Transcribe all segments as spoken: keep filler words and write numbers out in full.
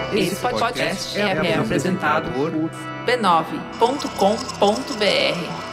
Esse podcast é, é apresentado por b nove ponto com ponto b r.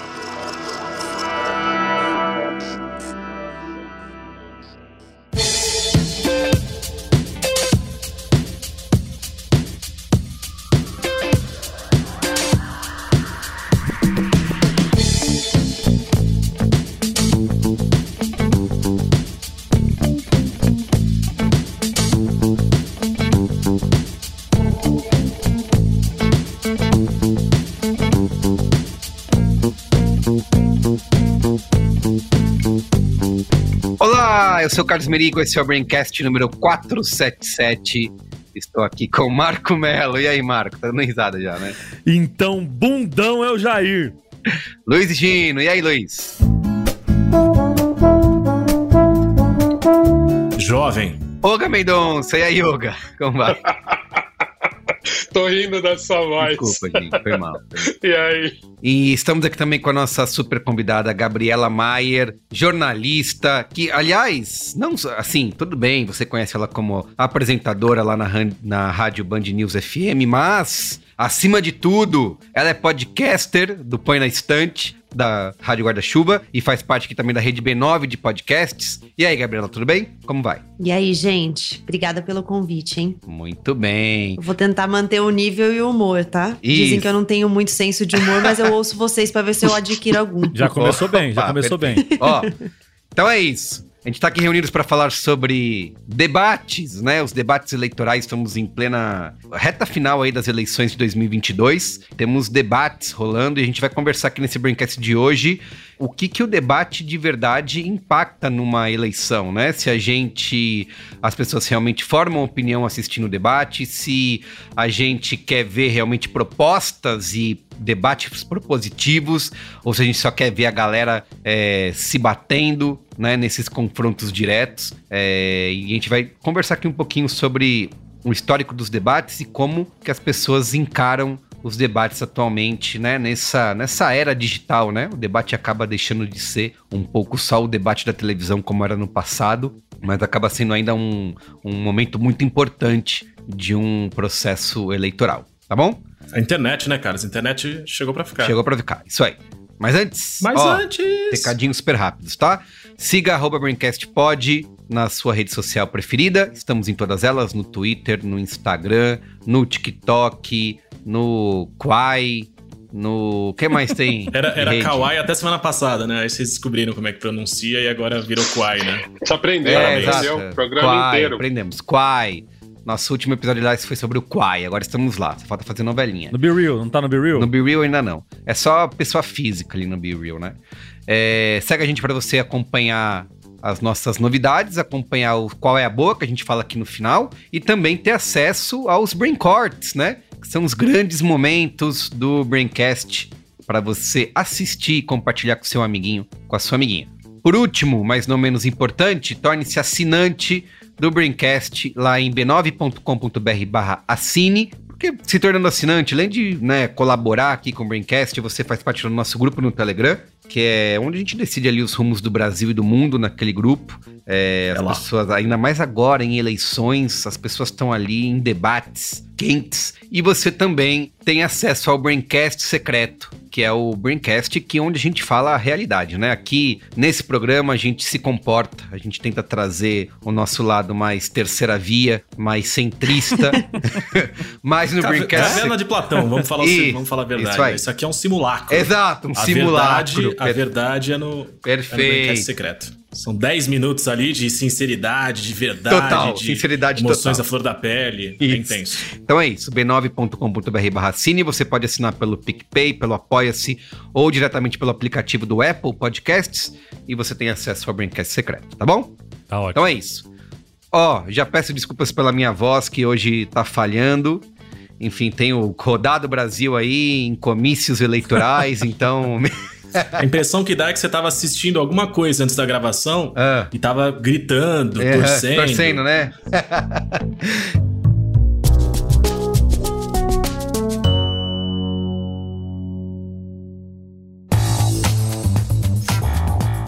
Eu sou o Carlos Merigo, esse é o Braincast número quatrocentos e setenta e sete. Estou aqui com o Marco Melo. E aí, Marco? Tá dando risada já, né? Então, bundão é o Jair. Luiz Gino. E aí, Luiz? Jovem. Olga Mendonça. E aí, Olga? Como vai? Tô rindo da sua voz. Desculpa, gente. Foi mal. E aí? E estamos aqui também com a nossa super convidada, Gabriela Maier, jornalista, que, aliás, não assim, tudo bem, você conhece ela como apresentadora lá na, na Rádio Band News F M, mas, acima de tudo, ela é podcaster do Põe na Estante, da Rádio Guarda-Chuva, e faz parte aqui também da Rede B nove de podcasts. E aí, Gabriela, tudo bem? Como vai? E aí, gente? Obrigada pelo convite, hein? Muito bem. Eu vou tentar manter o nível e o humor, tá? Isso. Dizem que eu não tenho muito senso de humor, mas eu ouço vocês pra ver se eu adquiro algum. Já começou bem, já começou bem. Ó, então é isso. A gente tá aqui reunidos para falar sobre debates, né? Os debates eleitorais, estamos em plena reta final aí das eleições de dois mil e vinte e dois. Temos debates rolando e a gente vai conversar aqui nesse Braincast de hoje o que que o debate de verdade impacta numa eleição, né? Se a gente, as pessoas realmente formam opinião assistindo o debate, se a gente quer ver realmente propostas e debates propositivos, ou se a gente só quer ver a galera é, se batendo, né, nesses confrontos diretos. É, e a gente vai conversar aqui um pouquinho sobre o histórico dos debates e como que as pessoas encaram os debates atualmente, né, nessa, nessa era digital, né? O debate acaba deixando de ser um pouco só o debate da televisão como era no passado, mas acaba sendo ainda um, um momento muito importante de um processo eleitoral, tá bom? A internet, né, cara? A internet chegou pra ficar. Chegou pra ficar, isso aí. Mas antes, Mas ó, antes... recadinhos super rápidos, tá? Siga arroba BraincastPod na sua rede social preferida. Estamos em todas elas, no Twitter, no Instagram, no TikTok, no Quai, no... O que mais tem? Era, era Kawaii até semana passada, né? Aí vocês descobriram como é que pronuncia e agora virou Quai, né? Você aprendeu, É, aprendeu exato. o programa Quai, inteiro. aprendemos. Quai. Nosso último episódio lá foi sobre o Quai, agora estamos lá, só falta fazer novelinha. No Be Real, não tá no Be Real? No Be Real ainda não. É só pessoa física ali no Be Real, né? É, segue a gente pra você acompanhar as nossas novidades, acompanhar o Qual é a Boa, que a gente fala aqui no final, e também ter acesso aos Braincorts, né? Que são os grandes momentos do Braincast para você assistir e compartilhar com seu amiguinho, com a sua amiguinha. Por último, mas não menos importante, torne-se assinante do Braincast lá em b nove ponto com ponto b r barra assine, porque se tornando assinante, além de, né, colaborar aqui com o Braincast, você faz parte do nosso grupo no Telegram, que é onde a gente decide ali os rumos do Brasil e do mundo naquele grupo. É, as É lá. pessoas, ainda mais agora em eleições, as pessoas estão ali em debates quentes. E você também tem acesso ao Braincast secreto, que é o Braincast, que é onde a gente fala a realidade, né? Aqui, nesse programa, a gente se comporta, a gente tenta trazer o nosso lado mais terceira via, mais centrista. Mas no Cave- Braincast... Caverna de Platão, vamos falar, Isso, vamos falar a verdade. isso aí. Isso aqui é um simulacro. Exato, um a simulacro. Verdade, a verdade é no, Perfeito. é no Braincast secreto. São dez minutos ali de sinceridade, de verdade, Total, de sinceridade emoções total. à flor da pele. É Isso. intenso. Então é isso, b nove ponto com ponto b r barra assine, você pode assinar pelo PicPay, pelo Apoia-se ou diretamente pelo aplicativo do Apple Podcasts e você tem acesso ao Braincast secreto, tá bom? Tá ótimo. Então é isso. Ó, já peço desculpas pela minha voz que hoje tá falhando. Enfim, tenho rodado o Brasil aí em comícios eleitorais, então... A impressão que dá é que você tava assistindo alguma coisa antes da gravação Ah. e tava gritando, É, torcendo. torcendo, né?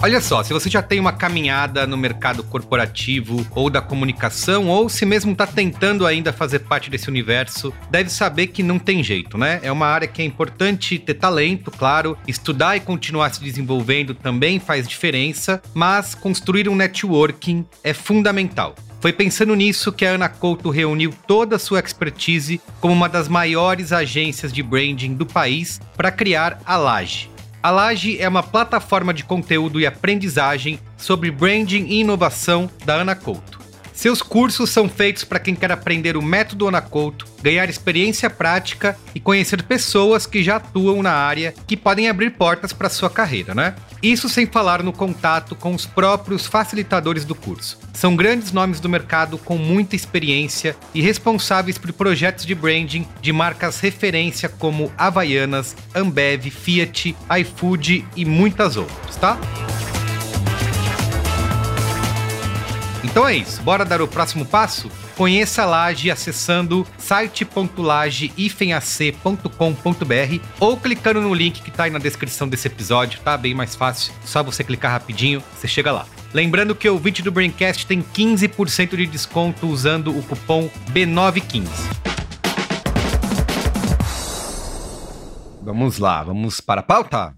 Olha só, se você já tem uma caminhada no mercado corporativo ou da comunicação, ou se mesmo está tentando ainda fazer parte desse universo, deve saber que não tem jeito, né? É uma área que é importante ter talento, claro, estudar e continuar se desenvolvendo também faz diferença, mas construir um networking é fundamental. Foi pensando nisso que a Ana Couto reuniu toda a sua expertise como uma das maiores agências de branding do país para criar a Laje. A Laje é uma plataforma de conteúdo e aprendizagem sobre branding e inovação da Ana Couto. Seus cursos são feitos para quem quer aprender o método Ana Couto, ganhar experiência prática e conhecer pessoas que já atuam na área que podem abrir portas para sua carreira, né? Isso sem falar no contato com os próprios facilitadores do curso. São grandes nomes do mercado com muita experiência e responsáveis por projetos de branding de marcas referência como Havaianas, Ambev, Fiat, iFood e muitas outras, tá? Então é isso, bora dar o próximo passo? Conheça a Laje acessando site ponto laje a c ponto com ponto b r ou clicando no link que tá aí na descrição desse episódio, tá? Bem mais fácil, só você clicar rapidinho, você chega lá. Lembrando que o ouvinte do Braincast tem quinze por cento de desconto usando o cupom B nove quinze. Vamos lá, vamos para a pauta?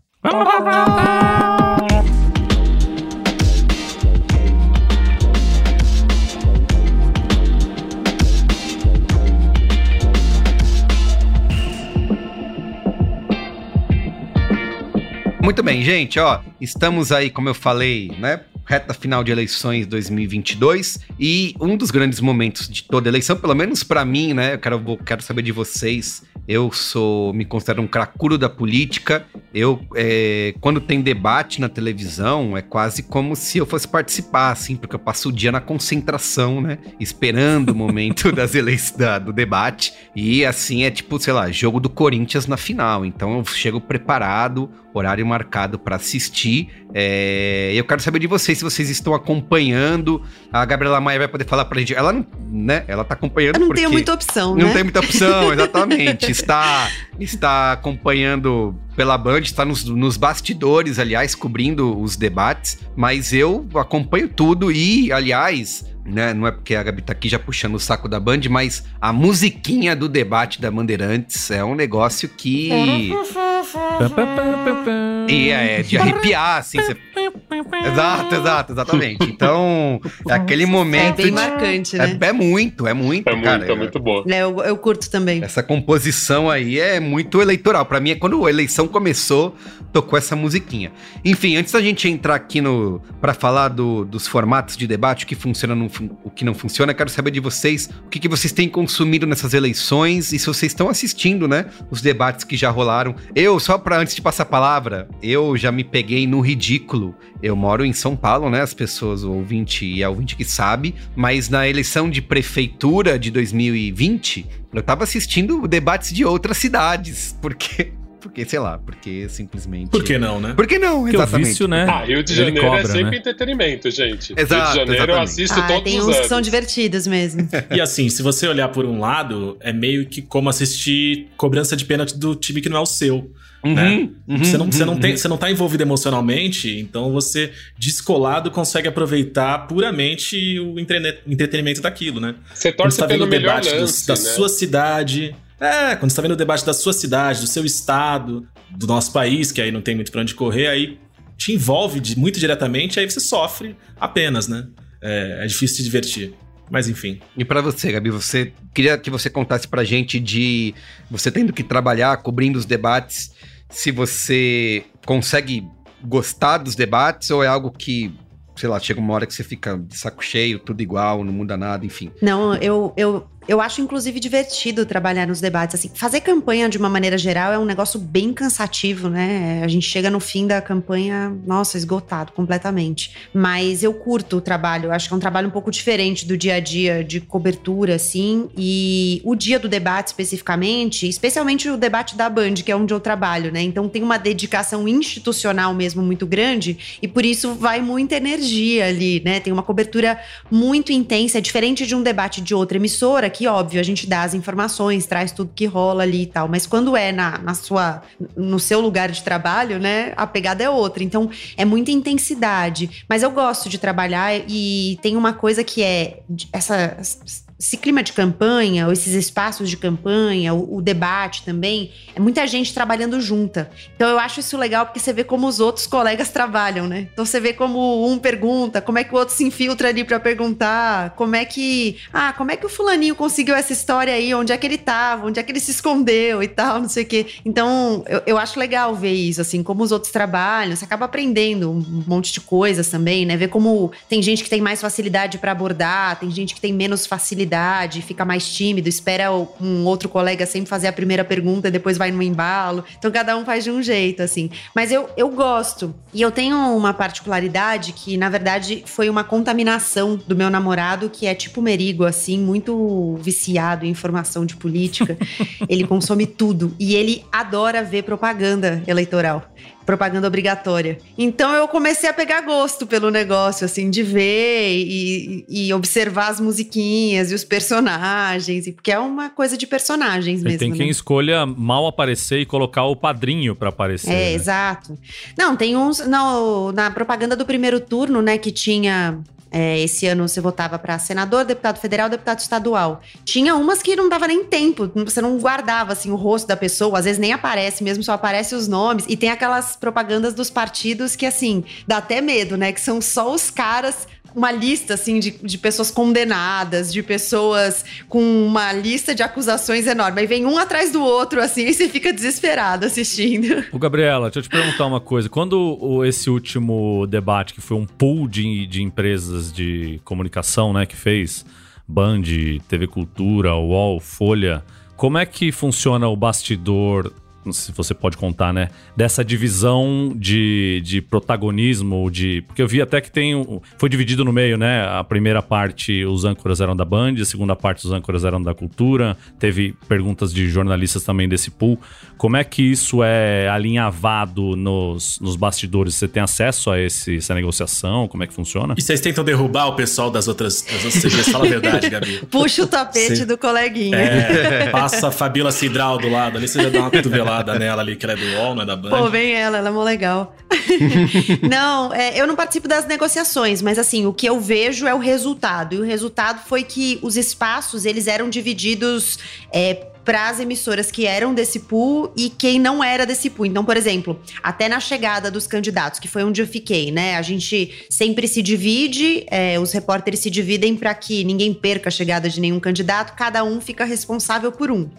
Muito bem, gente, ó, estamos aí, como eu falei, né, reta final de eleições dois mil e vinte e dois, e um dos grandes momentos de toda eleição, pelo menos pra mim, né, eu quero, vou, quero saber de vocês, eu sou, me considero um cracudo da política, eu, é, quando tem debate na televisão, é quase como se eu fosse participar, assim, porque eu passo o dia na concentração, né, esperando o momento das eleições, da, do debate, e assim, é tipo, sei lá, jogo do Corinthians na final, então eu chego preparado, horário marcado para assistir, é, eu quero saber de vocês, se vocês estão acompanhando, a Gabriela Maia vai poder falar pra gente, ela não, né, ela tá acompanhando Eu não porque... tenho muita opção, né? Não tem muita opção, exatamente, está, está acompanhando pela Band, está nos, nos bastidores, aliás, cobrindo os debates, mas eu acompanho tudo e, aliás... Né? Não é porque a Gabi tá aqui já puxando o saco da Band, mas a musiquinha do debate da Bandeirantes é um negócio que... e é de arrepiar, assim. Você... Exato, exato, exatamente. Então, é aquele momento... É bem de... marcante, né? É, é muito, é muito, É cara. muito, é muito boa. É, eu, eu curto também. Essa composição aí é muito eleitoral. Pra mim, é quando a eleição começou, tocou essa musiquinha. Enfim, antes da gente entrar aqui no pra falar do, dos formatos de debate, o que funciona, no, o que não funciona, quero saber de vocês o que, que vocês têm consumido nessas eleições e se vocês estão assistindo, né, os debates que já rolaram. Eu, só pra antes de passar a palavra, eu já me peguei no ridículo. Eu moro em São Paulo, né, as pessoas, o ouvinte e a ouvinte que sabe, mas na eleição de prefeitura de dois mil e vinte, eu tava assistindo debates de outras cidades, porque... Porque, sei lá, porque simplesmente... Por que não, né? Por que não, Porque exatamente. o vício, né? Ah, Rio de ele Janeiro cobra, é sempre né? entretenimento, gente. Exato, Rio de Janeiro eu exatamente. assisto Ah, todos tem os uns anos. que são divertidos mesmo. E assim, se você olhar por um lado, é meio que como assistir cobrança de pênalti do time que não é o seu. Uhum, né? uhum, você, não, você, não uhum. tem, você não tá envolvido emocionalmente, então você, descolado, consegue aproveitar puramente o entre- entretenimento daquilo, né? Você Quando torce você tá vendo pelo o melhor debate do- lance, da né? sua cidade. É, quando você tá vendo o debate da sua cidade, do seu estado, do nosso país, que aí não tem muito pra onde correr, aí te envolve de, muito diretamente, aí você sofre apenas, né? É, é difícil se divertir. Mas enfim. E pra você, Gabi, você queria que você contasse pra gente de você tendo que trabalhar, cobrindo os debates, se você consegue gostar dos debates ou é algo que, sei lá, chega uma hora que você fica de saco cheio, tudo igual, não muda nada, enfim. Não, eu, eu, eu acho inclusive divertido trabalhar nos debates. Assim, fazer campanha de uma maneira geral é um negócio bem cansativo, né? A gente chega no fim da campanha, nossa, esgotado completamente. Mas eu curto o trabalho, eu acho que é um trabalho um pouco diferente do dia a dia de cobertura, assim. E o dia do debate especificamente, especialmente o debate da Band, que é onde eu trabalho, né? Então tem uma dedicação institucional mesmo muito grande e por isso vai muita energia ali, né? Tem uma cobertura muito intensa, é diferente de um debate de outra emissora, aqui, óbvio, a gente dá as informações, traz tudo que rola ali e tal. Mas quando é na, na sua, no seu lugar de trabalho, né, a pegada é outra. Então, é muita intensidade. Mas eu gosto de trabalhar e tem uma coisa que é essa... Esse clima de campanha, ou esses espaços de campanha, o, o debate também, é muita gente trabalhando junta. Então eu acho isso legal porque você vê como os outros colegas trabalham, né? Então você vê como um pergunta, como é que o outro se infiltra ali pra perguntar, como é que... Ah, como é que o fulaninho conseguiu essa história aí? Onde é que ele tava? Onde é que ele se escondeu e tal, não sei o quê. Então eu, eu acho legal ver isso, assim, como os outros trabalham. Você acaba aprendendo um monte de coisas também, né? Ver como tem gente que tem mais facilidade pra abordar, tem gente que tem menos facilidade, fica mais tímido, espera um outro colega sempre fazer a primeira pergunta e depois vai no embalo. Então cada um faz de um jeito, assim. Mas eu, eu gosto. E eu tenho uma particularidade que, na verdade, foi uma contaminação do meu namorado, que é tipo Merigo, assim, muito viciado em informação de política. Ele consome tudo. E ele adora ver propaganda eleitoral. Propaganda obrigatória. Então eu comecei a pegar gosto pelo negócio, assim, de ver e, e observar as musiquinhas e os personagens, porque é uma coisa de personagens mesmo. E tem quem né? escolha mal aparecer e colocar o padrinho pra aparecer. É, né? exato. Não, tem uns... Não, na propaganda do primeiro turno, né, que tinha... É, esse ano você votava para senador, deputado federal, deputado estadual. Tinha umas que não dava nem tempo, você não guardava assim o rosto da pessoa, às vezes nem aparece mesmo, só aparece os nomes. E tem aquelas propagandas dos partidos que assim, dá até medo, né? Que são só os caras, uma lista assim de, de pessoas condenadas, de pessoas com uma lista de acusações enorme. Aí vem um atrás do outro assim e você fica desesperado assistindo. Ô Gabriela, deixa eu te perguntar uma coisa. Quando o, esse último debate, que foi um pool de, de empresas de comunicação, né, que fez Band, T V Cultura, U O L, Folha, como é que funciona o bastidor, se você pode contar, né? Dessa divisão de, de protagonismo, de... Porque eu vi até que tem... Foi dividido no meio, né? A primeira parte, os âncoras eram da Band, a segunda parte, os âncoras eram da Cultura. Teve perguntas de jornalistas também desse pool. Como é que isso é alinhavado nos, nos bastidores? Você tem acesso a esse, essa negociação? Como é que funciona? E vocês tentam derrubar o pessoal das outras, das outras T Vs? Fala a verdade, Gabi. Puxa o tapete Sim. do coleguinha. É, passa a Fabíola Cidral do lado ali, você já dá uma cotovelada nela ali, que ela é do U O L, não é da Band. Pô, vem ela, ela é mó legal. Não, é, eu não participo das negociações, mas assim, o que eu vejo é o resultado. E o resultado foi que os espaços, eles eram divididos... É, para as emissoras que eram desse pool e quem não era desse pool. Então, por exemplo, até na chegada dos candidatos, que foi onde eu fiquei, né? A gente sempre se divide, é, os repórteres se dividem para que ninguém perca a chegada de nenhum candidato, cada um fica responsável por um.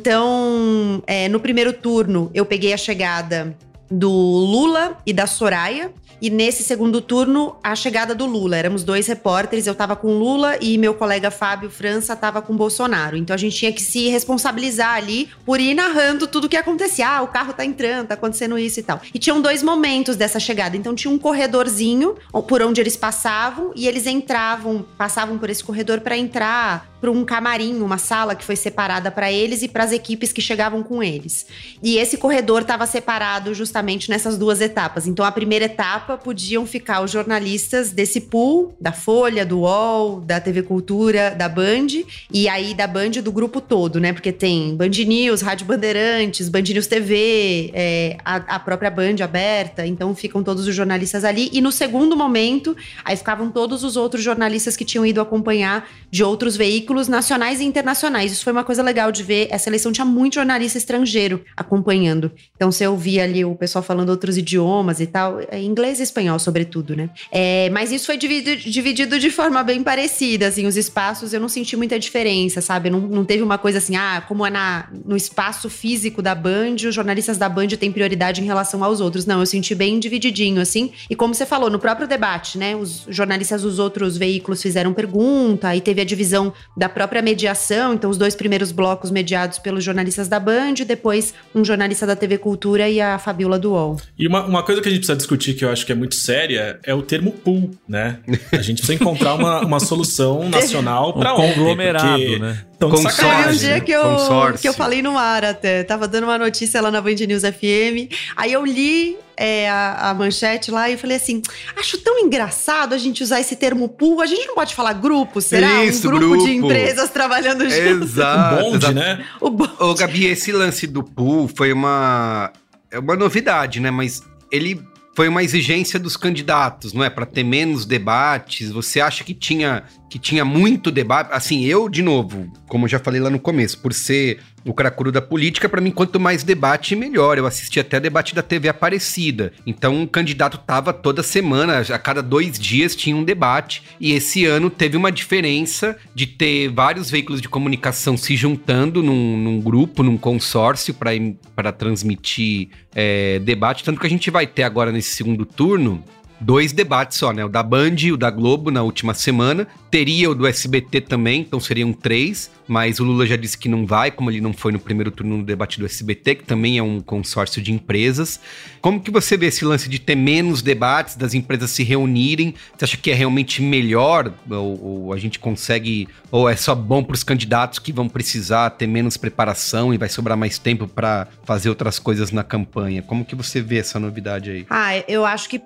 Então, é, no primeiro turno, eu peguei a chegada do Lula e da Soraya. E nesse segundo turno, a chegada do Lula. Éramos dois repórteres, eu tava com Lula e meu colega Fábio França tava com Bolsonaro. Então a gente tinha que se responsabilizar ali por ir narrando tudo o que acontecia. Ah, o carro tá entrando, tá acontecendo isso e tal. E tinham dois momentos dessa chegada. Então tinha um corredorzinho por onde eles passavam e eles entravam, passavam por esse corredor para entrar para um camarim, uma sala que foi separada para eles e para as equipes que chegavam com eles. E esse corredor estava separado justamente nessas duas etapas. Então a primeira etapa podiam ficar os jornalistas desse pool, da Folha, do U O L, da T V Cultura, da Band, e aí da Band do grupo todo, né? Porque tem Band News, Rádio Bandeirantes, Band News T V, é, a, a própria Band aberta, então ficam todos os jornalistas ali. E no segundo momento, aí ficavam todos os outros jornalistas que tinham ido acompanhar de outros veículos nacionais e internacionais. Isso foi uma coisa legal de ver. Essa eleição tinha muito jornalista estrangeiro acompanhando. Então você ouvia ali o pessoal falando outros idiomas e tal, inglês e espanhol sobretudo, né? É, mas isso foi dividido, dividido de forma bem parecida, assim, os espaços eu não senti muita diferença, sabe? Não, não teve uma coisa assim, ah, como é na, no espaço físico da Band, os jornalistas da Band têm prioridade em relação aos outros. Não, eu senti bem divididinho, assim. E como você falou, no próprio debate, né? Os jornalistas dos outros veículos fizeram pergunta, e teve a divisão da própria mediação, então os dois primeiros blocos mediados pelos jornalistas da Band, depois um jornalista da T V Cultura e a Fabíola do U O L. E uma, uma coisa que a gente precisa discutir, que eu acho que é muito séria, é o termo pool, né? A gente precisa encontrar uma, uma solução nacional para um conglomerado, né? Tão de sacanagem. Teve um dia que eu, Consórcio. que eu falei no ar até, tava dando uma notícia lá na Band News F M, aí eu li é, a, a manchete lá e eu falei assim, acho tão engraçado a gente usar esse termo pool, a gente não pode falar grupo, será? Isso, um grupo, grupo de empresas trabalhando juntos. Exato. Um bonde, exato. né? O bonde. Ô, Gabi, esse lance do pool foi uma, é uma novidade, né? Mas ele foi uma exigência dos candidatos, não é? Para ter menos debates. Você acha que tinha, que tinha muito debate? Assim, eu, de novo, como eu já falei lá no começo, por ser o cracuru da política, para mim, quanto mais debate, melhor. Eu assisti até debate da T V Aparecida. Então, o candidato tava toda semana, a cada dois dias tinha um debate. E esse ano teve uma diferença de ter vários veículos de comunicação se juntando num, num grupo, num consórcio para transmitir é, debate. Tanto que a gente vai ter agora nesse segundo turno dois debates só, né? O da Band e o da Globo na última semana. Teria o do S B T também, então seriam três. Mas o Lula já disse que não vai, como ele não foi no primeiro turno no debate do S B T, que também é um consórcio de empresas. Como que você vê esse lance de ter menos debates, das empresas se reunirem? Você acha que é realmente melhor? Ou, ou a gente consegue... Ou é só bom para os candidatos que vão precisar ter menos preparação e vai sobrar mais tempo para fazer outras coisas na campanha? Como que você vê essa novidade aí? Ah, eu acho que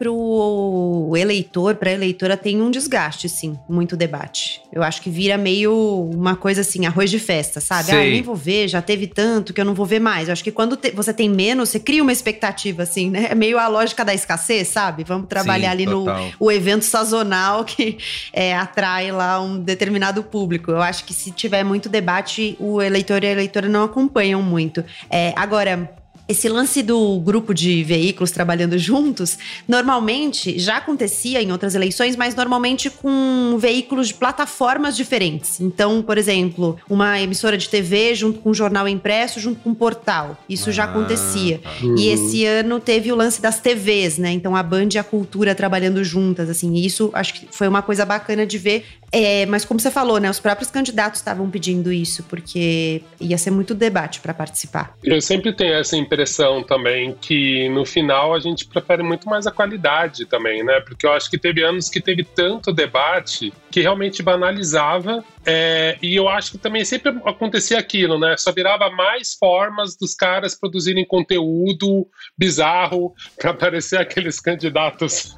pro eleitor, pra eleitora tem um desgaste, sim, muito debate. Eu acho que vira meio uma coisa assim, arroz de festa, sabe? Sei. Ah, eu nem vou ver, já teve tanto que eu não vou ver mais. Eu acho que quando te, você tem menos, você cria uma expectativa, assim, né? É meio a lógica da escassez, sabe? Vamos trabalhar Sim, ali total. no o evento sazonal que é, atrai lá um determinado público. Eu acho que se tiver muito debate, o eleitor e a eleitora não acompanham muito. É, agora... Esse lance do grupo de veículos trabalhando juntos, normalmente já acontecia em outras eleições, mas normalmente com veículos de plataformas diferentes. Então, por exemplo, uma emissora de T V junto com um jornal impresso, junto com um portal. Isso já Ah, acontecia. tá. E esse ano teve o lance das T Vs, né? Então a Band e a Cultura trabalhando juntas, assim. E isso acho que foi uma coisa bacana de ver. É, mas como você falou, né? Os próprios candidatos estavam pedindo isso, porque ia ser muito debate para participar. Eu sempre tenho essa impressão também que no final a gente prefere muito mais a qualidade também, né? Porque eu acho que teve anos que teve tanto debate que realmente banalizava. É, e eu acho que também sempre acontecia aquilo, né? Só virava mais formas dos caras produzirem conteúdo bizarro para aparecer aqueles candidatos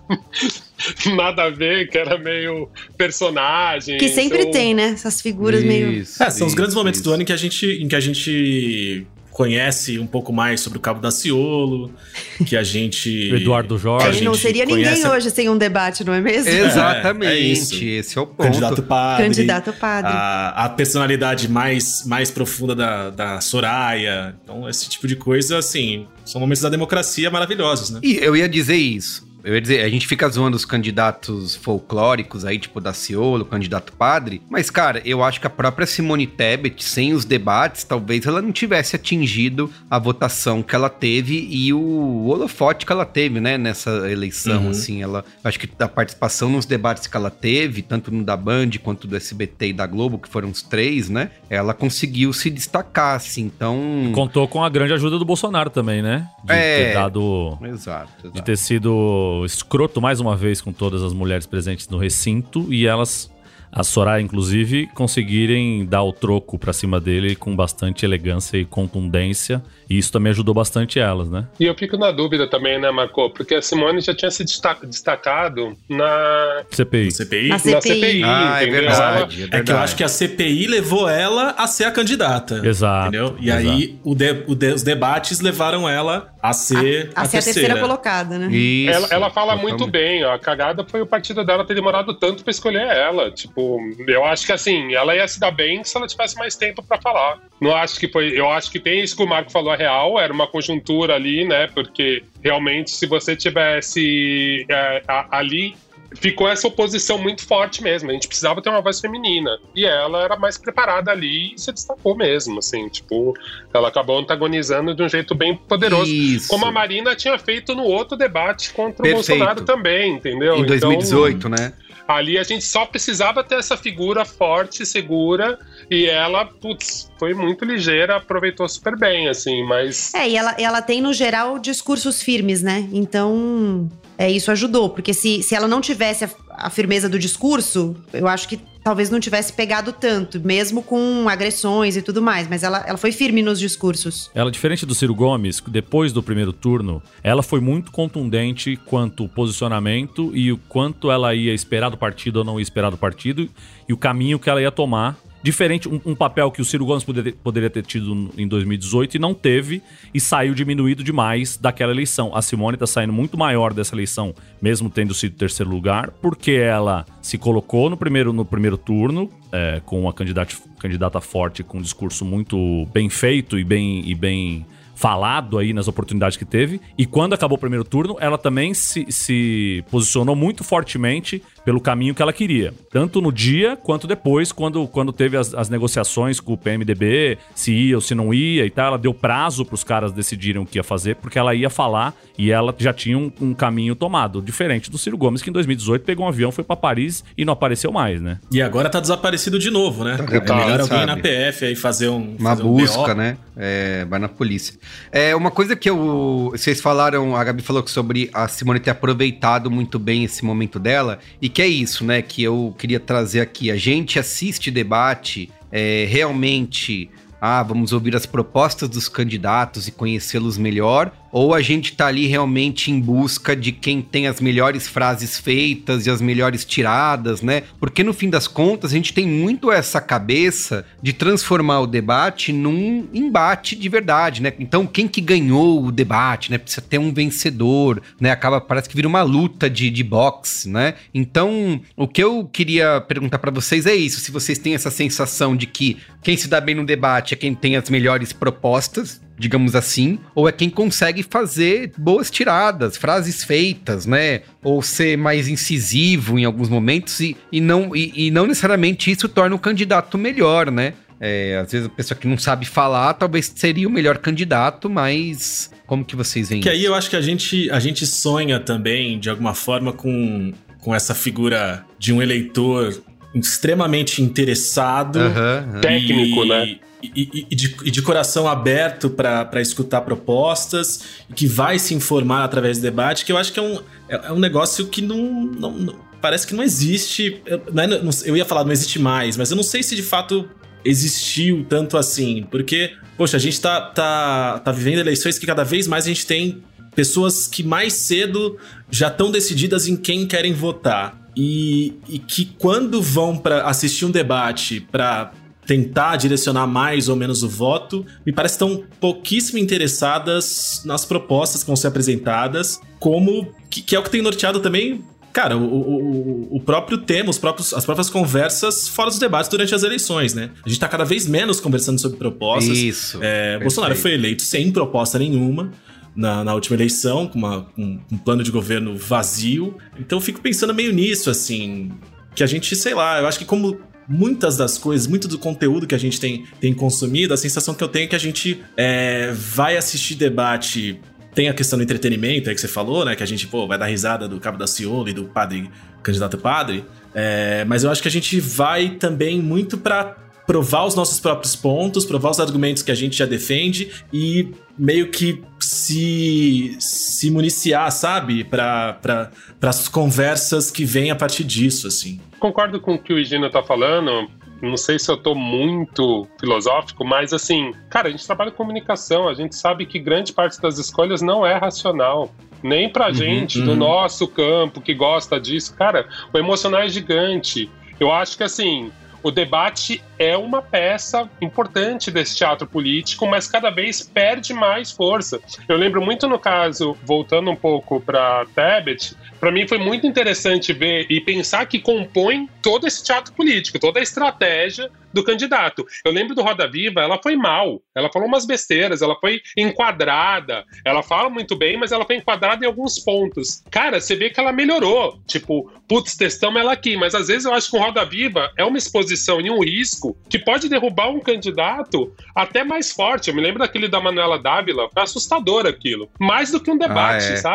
nada a ver, que era meio personagem. Que sempre então... tem, né? Essas figuras meio... Isso, É, são os grandes isso, momentos isso. do ano em que a gente, em que a gente conhece um pouco mais sobre o Cabo Daciolo, que a gente... O Eduardo Jorge. que a Ele não gente seria ninguém conhece- hoje sem um debate, não é mesmo? Exatamente, É, é isso. esse é o ponto. Candidato padre. Candidato padre. A, a personalidade mais, mais profunda da, da Soraya. Então, esse tipo de coisa, assim, são momentos da democracia maravilhosos, né? E eu ia dizer isso. Eu ia dizer, a gente fica zoando os candidatos folclóricos aí, tipo Daciolo, candidato padre, mas, cara, eu acho que a própria Simone Tebet, sem os debates, talvez ela não tivesse atingido a votação que ela teve e o holofote que ela teve, né, nessa eleição, Uhum. assim, ela, acho que a participação nos debates que ela teve, tanto no da Band quanto do S B T e da Globo, que foram os três, né, ela conseguiu se destacar, assim, então... Contou com a grande ajuda do Bolsonaro também, né? De É. ter dado... Exato, exato. De ter sido escroto mais uma vez com todas as mulheres presentes no recinto e elas, a Soraya inclusive, conseguirem dar o troco pra cima dele com bastante elegância e contundência. E isso também ajudou bastante elas, né? E eu fico na dúvida também, né, Marco? Porque a Simone já tinha se destaca- destacado na, C P I. No C P I. Na na C P I. C P I, Ah, é entendeu? verdade, é É verdade. que eu acho que a C P I levou ela a ser a candidata. Exato, Entendeu? E exato. aí o de- o de- os debates levaram ela a ser a, a ser a terceira colocada, né? Isso, Ela, ela fala totalmente. muito bem, ó. A cagada foi o partido dela ter demorado tanto pra escolher ela. Tipo, eu acho que assim, ela ia se dar bem se ela tivesse mais tempo pra falar. Não acho que foi. Eu acho que tem isso que o Marco falou é real, era uma conjuntura ali, né? Porque realmente, se você tivesse é, a- ali. Ficou essa oposição muito forte mesmo. A gente precisava ter uma voz feminina. E ela era mais preparada ali e se destacou mesmo, assim. Tipo, ela acabou antagonizando de um jeito bem poderoso. Isso. Como a Marina tinha feito no outro debate contra Perfeito. o Bolsonaro também, entendeu? Em dois mil e dezoito, né? Ali a gente só precisava ter essa figura forte, segura, e ela, putz, foi muito ligeira, aproveitou super bem, assim, mas... É, e ela, ela tem, no geral, discursos firmes, né? Então, é, isso ajudou. Porque se, se ela não tivesse a, a firmeza do discurso, eu acho que talvez não tivesse pegado tanto, mesmo com agressões e tudo mais, mas ela, ela foi firme nos discursos. Ela, diferente do Ciro Gomes, depois do primeiro turno, ela foi muito contundente quanto posicionamento e o quanto ela ia esperar do partido ou não ia esperar do partido e o caminho que ela ia tomar. Diferente, um, um papel que o Ciro Gomes poderia, poderia ter tido em dois mil e dezoito e não teve, e saiu diminuído demais daquela eleição. A Simone tá saindo muito maior dessa eleição, mesmo tendo sido terceiro lugar, porque ela se colocou no primeiro, no primeiro turno, é, com uma candidata, candidata forte, com um discurso muito bem feito e bem... E bem falado aí nas oportunidades que teve, e quando acabou o primeiro turno, ela também se, se posicionou muito fortemente pelo caminho que ela queria, tanto no dia quanto depois, quando, quando teve as, as negociações com o P M D B, se ia ou se não ia e tal, ela deu prazo pros caras decidirem o que ia fazer, porque ela ia falar e ela já tinha um, um caminho tomado, diferente do Ciro Gomes, que em dois mil e dezoito pegou um avião, foi pra Paris e não apareceu mais, né? E agora tá desaparecido de novo, né? Tá, é melhor alguém sabe. na P F aí fazer um Uma fazer busca, um B O. né? É, vai na polícia. É, uma coisa que eu... Vocês falaram, a Gabi falou sobre a Simone ter aproveitado muito bem esse momento dela, e que é isso, né? Que eu queria trazer aqui. A gente assiste debate é, realmente... Ah, vamos ouvir as propostas dos candidatos e conhecê-los melhor, ou a gente tá ali realmente em busca de quem tem as melhores frases feitas e as melhores tiradas, né? Porque no fim das contas a gente tem muito essa cabeça de transformar o debate num embate de verdade, né? Então quem que ganhou o debate, né? Precisa ter um vencedor, né? Acaba, parece que vira uma luta de, de boxe, né? Então o que eu queria perguntar pra vocês é isso, se vocês têm essa sensação de que quem se dá bem no debate é quem tem as melhores propostas, digamos assim, ou é quem consegue fazer boas tiradas, frases feitas, né? Ou ser mais incisivo em alguns momentos e, e, não, e, e não necessariamente isso torna o candidato melhor, né? É, às vezes a pessoa que não sabe falar talvez seria o melhor candidato, mas como que vocês veem Que isso? aí eu acho que a gente, a gente sonha também, de alguma forma, com, com essa figura de um eleitor extremamente interessado. Uhum, uhum. Técnico, e, né? E, e, e, de, e de coração aberto para escutar propostas, e que vai se informar através do debate, que eu acho que é um, é, é um negócio que não, não, não... Parece que não existe... Eu, não é, não, eu ia falar não existe mais, mas eu não sei se de fato existiu tanto assim, porque, poxa, a gente tá, tá, tá vivendo eleições que cada vez mais a gente tem pessoas que mais cedo já estão decididas em quem querem votar. E, e que quando vão para assistir um debate para tentar direcionar mais ou menos o voto, me parece que estão pouquíssimo interessadas nas propostas que vão ser apresentadas, como que, que é o que tem norteado também, cara, o, o, o próprio tema, os próprios, as próprias conversas fora dos debates durante as eleições, né? A gente tá cada vez menos conversando sobre propostas. Isso. É, Bolsonaro foi eleito sem proposta nenhuma Na, na última eleição, com, uma, com um plano de governo vazio. Então eu fico pensando meio nisso, assim, que a gente, sei lá, eu acho que como muitas das coisas, muito do conteúdo que a gente tem, tem consumido, a sensação que eu tenho é que a gente é, vai assistir debate. Tem a questão do entretenimento aí que você falou, né, que a gente, pô, vai dar risada do Cabo da Ciolo e do padre, candidato padre, é, mas eu acho que a gente vai também muito pra provar os nossos próprios pontos, provar os argumentos que a gente já defende e meio que se, se municiar, sabe? Para pra, as conversas que vêm a partir disso, assim. Concordo com o que o Higino tá falando. Não sei se eu tô muito filosófico, mas assim, cara, a gente trabalha com comunicação, a gente sabe que grande parte das escolhas não é racional. Nem pra uhum, gente, uhum. do nosso campo, que gosta disso. Cara, o emocional é gigante. Eu acho que assim... O debate é uma peça importante desse teatro político, mas cada vez perde mais força. Eu lembro muito no caso, voltando um pouco para Tebet, para mim foi muito interessante ver e pensar que compõe todo esse teatro político, toda a estratégia do candidato. Eu lembro do Roda Viva, ela foi mal, ela falou umas besteiras, ela foi enquadrada, ela fala muito bem, mas ela foi enquadrada em alguns pontos. Cara, você vê que ela melhorou, tipo, putz, testamos ela aqui, mas às vezes eu acho que o Roda Viva é uma exposição e um risco que pode derrubar um candidato até mais forte. Eu me lembro daquele da Manuela Dávila, foi assustador aquilo, mais do que um debate, ah, é. sabe?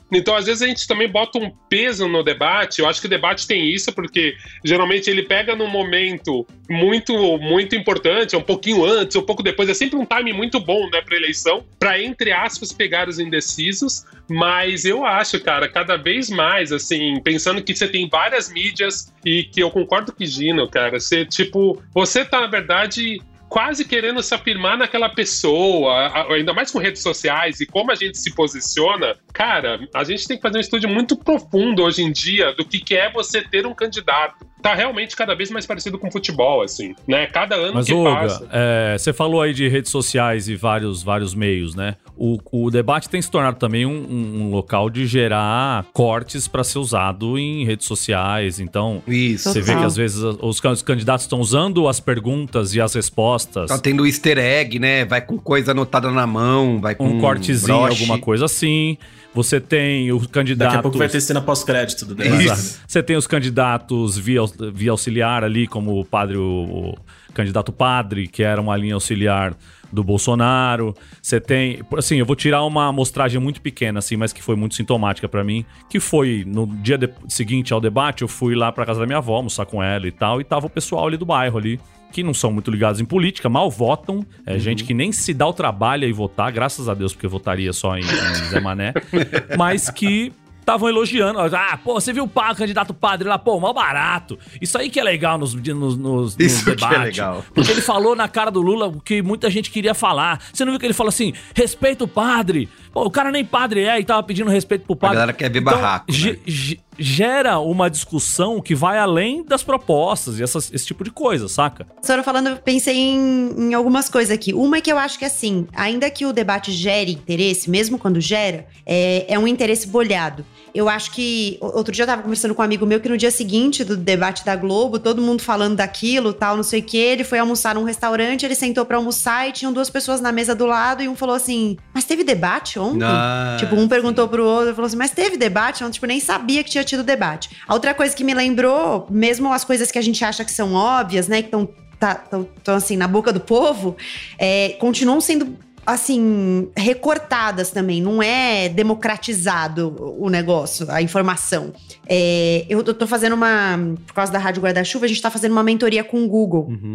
Então, às vezes, a gente também bota um peso no debate. Eu acho que o debate tem isso, porque geralmente ele pega num momento muito, muito importante, um pouquinho antes, um pouco depois. É sempre um time muito bom, né, para eleição, para, entre aspas, pegar os indecisos. Mas eu acho, cara, cada vez mais, assim, pensando que você tem várias mídias e que eu concordo com o Gino, cara, você, tipo, você tá, na verdade, quase querendo se afirmar naquela pessoa, ainda mais com redes sociais e como a gente se posiciona. Cara, a gente tem que fazer um estudo muito profundo hoje em dia do que, que é você ter um candidato. Tá realmente cada vez mais parecido com futebol, assim, né? Cada ano Mas, que Olga, passa. É, você falou aí de redes sociais e vários, vários meios, né? O, o debate tem se tornado também um, um, um local de gerar cortes para ser usado em redes sociais. Então, Isso. você vê que às vezes os, os candidatos estão usando as perguntas e as respostas. Tá tendo easter egg, né? Vai com coisa anotada na mão, vai com Um cortezinho, broche. alguma coisa assim. Você tem os candidatos... Daqui a pouco vai ter cena pós-crédito do debate. Isso. Você tem os candidatos via, via auxiliar ali, como o padre, o, o candidato padre, que era uma linha auxiliar do Bolsonaro. Você tem... Assim, eu vou tirar uma amostragem muito pequena, assim, mas que foi muito sintomática pra mim, que foi no dia de, seguinte ao debate, eu fui lá pra casa da minha avó, almoçar com ela e tal, e tava o pessoal ali do bairro ali, que não são muito ligados em política, mal votam. É uhum. gente que nem se dá o trabalho em votar, graças a Deus, porque eu votaria só em, em Zé Mané. Mas que estavam elogiando. Ah, pô, você viu o, o candidato padre lá? Pô, mal barato. Isso aí que é legal nos, nos, nos, nos debates. Que é legal. Porque ele falou na cara do Lula o que muita gente queria falar. Você não viu que ele falou assim, respeita o padre. Pô, o cara nem padre é e tava pedindo respeito pro padre. A galera quer ver então, barraco, ge- né? ge- gera uma discussão que vai além das propostas e essas, esse tipo de coisa, saca? A senhora falando, eu pensei em, em algumas coisas aqui. Uma é que eu acho que, assim, ainda que o debate gere interesse, mesmo quando gera, é, é um interesse bolhado. Eu acho que... Outro dia eu tava conversando com um amigo meu que no dia seguinte do debate da Globo, todo mundo falando daquilo, tal, não sei o quê, ele foi almoçar num restaurante, ele sentou pra almoçar e tinham duas pessoas na mesa do lado e um falou assim, mas teve debate ontem? Ah, tipo, um sim. perguntou pro outro, falou assim, mas teve debate ontem? Tipo, nem sabia que tinha tido debate. A outra coisa que me lembrou, mesmo as coisas que a gente acha que são óbvias, né, que estão tá, assim, na boca do povo, é, continuam sendo... assim, recortadas também. Não é democratizado o negócio, a informação. É, eu tô fazendo uma... Por causa da Rádio Guarda-Chuva, a gente tá fazendo uma mentoria com o Google. Uhum.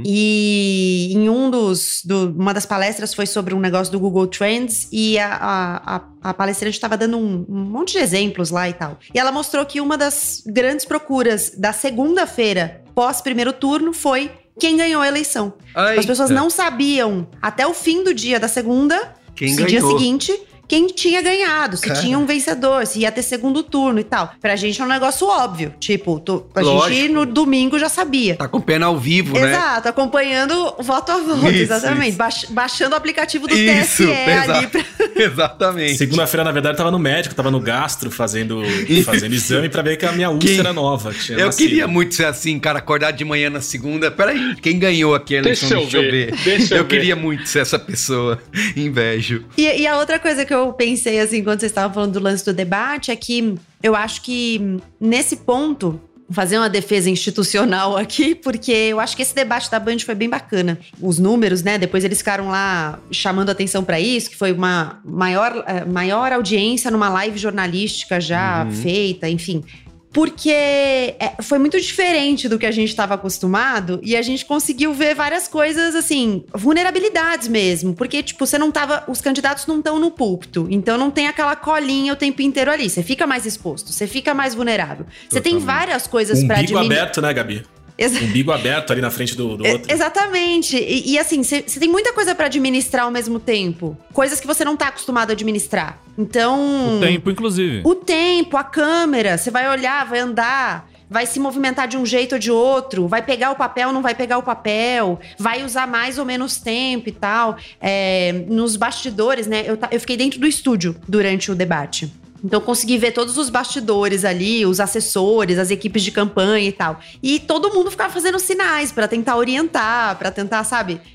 E em um dos... Do, uma das palestras foi sobre um negócio do Google Trends e a, a, a, a palestrante estava dando um, um monte de exemplos lá e tal. E ela mostrou que uma das grandes procuras da segunda-feira, pós-primeiro turno, foi... quem ganhou a eleição. Eita. As pessoas não sabiam, até o fim do dia da segunda, quem no ganhou. dia seguinte, quem tinha ganhado, se Cara. tinha um vencedor, se ia ter segundo turno e tal. Pra gente é um negócio óbvio. Tipo, tô, a Lógico. gente no domingo já sabia. Tá acompanhando ao vivo, né? Exato, acompanhando voto a voto, Isso, exatamente. isso. Baix, baixando o aplicativo do Isso, T S E ali. Pra... Exatamente. Segunda-feira, na verdade, tava no médico, tava no gastro fazendo, fazendo exame pra ver que a minha úlcera nova tinha Eu nascido. queria muito ser assim, cara, acordar de manhã na segunda. Peraí, quem ganhou aqui a eleição? Deixa eu ver, deixa eu eu ver. queria muito ser essa pessoa. Invejo. E, e a outra coisa que eu pensei, assim, quando vocês estavam falando do lance do debate, é que eu acho que, nesse ponto, vou fazer uma defesa institucional aqui, porque eu acho que esse debate da Band foi bem bacana. Os números, né, depois eles ficaram lá chamando atenção pra isso, que foi uma maior, maior audiência numa live jornalística já uhum. feita, enfim... Porque é, foi muito diferente do que a gente estava acostumado e a gente conseguiu ver várias coisas, assim, vulnerabilidades mesmo. Porque, tipo, você não tava... Os candidatos não estão no púlpito, então não tem aquela colinha o tempo inteiro ali. Você fica mais exposto, você fica mais vulnerável. Você tem várias coisas um pra umbigo diminuir... aberto, né, Gabi? Exa... umbigo aberto ali na frente do, do outro. Exatamente. E, e assim, você tem muita coisa pra administrar ao mesmo tempo. Coisas que você não tá acostumado a administrar. Então... O tempo, inclusive. O tempo, a câmera. Você vai olhar, vai andar... vai se movimentar de um jeito ou de outro, vai pegar o papel ou não vai pegar o papel, vai usar mais ou menos tempo e tal. É, nos bastidores, né? Eu, eu fiquei dentro do estúdio durante o debate. Então, eu consegui ver todos os bastidores ali, os assessores, as equipes de campanha e tal. E todo mundo ficava fazendo sinais pra tentar orientar, pra tentar, sabe,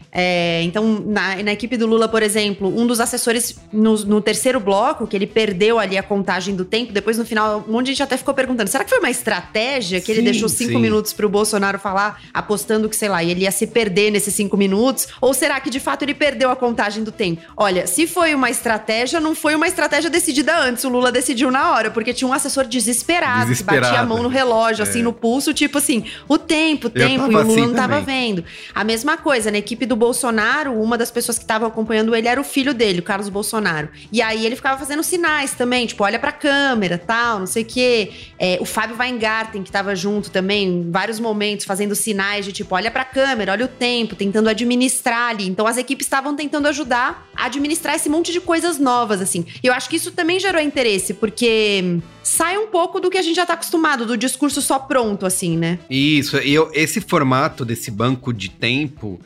É, então, na, na equipe do Lula, por exemplo, um dos assessores no, no terceiro bloco, que ele perdeu ali a contagem do tempo, depois no final, um monte de gente até ficou perguntando, será que foi uma estratégia que Sim, ele deixou cinco sim. minutos pro Bolsonaro falar, apostando que, sei lá, ele ia se perder nesses cinco minutos? Ou será que, de fato, ele perdeu a contagem do tempo? Olha, se foi uma estratégia, não foi uma estratégia decidida antes, o Lula decidiu na hora, porque tinha um assessor desesperado, Desesperado. que batia a mão no relógio, É. assim, no pulso, tipo assim, o tempo, o tempo, tava e o Lula assim não tava também. vendo. A mesma coisa, na equipe do Bolsonaro, uma das pessoas que estavam acompanhando ele era o filho dele, o Carlos Bolsonaro. E aí ele ficava fazendo sinais também, tipo, olha pra câmera, tal, não sei o quê. É, o Fábio Weingarten, que tava junto também, em vários momentos, fazendo sinais de tipo, olha pra câmera, olha o tempo, tentando administrar ali. Então as equipes estavam tentando ajudar a administrar esse monte de coisas novas, assim. E eu acho que isso também gerou interesse, porque sai um pouco do que a gente já tá acostumado, do discurso só pronto, assim, né? Isso, e eu, esse formato desse banco de tempo,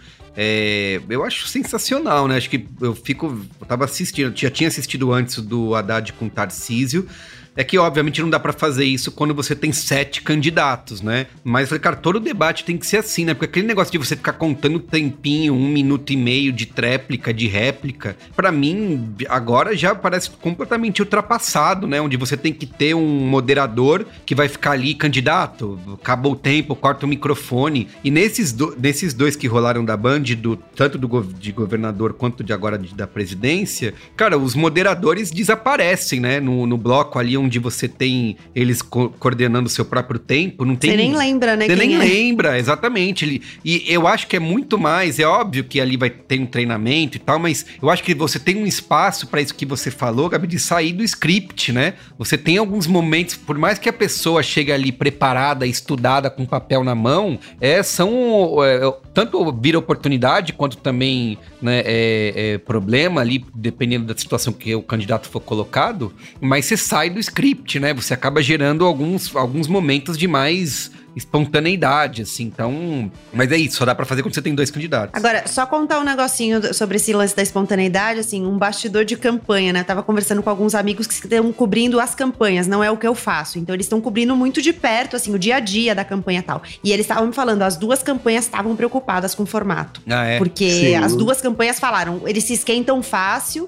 é, eu acho sensacional, né? Acho que eu fico. Eu tava assistindo, já tinha assistido antes do Haddad com Tarcísio. É que, obviamente, não dá pra fazer isso quando você tem sete candidatos, né? Mas, eu falei, cara, todo debate tem que ser assim, né? Porque aquele negócio de você ficar contando tempinho, um minuto e meio de tréplica, de réplica, pra mim, agora já parece completamente ultrapassado, né? Onde você tem que ter um moderador que vai ficar ali, candidato, acabou o tempo, corta o microfone. E nesses, do, nesses dois que rolaram da Band, do, tanto do go- de governador quanto de agora de, da presidência, cara, os moderadores desaparecem, né? No, no bloco ali, onde você tem eles co- coordenando o seu próprio tempo, não tem... Você nem lembra, né? Você quem nem é. lembra, exatamente. Ele, e eu acho que é muito mais, é óbvio que ali vai ter um treinamento e tal, mas eu acho que você tem um espaço pra isso que você falou, Gabi, de sair do script, né? Você tem alguns momentos, por mais que a pessoa chegue ali preparada, estudada, com papel na mão, é, são é, tanto vira oportunidade, quanto também, né, é, é problema ali, dependendo da situação que o candidato for colocado, mas você sai do script, né? Você acaba gerando alguns, alguns momentos de mais espontaneidade, assim, então... Mas é isso, só dá pra fazer quando você tem dois candidatos. Agora, só contar um negocinho sobre esse lance da espontaneidade, assim, um bastidor de campanha, né? Eu tava conversando com alguns amigos que estão cobrindo as campanhas, não é o que eu faço. Então, eles estão cobrindo muito de perto, assim, o dia a dia da campanha e tal. E eles estavam me falando, as duas campanhas estavam preocupadas com o formato. Ah, é? Porque Sim. as duas campanhas falaram, eles se esquentam fácil,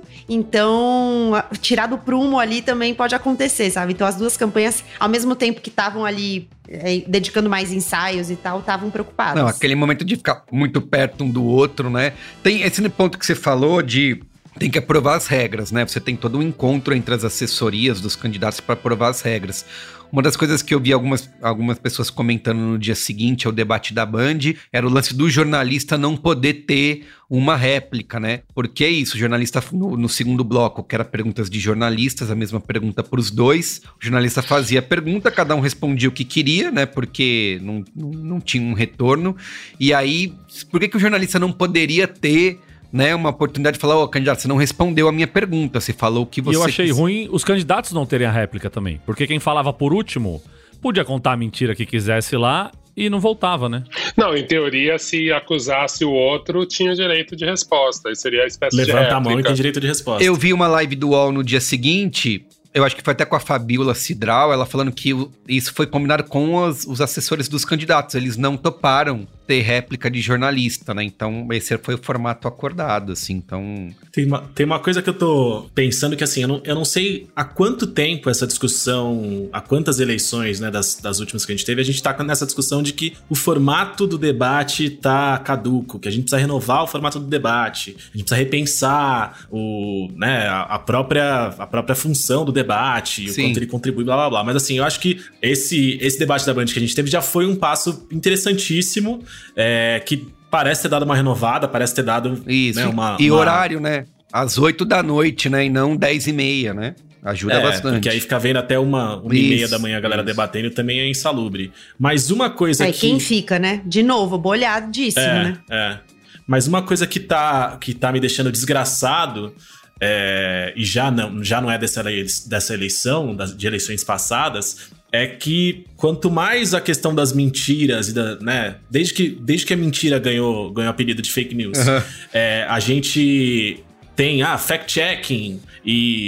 então tirar do prumo ali também pode acontecer, sabe? Então, as duas campanhas, ao mesmo tempo que estavam ali é, dedicando mais ensaios e tal, estavam preocupados. Não, aquele momento de ficar muito perto um do outro, né? Tem esse ponto que você falou de... Tem que aprovar as regras, né? Você tem todo um encontro entre as assessorias dos candidatos para aprovar as regras. Uma das coisas que eu vi algumas, algumas pessoas comentando no dia seguinte ao debate da Band era o lance do jornalista não poder ter uma réplica, né? Porque é isso, o jornalista no, no segundo bloco, que era perguntas de jornalistas, a mesma pergunta para os dois. O jornalista fazia a pergunta, cada um respondia o que queria, né? Porque não, não, não tinha um retorno. E aí, por que, que o jornalista não poderia ter, né, uma oportunidade de falar, ô, oh, candidato, você não respondeu a minha pergunta, você falou o que você... E eu achei quis. ruim os candidatos não terem a réplica também. Porque quem falava por último podia contar a mentira que quisesse lá e não voltava, né? Não, em teoria, se acusasse o outro, tinha direito de resposta. Aí seria a espécie de Levanta réplica. a mão e tem direito de resposta. Eu vi uma live do U O L no dia seguinte, eu acho que foi até com a Fabiola Cidral, ela falando que o- isso foi combinado com os, os assessores dos candidatos, eles não toparam ter réplica de jornalista, né? Então, esse foi o formato acordado, assim, então... Tem uma, tem uma coisa que eu tô pensando que, assim, eu não, eu não sei há quanto tempo essa discussão, há quantas eleições, né, das, das últimas que a gente teve, a gente tá nessa discussão de que o formato do debate tá caduco, que a gente precisa renovar o formato do debate, a gente precisa repensar o, né, a, a própria, a própria função do debate, Sim. o quanto ele contribui, blá, blá, blá. Mas, assim, eu acho que esse, esse debate da Band que a gente teve já foi um passo interessantíssimo, é, que parece ter dado uma renovada, parece ter dado, Isso, né, uma... e uma... horário, né? Às oito da noite, né? E não dez e meia, né? Ajuda é, bastante. Porque aí fica vendo até uma, uma Isso, e meia da manhã a galera isso. debatendo também é insalubre. Mas uma coisa Aí que... quem fica, né? De novo, bolhadíssimo, é, né? é. Mas uma coisa que tá, que tá me deixando desgraçado, é, e já não, já não é dessa, elei- dessa eleição, das, de eleições passadas, é que quanto mais a questão das mentiras, e da, né, desde, que, desde que a mentira ganhou, ganhou apelido de fake news, Uhum. é, a gente tem ah, fact-checking e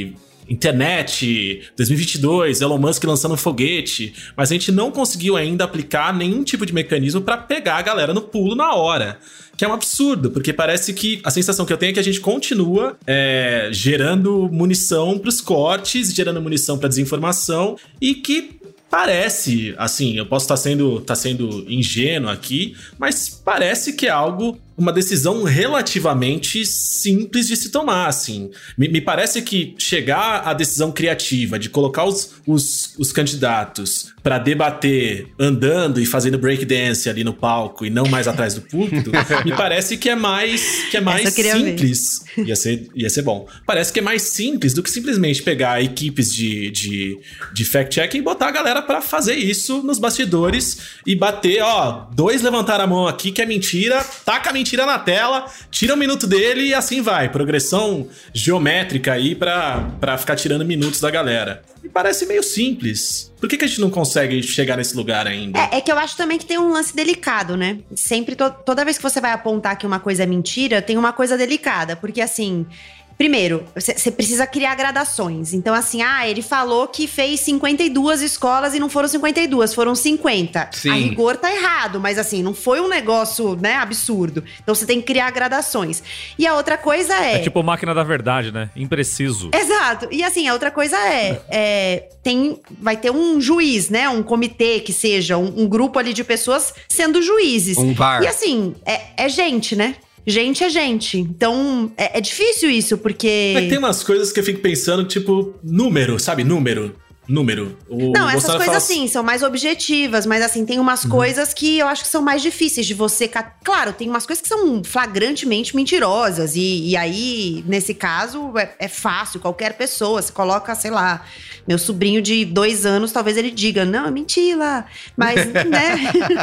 internet, dois mil e vinte e dois, Elon Musk lançando um foguete, mas a gente não conseguiu ainda aplicar nenhum tipo de mecanismo para pegar a galera no pulo na hora. Que é um absurdo, porque parece que a sensação que eu tenho é que a gente continua é, gerando munição para os cortes, gerando munição para desinformação, e que parece, assim, eu posso estar sendo, tá sendo ingênuo aqui, mas parece que é algo, uma decisão relativamente simples de se tomar, assim. Me, me parece que chegar à decisão criativa de colocar os, os, os candidatos para debater andando e fazendo breakdance ali no palco e não mais atrás do púlpito, me parece que é mais, que é mais simples. Ia ser, ia ser bom. Parece que é mais simples do que simplesmente pegar equipes de, de, de fact-checking e botar a galera para fazer isso nos bastidores e bater, ó, dois levantaram a mão aqui que é mentira, taca a mentira na tela, tira um minuto dele e assim vai. Progressão geométrica aí pra, pra ficar tirando minutos da galera. E parece meio simples. Por que, que a gente não consegue chegar nesse lugar ainda? É, é que eu acho também que tem um lance delicado, né? Sempre, to- toda vez que você vai apontar que uma coisa é mentira, tem uma coisa delicada. Porque assim... Primeiro, você precisa criar gradações. Então, assim, ah, ele falou que fez cinquenta e duas escolas e não foram cinquenta e duas, foram cinquenta. Sim. A rigor tá errado, mas assim, não foi um negócio, né, absurdo. Então, você tem que criar gradações. E a outra coisa é... É tipo máquina da verdade, né? Impreciso. Exato. E assim, a outra coisa é... é tem, vai ter um juiz, né? Um comitê que seja, um, um grupo ali de pessoas sendo juízes. Um V A R. E assim, é, é gente, né? Gente é gente. Então, é, é difícil isso, porque... Mas tem umas coisas que eu fico pensando, tipo, número, sabe? Número. Número. O Não, essas Bolsonaro coisas, fala... assim, são mais objetivas, mas, assim, tem umas uhum. coisas que eu acho que são mais difíceis de você... Claro, tem umas coisas que são flagrantemente mentirosas, e, e aí, nesse caso, é, é fácil, qualquer pessoa, se coloca, sei lá, meu sobrinho de dois anos, talvez ele diga, não, é mentira, mas, né?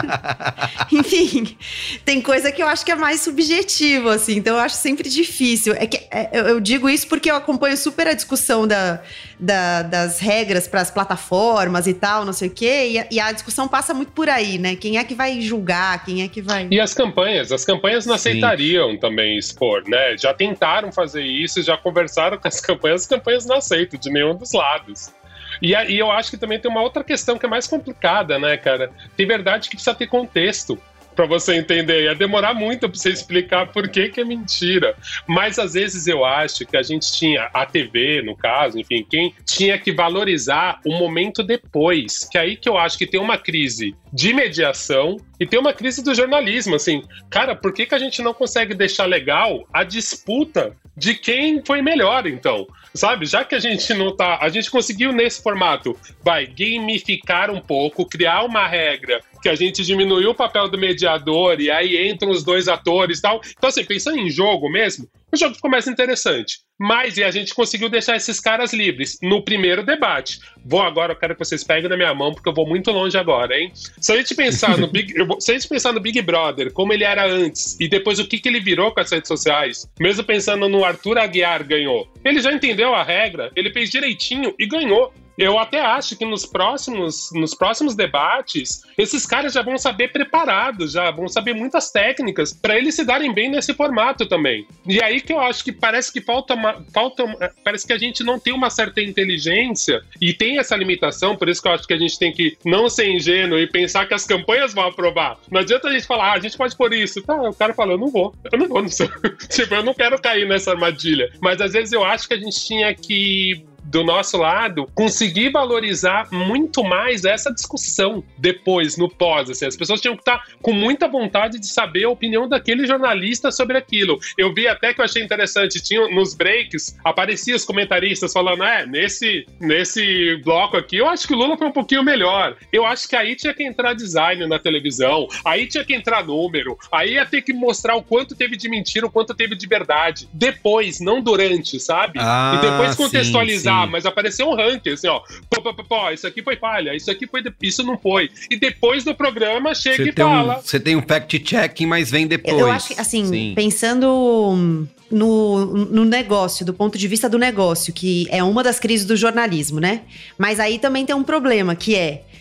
Enfim, tem coisa que eu acho que é mais subjetivo, assim, então eu acho sempre difícil. É que, é, eu, eu digo isso porque eu acompanho super a discussão da, da, das regras para as plataformas e tal, não sei o quê, e a, e a discussão passa muito por aí, né? Quem é que vai julgar, quem é que vai... E as campanhas, as campanhas não Sim. aceitariam também expor, né? Já tentaram fazer isso, já conversaram com as campanhas, as campanhas não aceitam de nenhum dos lados. E, a, e eu acho que também tem uma outra questão que é mais complicada, né, cara? Tem verdade que precisa ter contexto pra você entender. Ia demorar muito pra você explicar por que que é mentira. Mas às vezes eu acho que a gente tinha, a T V, no caso, enfim, quem tinha que valorizar o momento depois. Que é aí que eu acho que tem uma crise de mediação e tem uma crise do jornalismo, assim. Cara, por que que a gente não consegue deixar legal a disputa de quem foi melhor, então? Sabe, já que a gente não tá... A gente conseguiu nesse formato, vai, gamificar um pouco, criar uma regra que a gente diminuiu o papel do mediador e aí entram os dois atores e tal. Então, assim, pensando em jogo mesmo, o jogo ficou mais interessante. Mas e a gente conseguiu deixar esses caras livres no primeiro debate. Vou agora, eu quero que vocês peguem na minha mão, porque eu vou muito longe agora, hein? Se a gente pensar no Big, eu vou, se a gente pensar no Big Brother, como ele era antes, e depois o que, que ele virou com as redes sociais, mesmo pensando no Arthur Aguiar ganhou, ele já entendeu a regra, ele fez direitinho e ganhou. Eu até acho que nos próximos, nos próximos debates, esses caras já vão saber preparados, já vão saber muitas técnicas para eles se darem bem nesse formato também. E aí que eu acho que parece que falta, uma, falta parece que a gente não tem uma certa inteligência e tem essa limitação, por isso que eu acho que a gente tem que não ser ingênuo e pensar que as campanhas vão aprovar. Não adianta a gente falar, ah, a gente pode pôr isso. Tá, o cara fala, eu não vou, eu não vou, não sei. Tipo, eu não quero cair nessa armadilha. Mas às vezes eu acho que a gente tinha que, do nosso lado, conseguir valorizar muito mais essa discussão depois, no pós, assim. As pessoas tinham que estar com muita vontade de saber a opinião daquele jornalista sobre aquilo. Eu vi até que eu achei interessante, tinha nos breaks, apareciam os comentaristas falando, é, nesse, nesse bloco aqui, eu acho que o Lula foi um pouquinho melhor. Eu acho que aí tinha que entrar design na televisão, aí tinha que entrar número, aí ia ter que mostrar o quanto teve de mentira, o quanto teve de verdade. Depois, não durante, sabe? Ah, e depois contextualizar. Sim, sim. Mas apareceu um ranking, assim, ó. Pô, pô, pô, pô, isso aqui foi falha, isso aqui foi. De... Isso não foi. E depois do programa chega Você e tem fala. Um, você tem um fact-checking, mas vem depois. Eu acho que, assim, Sim. pensando no, no negócio, do ponto de vista do negócio, que é uma das crises do jornalismo, né? Mas aí também tem um problema, que é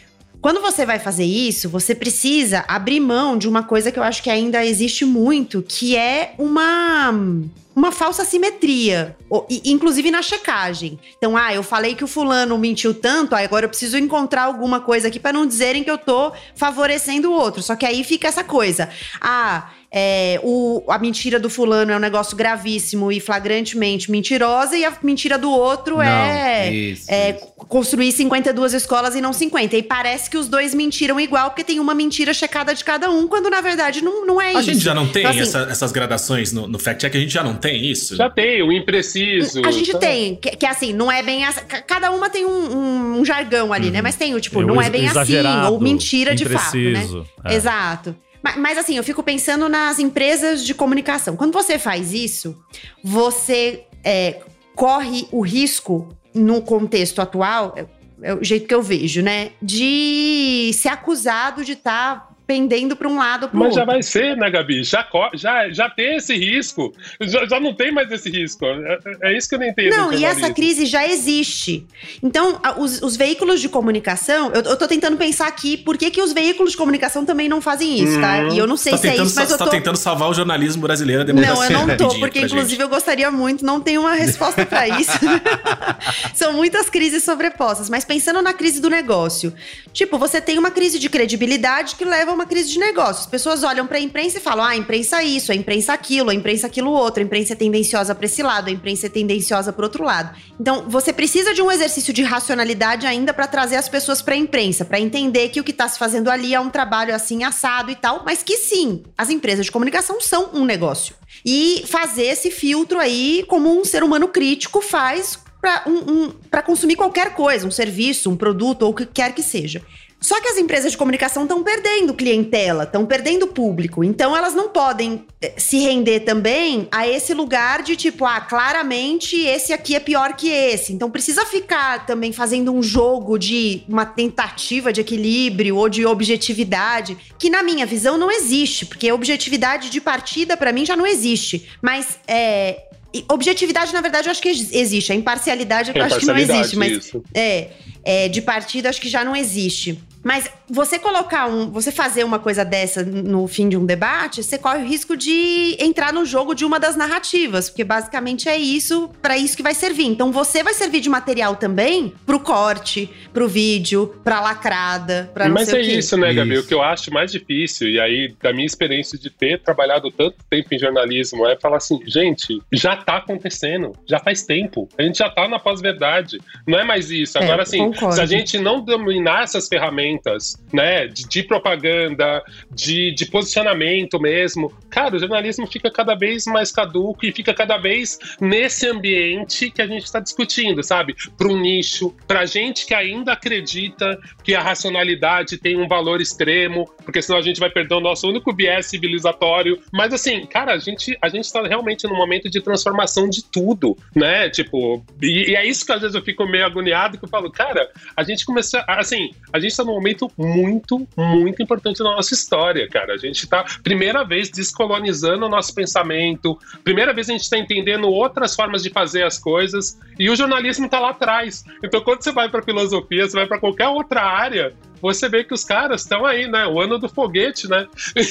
Quando você vai fazer isso, você precisa abrir mão de uma coisa que eu acho que ainda existe muito, que é uma... uma falsa simetria, inclusive na checagem. Então, ah, eu falei que o fulano mentiu tanto, agora eu preciso encontrar alguma coisa aqui para não dizerem que eu tô favorecendo o outro. Só que aí fica essa coisa. Ah, é, o, a mentira do fulano é um negócio gravíssimo e flagrantemente mentirosa, e a mentira do outro não, é, isso, é isso. construir cinquenta e duas escolas e não cinquenta. E parece que os dois mentiram igual, porque tem uma mentira checada de cada um, quando na verdade não, não é a isso. A gente já não tem então, assim, essa, essas gradações no, no fact-check, a gente já não tem isso? Já tem, o impreciso. A gente então... tem, que, que assim, não é bem assim, cada uma tem um, um, um jargão ali, uhum. né? Mas tem o tipo, eu não é bem assim, ou mentira de fato, né? É. Exato. Mas, mas assim, eu fico pensando nas empresas de comunicação. Quando você faz isso, você é, corre o risco, no contexto atual, é, é o jeito que eu vejo, né? De ser acusado de estar... Tá pendendo para um lado ou para o outro. Mas já vai ser, né, Gabi? Já, já, já tem esse risco. Já, já não tem mais esse risco. É, é isso que eu não entendo. Não, e essa crise já existe. Então, os, os veículos de comunicação... Eu, eu tô tentando pensar aqui por que, que os veículos de comunicação também não fazem isso, hum, tá? E eu não sei tá se é isso, mas eu tô... Você tá tentando salvar o jornalismo brasileiro, a democracia. Não, eu não tô, porque inclusive gente. eu gostaria muito, não tenho uma resposta para isso. São muitas crises sobrepostas. Mas pensando na crise do negócio. Tipo, você tem uma crise de credibilidade que leva a uma crise de negócio. As pessoas olham pra imprensa e falam, ah, a imprensa isso, a imprensa aquilo, a imprensa aquilo outro, a imprensa é tendenciosa pra esse lado, a imprensa é tendenciosa pro outro lado. Então, você precisa de um exercício de racionalidade ainda pra trazer as pessoas pra imprensa, pra entender que o que tá se fazendo ali é um trabalho assim, assado e tal, mas que sim, as empresas de comunicação são um negócio. E fazer esse filtro aí, como um ser humano crítico faz pra, um, um, pra consumir qualquer coisa, um serviço, um produto ou o que quer que seja. Só que as empresas de comunicação estão perdendo clientela, estão perdendo público. Então, elas não podem se render também a esse lugar de tipo, ah, claramente esse aqui é pior que esse. Então, precisa ficar também fazendo um jogo de uma tentativa de equilíbrio ou de objetividade, que na minha visão não existe, porque objetividade de partida, para mim, já não existe. Mas, é... objetividade, na verdade, eu acho que existe. A imparcialidade eu acho que não existe. Mas isso. É, é, de partida, acho que já não existe. Mas você colocar um... Você fazer uma coisa dessa no fim de um debate, você corre o risco de entrar no jogo de uma das narrativas. Porque basicamente é isso, para isso que vai servir. Então você vai servir de material também pro corte, pro vídeo, pra lacrada, pra não Mas sei é o quê. isso, né, Gabi? Isso. O que eu acho mais difícil, e aí da minha experiência de ter trabalhado tanto tempo em jornalismo, é falar assim, gente, já tá acontecendo, já faz tempo. A gente já tá na pós-verdade. Não é mais isso. Agora, é, assim, concordo. Se a gente não dominar essas ferramentas, né, de, de propaganda, de, de posicionamento mesmo, cara, o jornalismo fica cada vez mais caduco e fica cada vez nesse ambiente que a gente está discutindo, sabe? Para um nicho, pra gente que ainda acredita que a racionalidade tem um valor extremo, porque senão a gente vai perder o nosso único viés civilizatório. Mas assim, cara, a gente, a gente tá realmente num momento de transformação de tudo, né? Tipo, e, e é isso que às vezes eu fico meio agoniado, que eu falo, cara, a gente começou, assim, a gente tá num momento muito, muito importante na nossa história, cara. A gente tá, primeira vez, descolonizando o nosso pensamento, primeira vez a gente tá entendendo outras formas de fazer as coisas, e o jornalismo tá lá atrás. Então, quando você vai pra filosofia, você vai pra qualquer outra área, você vê que os caras estão aí, né? O ano do foguete, né?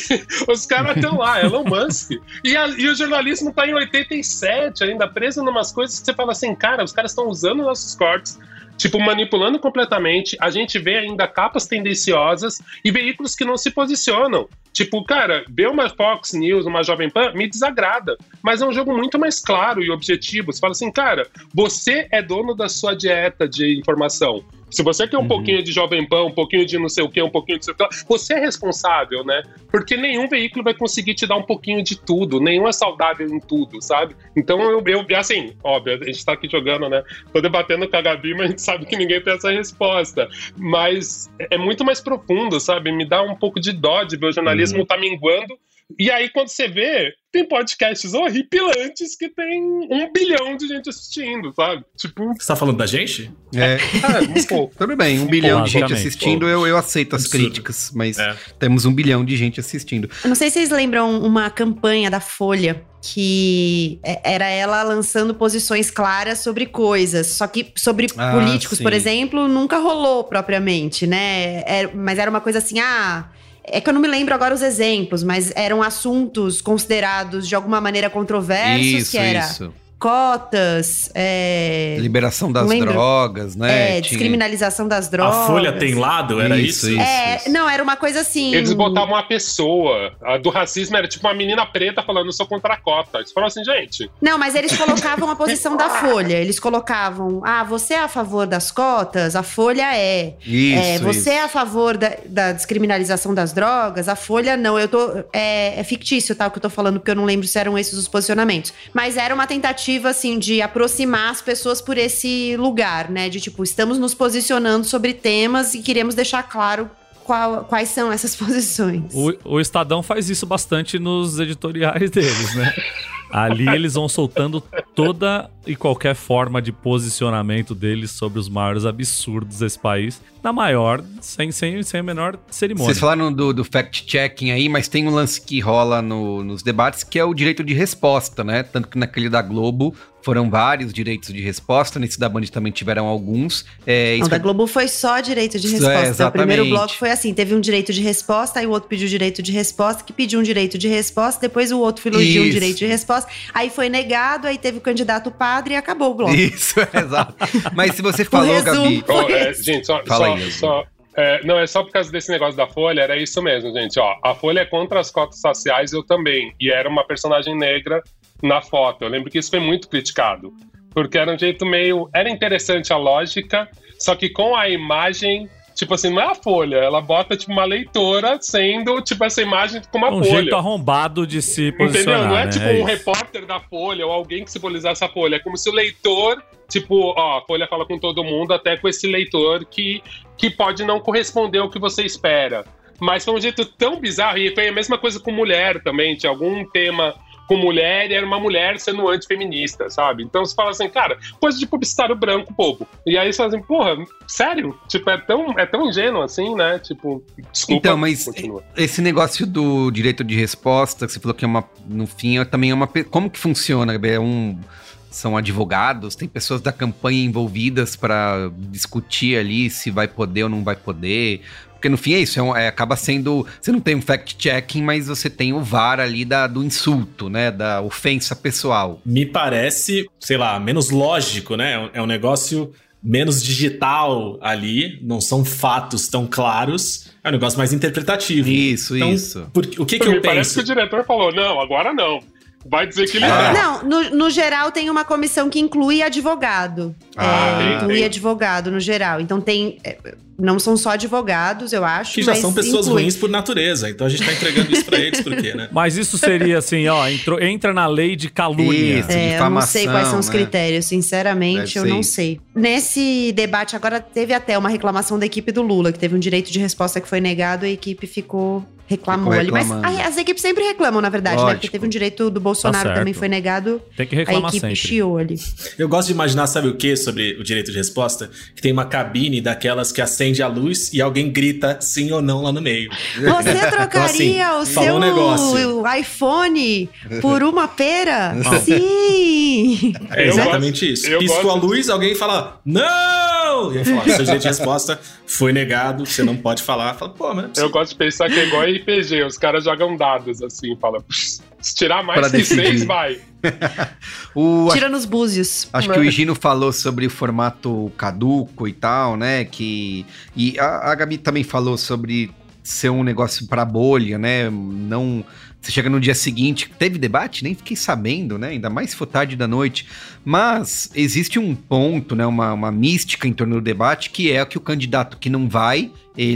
Os caras estão lá, Elon Musk. E, a, e o jornalismo tá em oitenta e sete, ainda preso em umas coisas que você fala assim, cara, os caras estão usando nossos cortes, tipo, manipulando completamente. A gente vê ainda capas tendenciosas e veículos que não se posicionam. Tipo, cara, ver uma Fox News, uma Jovem Pan, me desagrada. Mas é um jogo muito mais claro e objetivo. Você fala assim, cara, você é dono da sua dieta de informação. Se você quer um uhum. pouquinho de Jovem Pan, um pouquinho de não sei o que, um pouquinho de sei o que, você é responsável, né? Porque nenhum veículo vai conseguir te dar um pouquinho de tudo, nenhum é saudável em tudo, sabe? Então, eu, eu assim, óbvio, a gente tá aqui jogando, né? Tô debatendo com a Gabi, mas a gente sabe que ninguém tem essa resposta. Mas é muito mais profundo, sabe? Me dá um pouco de dó de ver o jornalismo uhum. tá minguando E aí, quando você vê, tem podcasts horripilantes que tem um bilhão de gente assistindo, sabe? Tipo... Você tá falando da gente? É, É, um pouco. tudo bem, um bilhão de gente basicamente. assistindo, eu, eu aceito as Absurdo. críticas, mas É. temos um bilhão de gente assistindo. Eu não sei se vocês lembram uma campanha da Folha que é- era ela lançando posições claras sobre coisas. Só que sobre Ah, políticos, sim. por exemplo, nunca rolou propriamente, né? É- mas era uma coisa assim, ah... É que eu não me lembro agora os exemplos, mas eram assuntos considerados de alguma maneira controversos, Isso, que era isso. cotas, é, Liberação das Não lembro. drogas, né? é, Tinha- descriminalização das drogas. A Folha tem lado? Era Isso, isso? isso. É, não, era uma coisa assim... Eles botavam uma pessoa. A do racismo era tipo uma menina preta falando, eu sou contra a cota. Eles falaram assim, gente... Não, mas eles colocavam a posição da Folha. Eles colocavam, ah, você é a favor das cotas? A Folha é. Isso, É, você isso. é a favor da, da descriminalização das drogas? A Folha não. Eu tô. É, é fictício, tá? O que eu tô falando, porque eu não lembro se eram esses os posicionamentos. Mas era uma tentativa, assim, de aproximar as pessoas por esse lugar, né? De tipo, estamos nos posicionando sobre temas e queremos deixar claro qual- quais são essas posições. O, o Estadão faz isso bastante nos editoriais deles, né? Ali eles vão soltando toda e qualquer forma de posicionamento deles sobre os maiores absurdos desse país, na maior, sem, sem, sem a menor cerimônia. Vocês falaram do, do fact-checking aí, mas tem um lance que rola no- nos debates que é o direito de resposta, né? Tanto que naquele da Globo foram vários direitos de resposta, nesse da Band também tiveram alguns. É, Não, isso da é- Globo foi só direito de É, resposta. Então, o exatamente. primeiro bloco foi assim: teve um direito de resposta, aí o outro pediu direito de resposta, que pediu um direito de resposta, depois o outro elogiou um Isso. direito de resposta, aí foi negado, aí teve o candidato padre e acabou o bloco. Isso, é exato. Mas se você falou, resumo. Gabi... Ó, Foi é, esse. gente, só, Fala só, aí, Gabi. só- é, não, é só por causa desse negócio da Folha, era isso mesmo, gente. Ó, a Folha é contra as cotas raciais, eu também. E era uma personagem negra na foto. Eu lembro que isso foi muito criticado. Porque era um jeito meio... Era interessante a lógica, só que com a imagem... Tipo assim, não é a Folha, ela bota tipo uma leitora sendo tipo essa imagem com uma um folha. jeito arrombado de se posicionar, Entendeu? Não é né? tipo É um isso. repórter da Folha ou alguém que simbolizasse a Folha. É como se o leitor, tipo, ó, a Folha fala com todo mundo, até com esse leitor que, que pode não corresponder ao que você espera. Mas foi um jeito tão bizarro, e foi a mesma coisa com mulher também. Tinha algum tema com mulher e era uma mulher sendo antifeminista, sabe? Então você fala assim, cara, coisa de publicitário branco, bobo. E aí você fala assim, porra, sério? Tipo, é tão, é tão ingênuo assim, né? Tipo, desculpa. Então, mas continua. esse negócio do direito de resposta, que você falou que é uma, no fim, é também é uma... pe- Como que funciona, Gabi? É um... São advogados, tem pessoas da campanha envolvidas para discutir ali se vai poder ou não vai poder. Porque no fim é isso, é um- é- acaba sendo... Você não tem um fact-checking, mas você tem o V A R ali da, do insulto, né? Da ofensa pessoal. Me parece, sei lá, menos lógico, né? É um- É um negócio menos digital ali, não são fatos tão claros, é um negócio mais interpretativo. Isso, Então, isso. por- o que, que Me eu parece penso? que o diretor falou, não, agora não. Vai dizer que ele Ah. não. Não, no, no geral tem uma comissão que inclui advogado. Ah, É, tem, inclui tem. advogado no geral. Então tem. é, Não são só advogados, eu acho. Que já mas são pessoas inclui. ruins por natureza, então a gente tá entregando isso pra eles, por quê, né? Mas isso seria assim, ó, entrou- entra na lei de calúnia. Isso. É, eu não sei quais são os difamação, né? critérios, sinceramente, Deve eu ser não isso. sei. Nesse debate agora teve até uma reclamação da equipe do Lula, que teve um direito de resposta que foi negado, a equipe ficou reclamou Ficou ali. Mas reclamando. a- as equipes sempre reclamam, na verdade, né? Porque Lógico. teve um direito do Bolsonaro Tá que também certo. foi negado, Tem que a reclamar equipe sempre. chiou ali. Eu gosto de imaginar, sabe o que sobre o direito de resposta? Que tem uma cabine daquelas que acende a luz e alguém grita sim ou não lá no meio. Você trocaria Então, o assim, falou seu um negócio. iPhone por uma pera? Não. Sim! É Eu exatamente gosto- isso. eu Piscou gosto- a luz, alguém fala não! E aí fala, seu direito de resposta foi negado, você não pode falar. Fala, pô, mas... Eu gosto de pensar que é igual R P G, os caras jogam dados assim, fala, se tirar mais Pra que decidir. seis, vai. O, Tira nos búzios. Acho que o Higino falou sobre o formato caduco e tal, né? Que, e a, a Gabi também falou sobre ser um negócio pra bolha, né? Não. Você chega no dia seguinte, teve debate? Nem fiquei sabendo, né? Ainda mais se for tarde da noite. Mas existe um ponto, né? Uma, uma mística em torno do debate, que é que o candidato que não vai, ele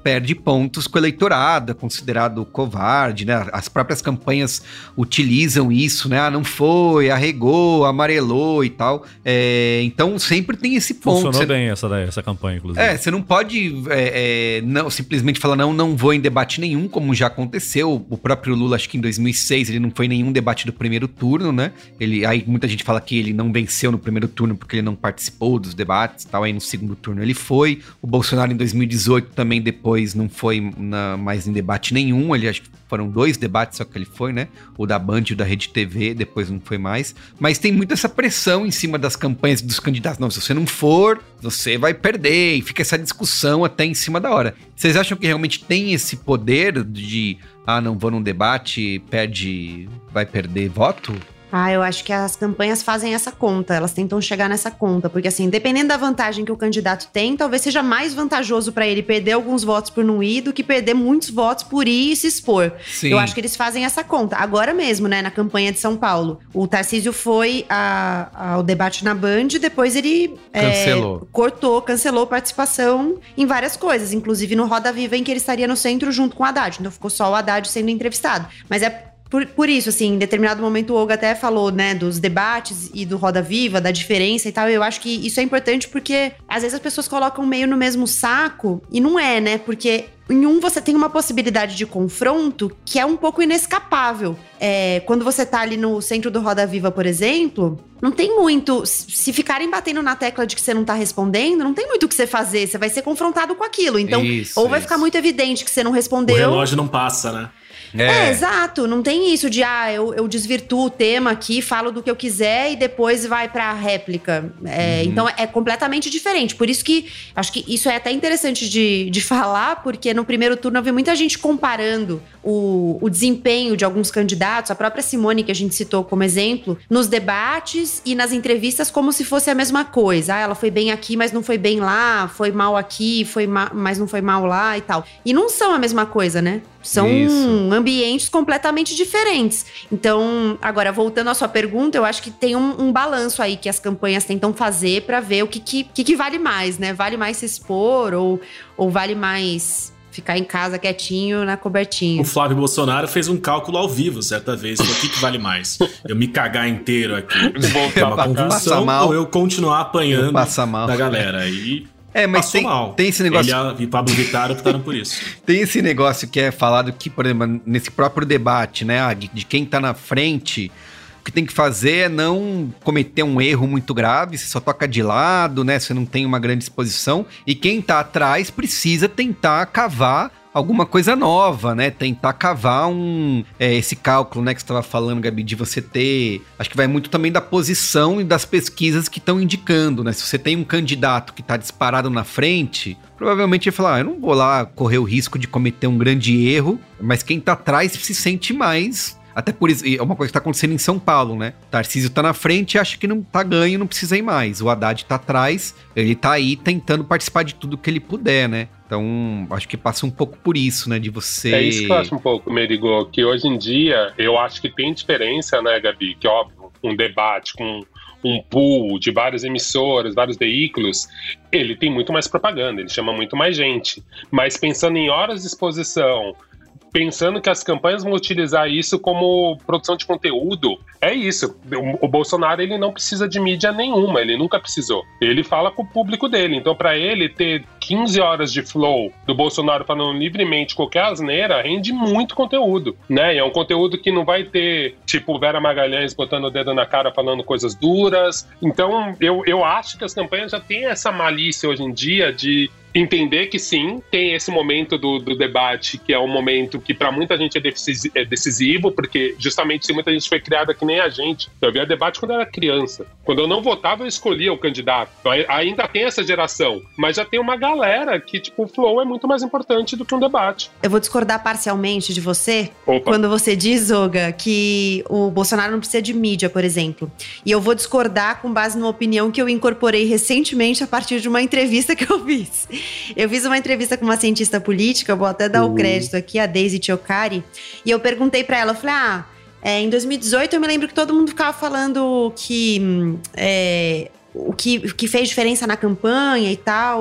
perde pontos com o eleitorado, é considerado covarde, né? As próprias campanhas utilizam isso, né? Ah, não foi, arregou, amarelou e tal. É, então sempre tem esse ponto. Funcionou Você... bem essa, essa campanha, inclusive. É, você não pode é, é, não, simplesmente falar, não, não vou em debate nenhum, como já aconteceu. O próprio Lula, acho que em dois mil e seis, ele não foi em nenhum debate do primeiro turno, né? Ele, aí muita gente fala que ele não venceu no primeiro turno porque ele não participou dos debates e tal. Aí no segundo turno ele foi. O Bolsonaro em dois mil e dezoito também depois não foi na, mais em debate nenhum. Ele acho que foram dois debates só que ele foi, né? O da Band e o da Rede T V, depois não foi mais. Mas tem muito essa pressão em cima das campanhas dos candidatos. Não, se você não for, você vai perder. E fica essa discussão até em cima da hora. Vocês acham que realmente tem esse poder de, ah, não vou num debate, perde, vai perder voto? Ah, eu acho que as campanhas fazem essa conta, elas tentam chegar nessa conta, porque assim, dependendo da vantagem que o candidato tem, talvez seja mais vantajoso pra ele perder alguns votos por não ir do que perder muitos votos por ir e se expor. Sim. Eu acho que eles fazem essa conta. Agora mesmo, né, na campanha de São Paulo, o Tarcísio foi a, ao debate na Band, depois ele cancelou. É, cortou, cancelou participação em várias coisas, inclusive no Roda Viva, em que ele estaria no centro junto com o Haddad, então ficou só o Haddad sendo entrevistado. Mas é Por, por isso, assim, em determinado momento o Olga até falou, né, dos debates e do Roda Viva, da diferença e tal. Eu acho que isso é importante porque às vezes as pessoas colocam meio no mesmo saco e não é, né? Porque em um você tem uma possibilidade de confronto que é um pouco inescapável. É, quando você tá ali no centro do Roda Viva, por exemplo, não tem muito... Se ficarem batendo na tecla de que você não tá respondendo, não tem muito o que você fazer. Você vai ser confrontado com aquilo. Então, isso, ou vai isso. ficar muito evidente que você não respondeu... O relógio não passa, né? É. é, exato. Não tem isso de, ah, eu, eu desvirtuo o tema aqui, falo do que eu quiser e depois vai pra réplica. É, uhum. Então, é completamente diferente. Por isso que, acho que isso é até interessante de, de falar, porque no primeiro turno eu vi muita gente comparando o, o desempenho de alguns candidatos, a própria Simone, que a gente citou como exemplo, nos debates e nas entrevistas como se fosse a mesma coisa. Ah, ela foi bem aqui, mas não foi bem lá, foi mal aqui, foi ma- mas não foi mal lá e tal. E não são a mesma coisa, né? São Isso. ambientes completamente diferentes. Então, agora, voltando à sua pergunta, eu acho que tem um, um balanço aí que as campanhas tentam fazer pra ver o que, que, que, que vale mais, né? Vale mais se expor ou, ou vale mais ficar em casa quietinho na cobertinha? O Flávio Bolsonaro fez um cálculo ao vivo certa vez. O que, que vale mais? Eu me cagar inteiro aqui, é uma convulsão, ou eu continuar apanhando da galera? E... É, mas tem, tem esse negócio... Ele e Pablo Vittar optaram por isso. Tem esse negócio que é falado que, por exemplo, nesse próprio debate, né, de quem tá na frente, o que tem que fazer é não cometer um erro muito grave, você só toca de lado, né, você não tem uma grande exposição, e quem tá atrás precisa tentar cavar alguma coisa nova, né? Tentar cavar um... É, esse cálculo, né, que você estava falando, Gabi, de você ter... Acho que vai muito também da posição e das pesquisas que estão indicando, né? Se você tem um candidato que está disparado na frente, provavelmente vai falar, ah, eu não vou lá correr o risco de cometer um grande erro, mas quem tá atrás se sente mais... Até por isso, é uma coisa que tá acontecendo em São Paulo, né? Tarcísio tá na frente e acha que não tá ganho, não precisa ir mais. O Haddad tá atrás, ele tá aí tentando participar de tudo que ele puder, né? Então, acho que passa um pouco por isso, né? De você... É isso que eu acho um pouco, Merigo, que hoje em dia, eu acho que tem diferença, né, Gabi? Que, óbvio, um debate com um pool de várias emissoras, vários veículos, ele tem muito mais propaganda, ele chama muito mais gente. Mas pensando em horas de exposição... Pensando que as campanhas vão utilizar isso como produção de conteúdo, é isso. O, o Bolsonaro, ele não precisa de mídia nenhuma, ele nunca precisou. Ele fala com o público dele. Então, para ele ter quinze horas de flow do Bolsonaro falando livremente qualquer asneira, rende muito conteúdo, né? E é um conteúdo que não vai ter, tipo, Vera Magalhães botando o dedo na cara falando coisas duras. Então, eu, eu acho que as campanhas já têm essa malícia hoje em dia de entender que sim, tem esse momento do, do debate, que é um momento que para muita gente é decisivo, porque justamente muita gente foi criada que nem a gente. Eu via debate quando eu era criança. Quando eu não votava, eu escolhia o candidato. Então, ainda tem essa geração, mas já tem uma galera que, tipo, o flow é muito mais importante do que um debate. Eu vou discordar parcialmente de você, Opa. Quando você diz, Olga, que o Bolsonaro não precisa de mídia, por exemplo. E eu vou discordar com base numa opinião que eu incorporei recentemente a partir de uma entrevista que eu fiz. Eu fiz uma entrevista com uma cientista política, vou até dar uhum. o crédito aqui, a Daisy Tiocari, e eu perguntei pra ela, eu falei, ah, é, em dois mil e dezoito eu me lembro que todo mundo ficava falando que é, o que, que fez diferença na campanha e tal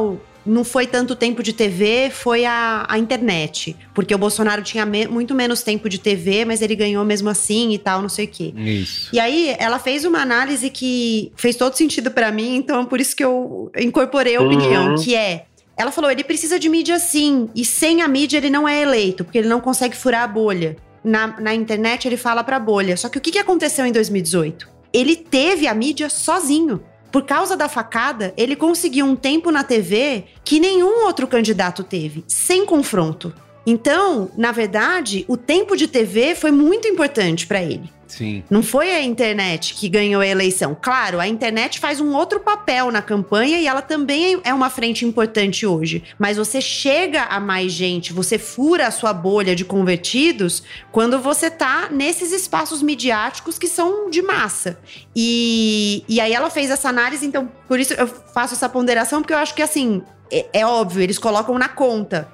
não foi tanto tempo de T V, foi a, a internet. Porque o Bolsonaro tinha me, muito menos tempo de T V, mas ele ganhou mesmo assim e tal, não sei o quê. Isso. E aí, ela fez uma análise que fez todo sentido pra mim, então por isso que eu incorporei a opinião, uhum. que é... Ela falou, ele precisa de mídia sim, e sem a mídia ele não é eleito, porque ele não consegue furar a bolha. Na, na internet ele fala pra bolha. Só que o que, que aconteceu em dois mil e dezoito? Ele teve a mídia sozinho. Por causa da facada, ele conseguiu um tempo na T V que nenhum outro candidato teve, sem confronto. Então, na verdade, o tempo de T V foi muito importante pra ele. Sim. Não foi a internet que ganhou a eleição. Claro, a internet faz um outro papel na campanha e ela também é uma frente importante hoje. Mas você chega a mais gente, você fura a sua bolha de convertidos quando você tá nesses espaços midiáticos que são de massa. E, e aí ela fez essa análise, então por isso eu faço essa ponderação, porque eu acho que assim, é, é óbvio, eles colocam na conta.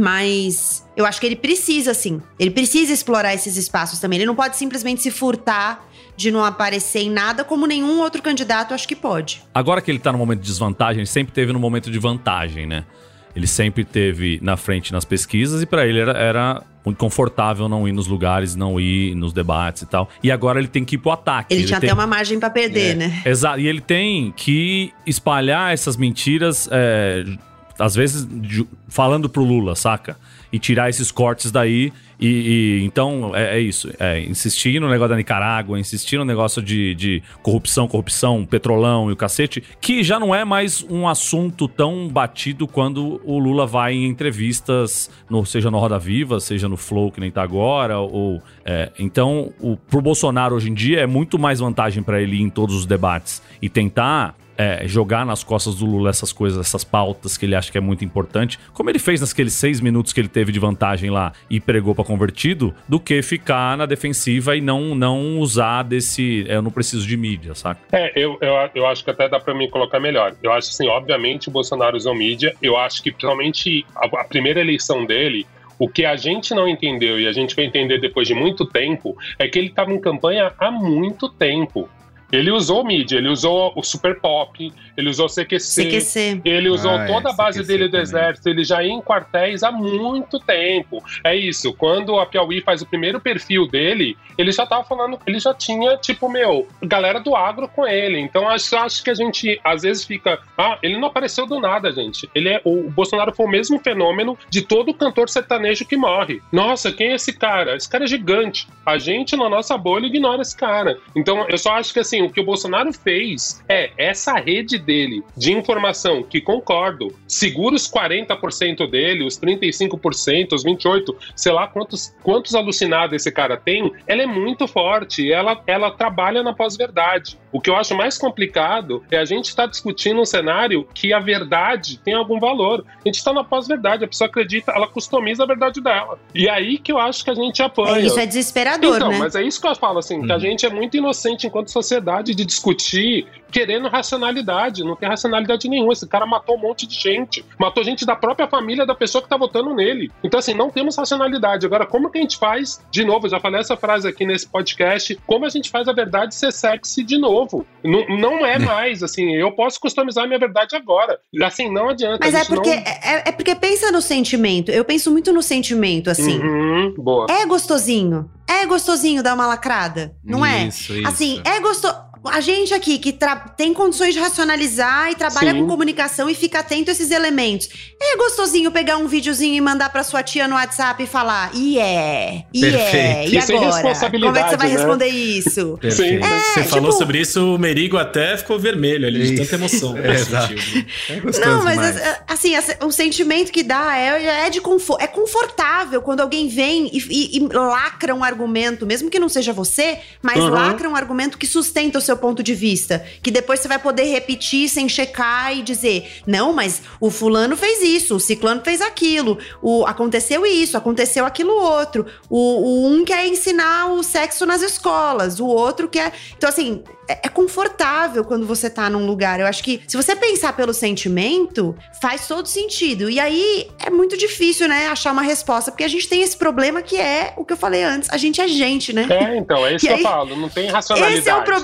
Mas eu acho que ele precisa, sim. Ele precisa explorar esses espaços também. Ele não pode simplesmente se furtar de não aparecer em nada, como nenhum outro candidato acho que pode. Agora que ele tá no momento de desvantagem, ele sempre teve no momento de vantagem, né? Ele sempre teve na frente nas pesquisas e pra ele era, era muito confortável não ir nos lugares, não ir nos debates e tal. E agora ele tem que ir pro ataque. Ele, ele tinha tem... até uma margem pra perder, é. né? Exato. E ele tem que espalhar essas mentiras... É... às vezes falando pro Lula, saca? E tirar esses cortes daí. E, e então é, é isso. É insistir no negócio da Nicarágua, insistir no negócio de, de corrupção, corrupção, petrolão e o cacete, que já não é mais um assunto tão batido quando o Lula vai em entrevistas, no, seja no Roda Viva, seja no Flow, que nem tá agora. Ou, é, então, o, pro Bolsonaro hoje em dia é muito mais vantagem pra ele ir em todos os debates e tentar. É, jogar nas costas do Lula essas coisas, essas pautas que ele acha que é muito importante, como ele fez naqueles seis minutos que ele teve de vantagem lá e pregou pra convertido, do que ficar na defensiva e não, não usar desse, eu não preciso de mídia, saca? É, eu, eu, eu acho que até dá pra mim colocar melhor. Eu acho assim, obviamente o Bolsonaro usou mídia, eu acho que principalmente a, a primeira eleição dele, o que a gente não entendeu e a gente vai entender depois de muito tempo, é que ele estava em campanha há muito tempo. Ele usou mídia, ele usou o Super Pop, ele usou o C Q C, C Q C. Ele usou ah, toda é, a base C Q C dele do também. Exército, ele já ia em quartéis há muito tempo. É isso, quando a Piauí faz o primeiro perfil dele, ele já tava falando, ele já tinha, tipo, meu, galera do agro com ele. Então, acho, acho que a gente, às vezes, fica... Ah, ele não apareceu do nada, gente. Ele é, o Bolsonaro foi o mesmo fenômeno de todo cantor sertanejo que morre. Nossa, quem é esse cara? Esse cara é gigante. A gente, na nossa bolha, ignora esse cara. Então, eu só acho que, assim, o que o Bolsonaro fez é essa rede dele de informação, que concordo, segura os quarenta por cento dele, os trinta e cinco por cento, os vinte e oito por cento, sei lá quantos, quantos alucinados esse cara tem, ela é muito forte, ela, ela trabalha na pós-verdade. O que eu acho mais complicado é a gente estar discutindo um cenário que a verdade tem algum valor. A gente está na pós-verdade, a pessoa acredita, ela customiza a verdade dela. E aí que eu acho que a gente apanha. É, isso é desesperador, então, né? Mas é isso que eu falo, assim, hum. que a gente é muito inocente enquanto sociedade de discutir querendo racionalidade. Não tem racionalidade nenhuma. Esse cara matou um monte de gente. Matou gente da própria família da pessoa que tá votando nele. Então, assim, não temos racionalidade. Agora, como que a gente faz, de novo, eu já falei essa frase aqui nesse podcast, como a gente faz a verdade ser sexy de novo? Não, não é mais, assim, eu posso customizar minha verdade agora. Assim, não adianta. Mas é porque, não... é, é porque pensa no sentimento. Eu penso muito no sentimento, assim. Uhum, boa. É gostosinho. É gostosinho dar uma lacrada, não é? Isso, isso. Assim, é gostoso. A gente aqui que tra- tem condições de racionalizar e trabalha Sim. com comunicação e fica atento a esses elementos. É gostosinho pegar um videozinho e mandar pra sua tia no WhatsApp e falar, e é, e é, Perfeito. e E sem agora? responsabilidade, Como é que você vai né? responder isso? Perfeito. Sim. Você É, falou tipo- sobre isso, o Merigo até ficou vermelho ali, de Isso. tanta emoção. É, que ele exato. sentiu. É gostoso Não, mas demais. assim, o sentimento que dá é, é de conforto. É confortável quando alguém vem e, e- e lacra um argumento, mesmo que não seja você, mas Uhum. lacra um argumento que sustenta o seu ponto de vista. Que depois você vai poder repetir sem checar e dizer, não, mas o fulano fez isso, o ciclano fez aquilo, o, aconteceu isso, aconteceu aquilo outro. O, o um quer ensinar o sexo nas escolas, o outro quer... Então, assim, é, é confortável quando você tá num lugar. Eu acho que se você pensar pelo sentimento, faz todo sentido. E aí, é muito difícil, né, achar uma resposta, porque a gente tem esse problema que é o que eu falei antes, a gente é gente, né? É, então, é isso E que aí, eu falo, não tem racionalidade. Esse é o problema, a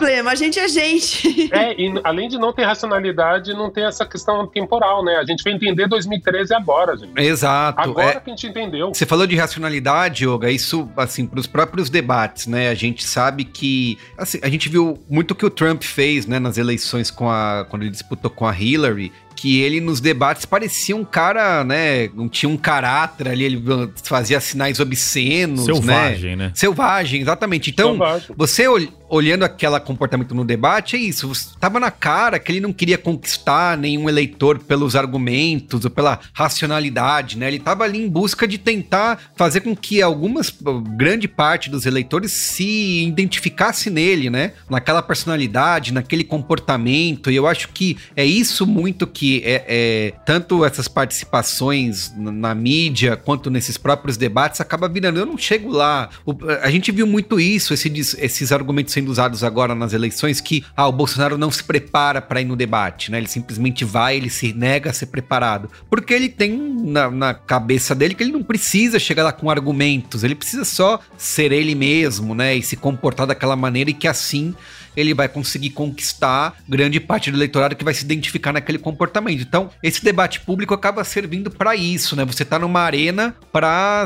gente é gente. É, e além de não ter racionalidade, não tem essa questão temporal, né? A gente vai entender dois mil e treze agora, gente. Exato. Agora é... que a gente entendeu. Você falou de racionalidade, Olga, isso, assim, pros próprios debates, né? A gente sabe que, assim, a gente viu muito o que o Trump fez, né, nas eleições com a, quando ele disputou com a Hillary, que ele nos debates parecia um cara, né, não tinha um caráter ali, ele fazia sinais obscenos, Selvagem, né? né? Selvagem, exatamente. Então, Selvagem. você ol- olhando aquele comportamento no debate, é isso, você tava na cara que ele não queria conquistar nenhum eleitor pelos argumentos ou pela racionalidade, né? Ele tava ali em busca de tentar fazer com que algumas, grande parte dos eleitores se identificasse nele, né? Naquela personalidade, naquele comportamento, e eu acho que é isso muito que é, é, tanto essas participações na, na mídia quanto nesses próprios debates acaba virando. Eu não chego lá. O, a gente viu muito isso, esse, esses argumentos sendo usados agora nas eleições, que ah, o Bolsonaro não se prepara para ir no debate, né? Ele simplesmente vai, ele se nega a ser preparado. Porque ele tem na, na cabeça dele que ele não precisa chegar lá com argumentos, ele precisa só ser ele mesmo, né? E se comportar daquela maneira e que assim ele vai conseguir conquistar grande parte do eleitorado que vai se identificar naquele comportamento. Então, esse debate público acaba servindo para isso, né? Você tá numa arena para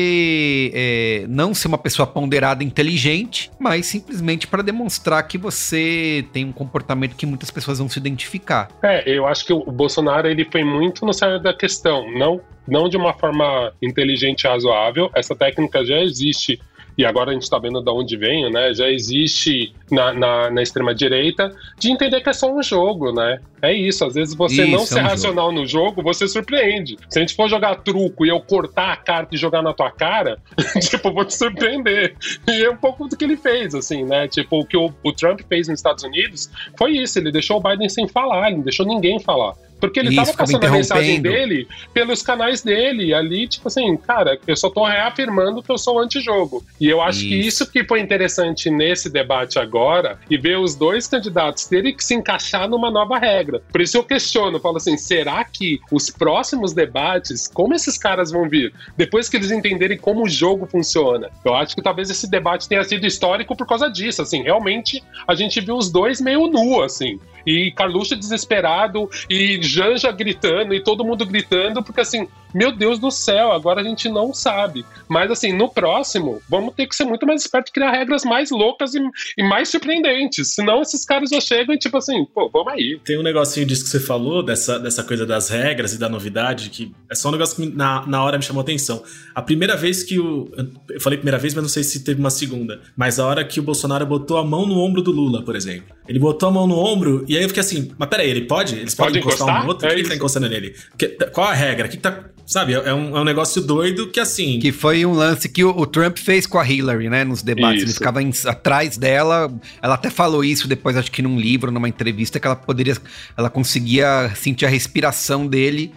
ser, é, não ser uma pessoa ponderada, inteligente, mas simplesmente para demonstrar que você tem um comportamento que muitas pessoas vão se identificar. É, eu acho que o Bolsonaro, ele foi muito no cerne da questão, não, não de uma forma inteligente e razoável. Essa técnica já existe, e agora a gente está vendo de onde vem, né? Já existe na, na, na extrema-direita, de entender que é só um jogo, né? É isso, às vezes você isso, não ser é um racional jogo. no jogo, você surpreende. Se a gente for jogar truco e eu cortar a carta e jogar na tua cara, tipo, vou te surpreender. E é um pouco do que ele fez, assim, né? Tipo, o que o, o Trump fez nos Estados Unidos foi isso, ele deixou o Biden sem falar, ele não deixou ninguém falar. Porque ele Isso, tava passando a mensagem interrompendo. dele pelos canais dele, ali, tipo assim, cara, eu só tô reafirmando que eu sou antijogo. E eu acho Isso. que isso que foi interessante nesse debate agora, e ver os dois candidatos terem que se encaixar numa nova regra. Por isso eu questiono, eu falo assim, será que os próximos debates, como esses caras vão vir? Depois que eles entenderem como o jogo funciona. Eu acho que talvez esse debate tenha sido histórico por causa disso, assim, realmente a gente viu os dois meio nu, assim. E Carluxo desesperado, e Janja gritando, e todo mundo gritando, porque assim, meu Deus do céu, agora a gente não sabe. Mas assim, no próximo, vamos ter que ser muito mais esperto e criar regras mais loucas e, e mais surpreendentes. Senão esses caras já chegam e tipo assim, pô, vamos aí. Tem um negocinho disso que você falou, dessa, dessa coisa das regras e da novidade, que é só um negócio que na, na hora me chamou a atenção. A primeira vez que o... Eu falei primeira vez, mas não sei se teve uma segunda. Mas a hora que o Bolsonaro botou a mão no ombro do Lula, por exemplo. Ele botou a mão no ombro e aí eu fiquei assim, mas peraí, ele pode? Eles podem Pode encostar, encostar? um no outro? É Quem isso. tá encostando nele? Que, qual a regra? Que tá... Sabe, é um, é um negócio doido que assim... Que foi um lance que o, o Trump fez com a Hillary, né, nos debates. Isso. Ele ficava em, atrás dela, ela até falou isso depois, acho que num livro, numa entrevista, que ela poderia, ela conseguia sentir a respiração dele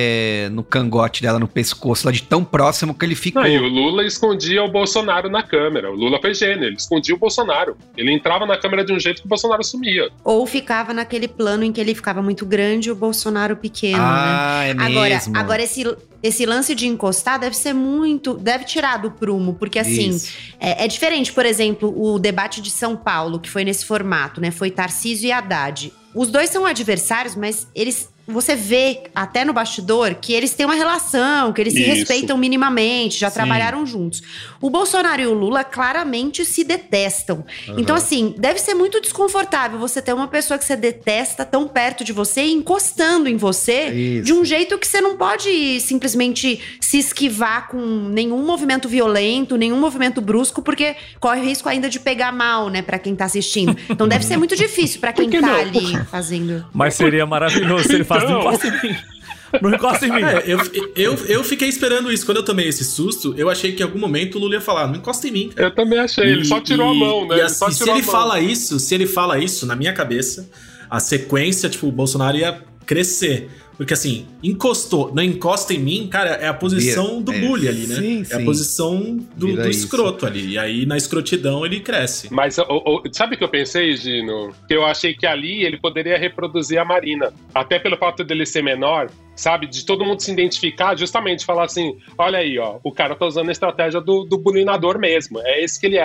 é, no cangote dela, no pescoço, lá de tão próximo que ele ficou. Não, e o Lula escondia o Bolsonaro na câmera. O Lula foi gênio, ele escondia o Bolsonaro. Ele entrava na câmera de um jeito que o Bolsonaro sumia. Ou ficava naquele plano em que ele ficava muito grande e o Bolsonaro pequeno, Ah, né? é Agora, mesmo. agora esse, esse lance de encostar deve ser muito... Deve tirar do prumo, porque assim... É, é diferente, por exemplo, o debate de São Paulo, que foi nesse formato, né? Foi Tarcísio e Haddad. Os dois são adversários, mas eles... Você vê até no bastidor que eles têm uma relação, que eles se Isso. respeitam minimamente, já Sim. trabalharam juntos. O Bolsonaro e o Lula claramente se detestam. Então, assim, deve ser muito desconfortável você ter uma pessoa que você detesta tão perto de você e encostando em você Isso. de um jeito que você não pode simplesmente se esquivar com nenhum movimento violento, nenhum movimento brusco, porque corre o risco ainda de pegar mal, né, pra quem tá assistindo. Então deve ser muito difícil pra quem Por que tá não? ali fazendo. Mas seria maravilhoso se ele faz, não Então. encosta em mim. Não encosta em mim. É, eu, eu, eu fiquei esperando isso. Quando eu tomei esse susto, eu achei que em algum momento o Lula ia falar, não encosta em mim, cara. Eu também achei, ele E- só tirou e- a mão, né? E, Ele assim, só se tirou ele a mão. fala isso, se ele fala isso, na minha cabeça, a sequência, tipo, o Bolsonaro ia crescer. Porque assim, encostou, não encosta em mim, cara, é a posição do É, bully ali, né? sim, É a sim. posição do, Vira do isso. escroto ali. E aí, na escrotidão, ele cresce. Mas o- o- sabe o que eu pensei, Gino? Que eu achei que ali ele poderia reproduzir a Marina. Até pelo fato dele ser menor, sabe? De todo mundo se identificar, justamente falar assim, olha aí, ó, o cara tá usando a estratégia do, do bulinador mesmo. É esse que ele é.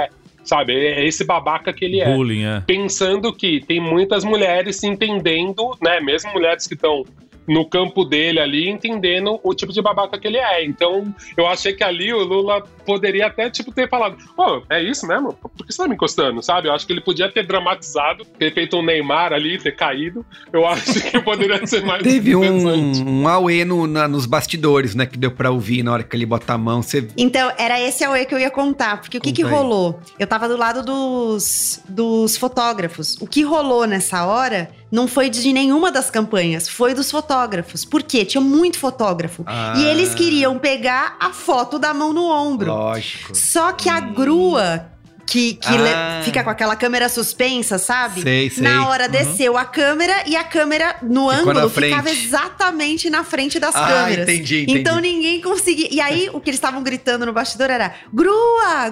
sabe? É esse babaca que ele é. Bullying, é. Pensando que tem muitas mulheres se entendendo, né? Mesmo mulheres que estão no campo dele ali, entendendo o tipo de babaca que ele é. Então, eu achei que ali o Lula poderia até, tipo, ter falado, oh, é isso mesmo? Por que você tá me encostando, sabe? Eu acho que ele podia ter dramatizado, ter feito um Neymar ali, ter caído. Eu acho que poderia ser mais Teve um, um auê no, na, nos bastidores, né, que deu pra ouvir na hora que ele bota a mão. Você... Então, era esse auê que eu ia contar, porque o que, que rolou? Eu tava do lado dos, dos fotógrafos. O que rolou nessa hora não foi de nenhuma das campanhas, foi dos fotógrafos. Por quê? Tinha muito fotógrafo. Ah. E eles queriam pegar a foto da mão no ombro. Lógico. Só que a grua... Que, que Ah. le- fica com aquela câmera suspensa, sabe? Sei, sei. Na hora Uhum. desceu a câmera e a câmera no Ficou ângulo na frente. ficava exatamente na frente das Ah, câmeras. entendi, entendi. Então ninguém conseguia. E aí o que eles estavam gritando no bastidor era: grua,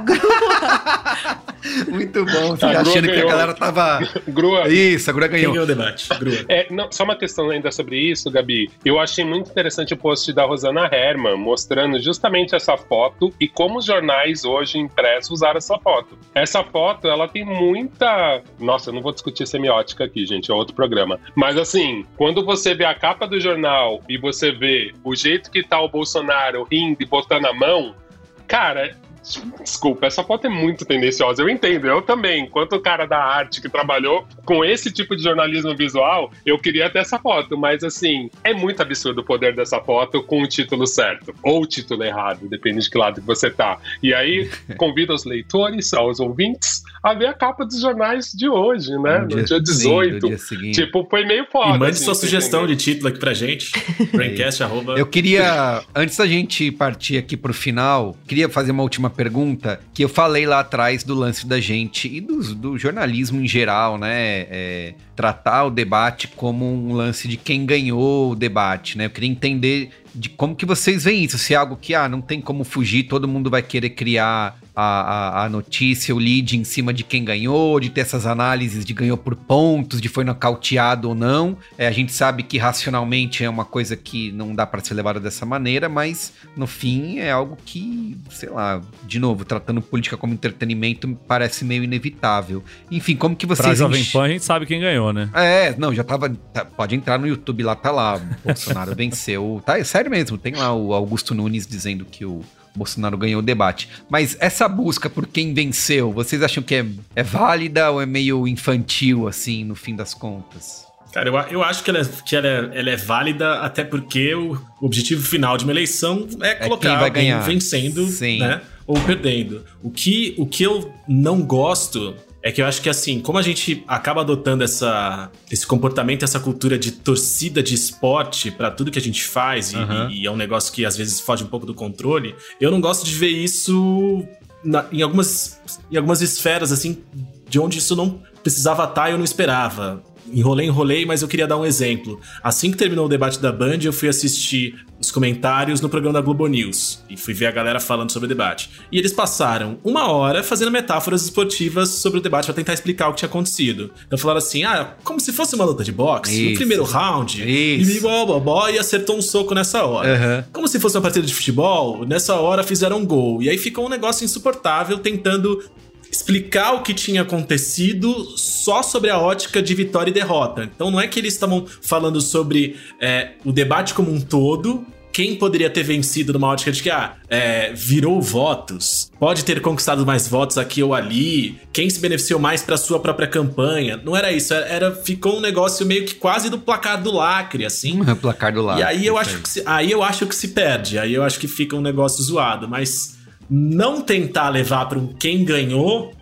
grua. Muito bom. Você A grua achando que a ganhou. galera tava... Grua. Isso, a grua Quem ganhou. ganhou o debate? Grua. É, não, só uma questão ainda sobre isso, Gabi. Eu achei muito interessante o post da Rosana Herman, mostrando justamente essa foto e como os jornais hoje impressos usaram essa foto. Essa foto, ela tem muita... Nossa, eu não vou discutir semiótica aqui, gente, é outro programa. Mas assim, quando você vê a capa do jornal e você vê o jeito que tá o Bolsonaro rindo e botando a mão, cara... Desculpa, essa foto é muito tendenciosa, eu entendo, eu também, enquanto o cara da arte que trabalhou com esse tipo de jornalismo visual, eu queria ter essa foto, mas assim, é muito absurdo o poder dessa foto com o título certo, ou o título errado, depende de que lado que você tá. E aí, convido os leitores, aos ouvintes, a ver a capa dos jornais de hoje, né, no dia, dia dezoito. Sim, no dia seguinte. Tipo, foi meio foda. E mande assim, sua você sugestão entendeu? de título aqui pra gente. Braincast, arroba... Eu queria, antes da gente partir aqui pro final, queria fazer uma última pergunta, que eu falei lá atrás do lance da gente e do, do jornalismo em geral, né? É, tratar o debate como um lance de quem ganhou o debate, né? Eu queria entender de como que vocês veem isso, se é algo que, ah, não tem como fugir, todo mundo vai querer criar a, a, a notícia, o lead em cima de quem ganhou, de ter essas análises de ganhou por pontos, de foi nocauteado ou não. É, a gente sabe que racionalmente é uma coisa que não dá para ser levada dessa maneira, mas no fim é algo que, sei lá, de novo, tratando política como entretenimento, parece meio inevitável. Enfim, como que vocês... Pra Jovem enx- Pan a gente sabe quem ganhou, né? É, não, já tava... tá, pode entrar no YouTube, lá tá lá, Bolsonaro venceu. Tá, é sério mesmo, tem lá o Augusto Nunes dizendo que o Bolsonaro ganhou o debate. Mas essa busca por quem venceu, vocês acham que é, é válida ou é meio infantil, assim, no fim das contas? Cara, eu, eu acho que, ela é, que ela, é, ela é válida até porque o objetivo final de uma eleição é colocar quem vai alguém ganhar. vencendo, Sim. né, ou perdendo. O que, o que eu não gosto é que eu acho que, assim, como a gente acaba adotando essa, esse comportamento, essa cultura de torcida de esporte pra tudo que a gente faz, e, Uhum. e é um negócio que às vezes foge um pouco do controle, eu não gosto de ver isso na- em, algumas, em algumas esferas, assim, de onde isso não precisava estar e eu não esperava. Enrolei, enrolei, mas eu queria dar um exemplo. Assim que terminou o debate da Band, eu fui assistir os comentários no programa da Globo News. E fui ver a galera falando sobre o debate. E eles passaram uma hora fazendo metáforas esportivas sobre o debate pra tentar explicar o que tinha acontecido. Então falaram assim, ah, como se fosse uma luta de boxe. No Isso. primeiro round, Isso. e blá, blá, blá, e acertou um soco nessa hora. Uhum. Como se fosse uma partida de futebol, nessa hora fizeram um gol. E aí ficou um negócio insuportável tentando explicar o que tinha acontecido só sobre a ótica de vitória e derrota. Então não é que eles estavam falando sobre é, o debate como um todo, quem poderia ter vencido numa ótica de que, ah, é, virou votos, pode ter conquistado mais votos aqui ou ali, quem se beneficiou mais para sua própria campanha. Não era isso, era, era- ficou um negócio meio que quase do placar do lacre, assim. O placar do lado. E aí eu, Isso acho que se, aí eu acho que se perde, aí eu acho que fica um negócio zoado, mas não tentar levar para um quem ganhou,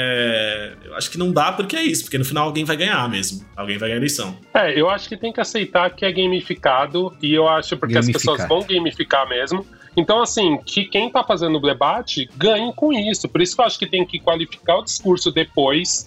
é, eu acho que não dá porque é isso, porque no final alguém vai ganhar mesmo, alguém vai ganhar a eleição. É, eu acho que tem que aceitar que é gamificado e eu acho porque as Gamificado. pessoas vão gamificar mesmo. Então, assim, que quem tá fazendo o debate ganhe com isso. Por isso que eu acho que tem que qualificar o discurso depois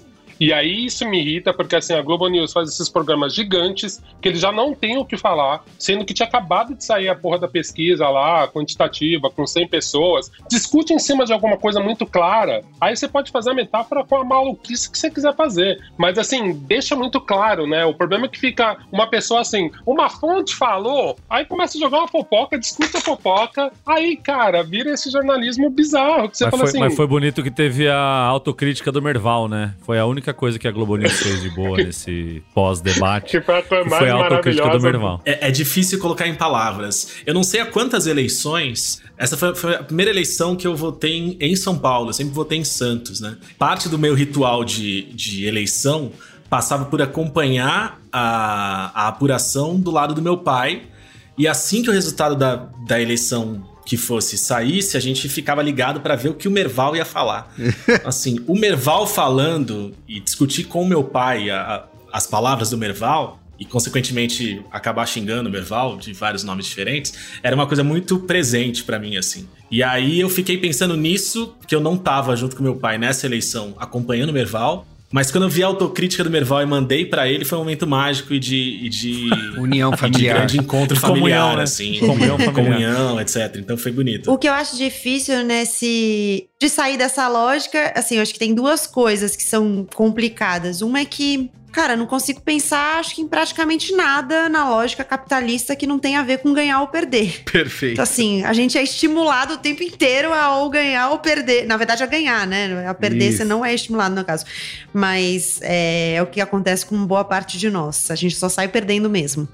E aí isso me irrita, porque assim, a Globo News faz esses programas gigantes, que eles já não têm o que falar, sendo que tinha acabado de sair a porra da pesquisa lá, quantitativa, com cem pessoas, discute em cima de alguma coisa muito clara, aí você pode fazer a metáfora com a maluquice que você quiser fazer, mas assim, deixa muito claro, né? O problema é que fica uma pessoa assim, uma fonte falou, aí começa a jogar uma fofoca, discute a fofoca, aí, cara, vira esse jornalismo bizarro, que você mas fala foi, assim... Mas foi bonito que teve a autocrítica do Merval, né? Foi a única coisa que a Globo News fez de boa nesse pós-debate. Que foi a coisa mais foi a autocrítica do maravilhosa. Merval. É, é difícil colocar em palavras. Eu não sei a quantas eleições... Essa foi, foi a primeira eleição que eu votei em, em São Paulo. Eu sempre votei em Santos, né? Parte do meu ritual de, de eleição passava por acompanhar a, a apuração do lado do meu pai. E assim que o resultado da, da eleição que fosse saísse, a gente ficava ligado para ver o que o Merval ia falar. Assim, o Merval falando e discutir com o meu pai a, a, as palavras do Merval... e, consequentemente, acabar xingando o Merval de vários nomes diferentes, era uma coisa muito presente pra mim, assim. E aí eu fiquei pensando nisso, porque eu não tava junto com meu pai nessa eleição acompanhando o Merval, mas quando eu vi a autocrítica do Merval e mandei pra ele, foi um momento mágico e de... E de união familiar. De grande encontro De familiar, comunhão, né? assim. Comunhão familiar. Comunhão, etcétera. Então foi bonito. O que eu acho difícil nesse... de sair dessa lógica, assim, eu acho que tem duas coisas que são complicadas. Uma é que... cara, não consigo pensar, acho que em praticamente nada na lógica capitalista que não tem a ver com ganhar ou perder. Perfeito. Então, assim, a gente é estimulado o tempo inteiro a ou ganhar ou perder. Na verdade, a ganhar, né? A perder Isso. você não é estimulado, no caso. Mas é, é o que acontece com boa parte de nós. A gente só sai perdendo mesmo.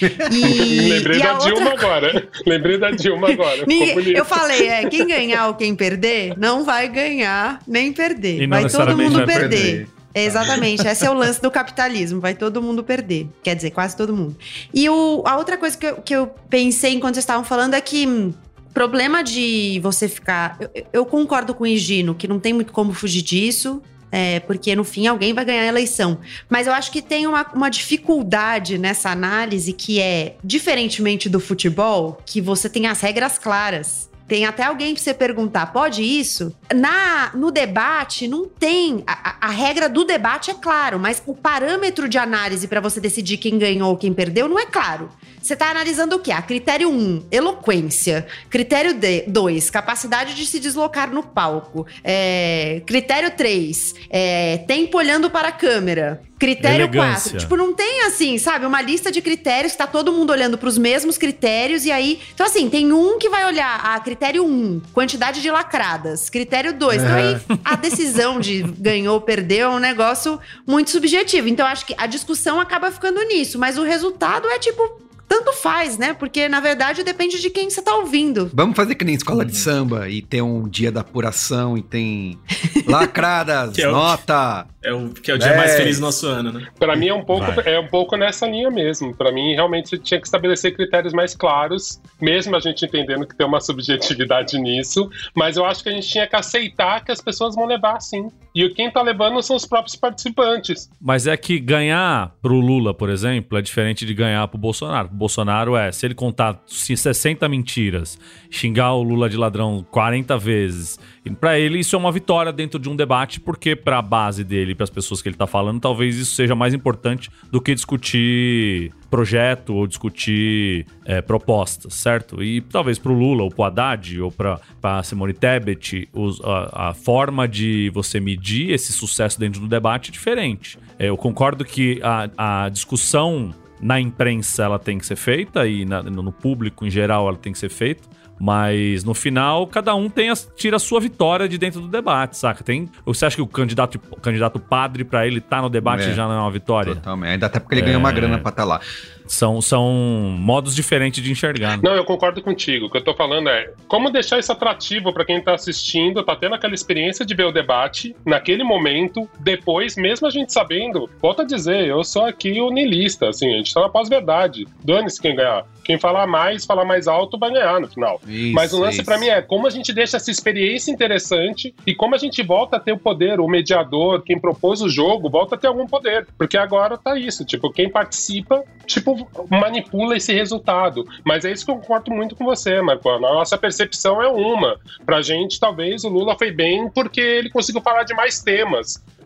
E, Lembrei e da a outra... Dilma agora. Lembrei da Dilma agora. Ninguém, eu falei, é, quem ganhar ou quem perder, não vai ganhar nem perder. E não Vai todo necessariamente mundo vai perder. perder. Exatamente, esse é o lance do capitalismo, vai todo mundo perder, quer dizer, quase todo mundo. E o, a outra coisa que eu, que eu pensei enquanto vocês estavam falando é que hum, problema de você ficar... Eu, eu concordo com o Higino, que não tem muito como fugir disso, é, porque no fim alguém vai ganhar a eleição. Mas eu acho que tem uma, uma dificuldade nessa análise que é, diferentemente do futebol, que você tem as regras claras. Tem até alguém pra você perguntar, pode isso? Na, no debate, não tem. A, a regra do debate é claro, mas o parâmetro de análise pra você decidir quem ganhou ou quem perdeu não é claro. Você tá analisando o quê? A critério um, eloquência. Critério dois, capacidade de se deslocar no palco. É, critério três, é, tempo olhando para a câmera. Critério quatro, tipo, não tem assim, sabe, uma lista de critérios que tá todo mundo olhando pros mesmos critérios e aí... Então assim, tem um que vai olhar a critério um, quantidade de lacradas. Critério dois, então aí a decisão de ganhou ou perdeu é um negócio muito subjetivo. Então acho que a discussão acaba ficando nisso, mas o resultado é tipo... tanto faz, né? Porque, na verdade, depende de quem você tá ouvindo. Vamos fazer que nem escola de samba e ter um dia da apuração e tem lacradas, Que é o- nota. É o, que é o dia dez. mais feliz do nosso ano, né? Pra mim é um pouco, Vai. é um pouco nessa linha mesmo. Pra mim, realmente, você tinha que estabelecer critérios mais claros, mesmo a gente entendendo que tem uma subjetividade nisso, mas eu acho que a gente tinha que aceitar que as pessoas vão levar sim. E quem tá levando são os próprios participantes. Mas é que ganhar pro Lula, por exemplo, é diferente de ganhar pro Bolsonaro. O Bolsonaro é, se ele contar sessenta mentiras, xingar o Lula de ladrão quarenta vezes, e pra ele isso é uma vitória dentro de um debate, porque pra base dele, pras pessoas que ele tá falando, talvez isso seja mais importante do que discutir projeto ou discutir é, propostas, certo? E talvez pro Lula ou pro Haddad ou pra, pra Simone Tebet, os, a, a forma de você medir esse sucesso dentro do debate é diferente. É, eu concordo que a, a discussão na imprensa ela tem que ser feita e na, no público em geral ela tem que ser feita, mas no final cada um tem a, tira a sua vitória de dentro do debate, saca? Tem, você acha que o candidato, o candidato padre pra ele tá no debate É. já não é uma vitória? Totalmente. Ainda até porque ele ganhou uma grana pra estar lá. São, são modos diferentes de enxergar. Né? Não, eu concordo contigo. O que eu tô falando é como deixar isso atrativo pra quem tá assistindo, tá tendo aquela experiência de ver o debate naquele momento, depois, mesmo a gente sabendo, volto a dizer, eu sou aqui o niilista, assim, a gente tá na pós-verdade. Dane-se quem ganhar. Quem falar mais, falar mais alto vai ganhar no final. Isso, Mas o lance isso. pra mim é como a gente deixa essa experiência interessante e como a gente volta a ter o poder, o mediador, quem propôs o jogo, volta a ter algum poder. Porque agora tá isso, tipo, quem participa, tipo, manipula esse resultado. Mas é isso que eu concordo muito com você, Marco. A nossa percepção é uma. Pra gente, talvez, o Lula foi bem porque ele conseguiu falar de mais temas.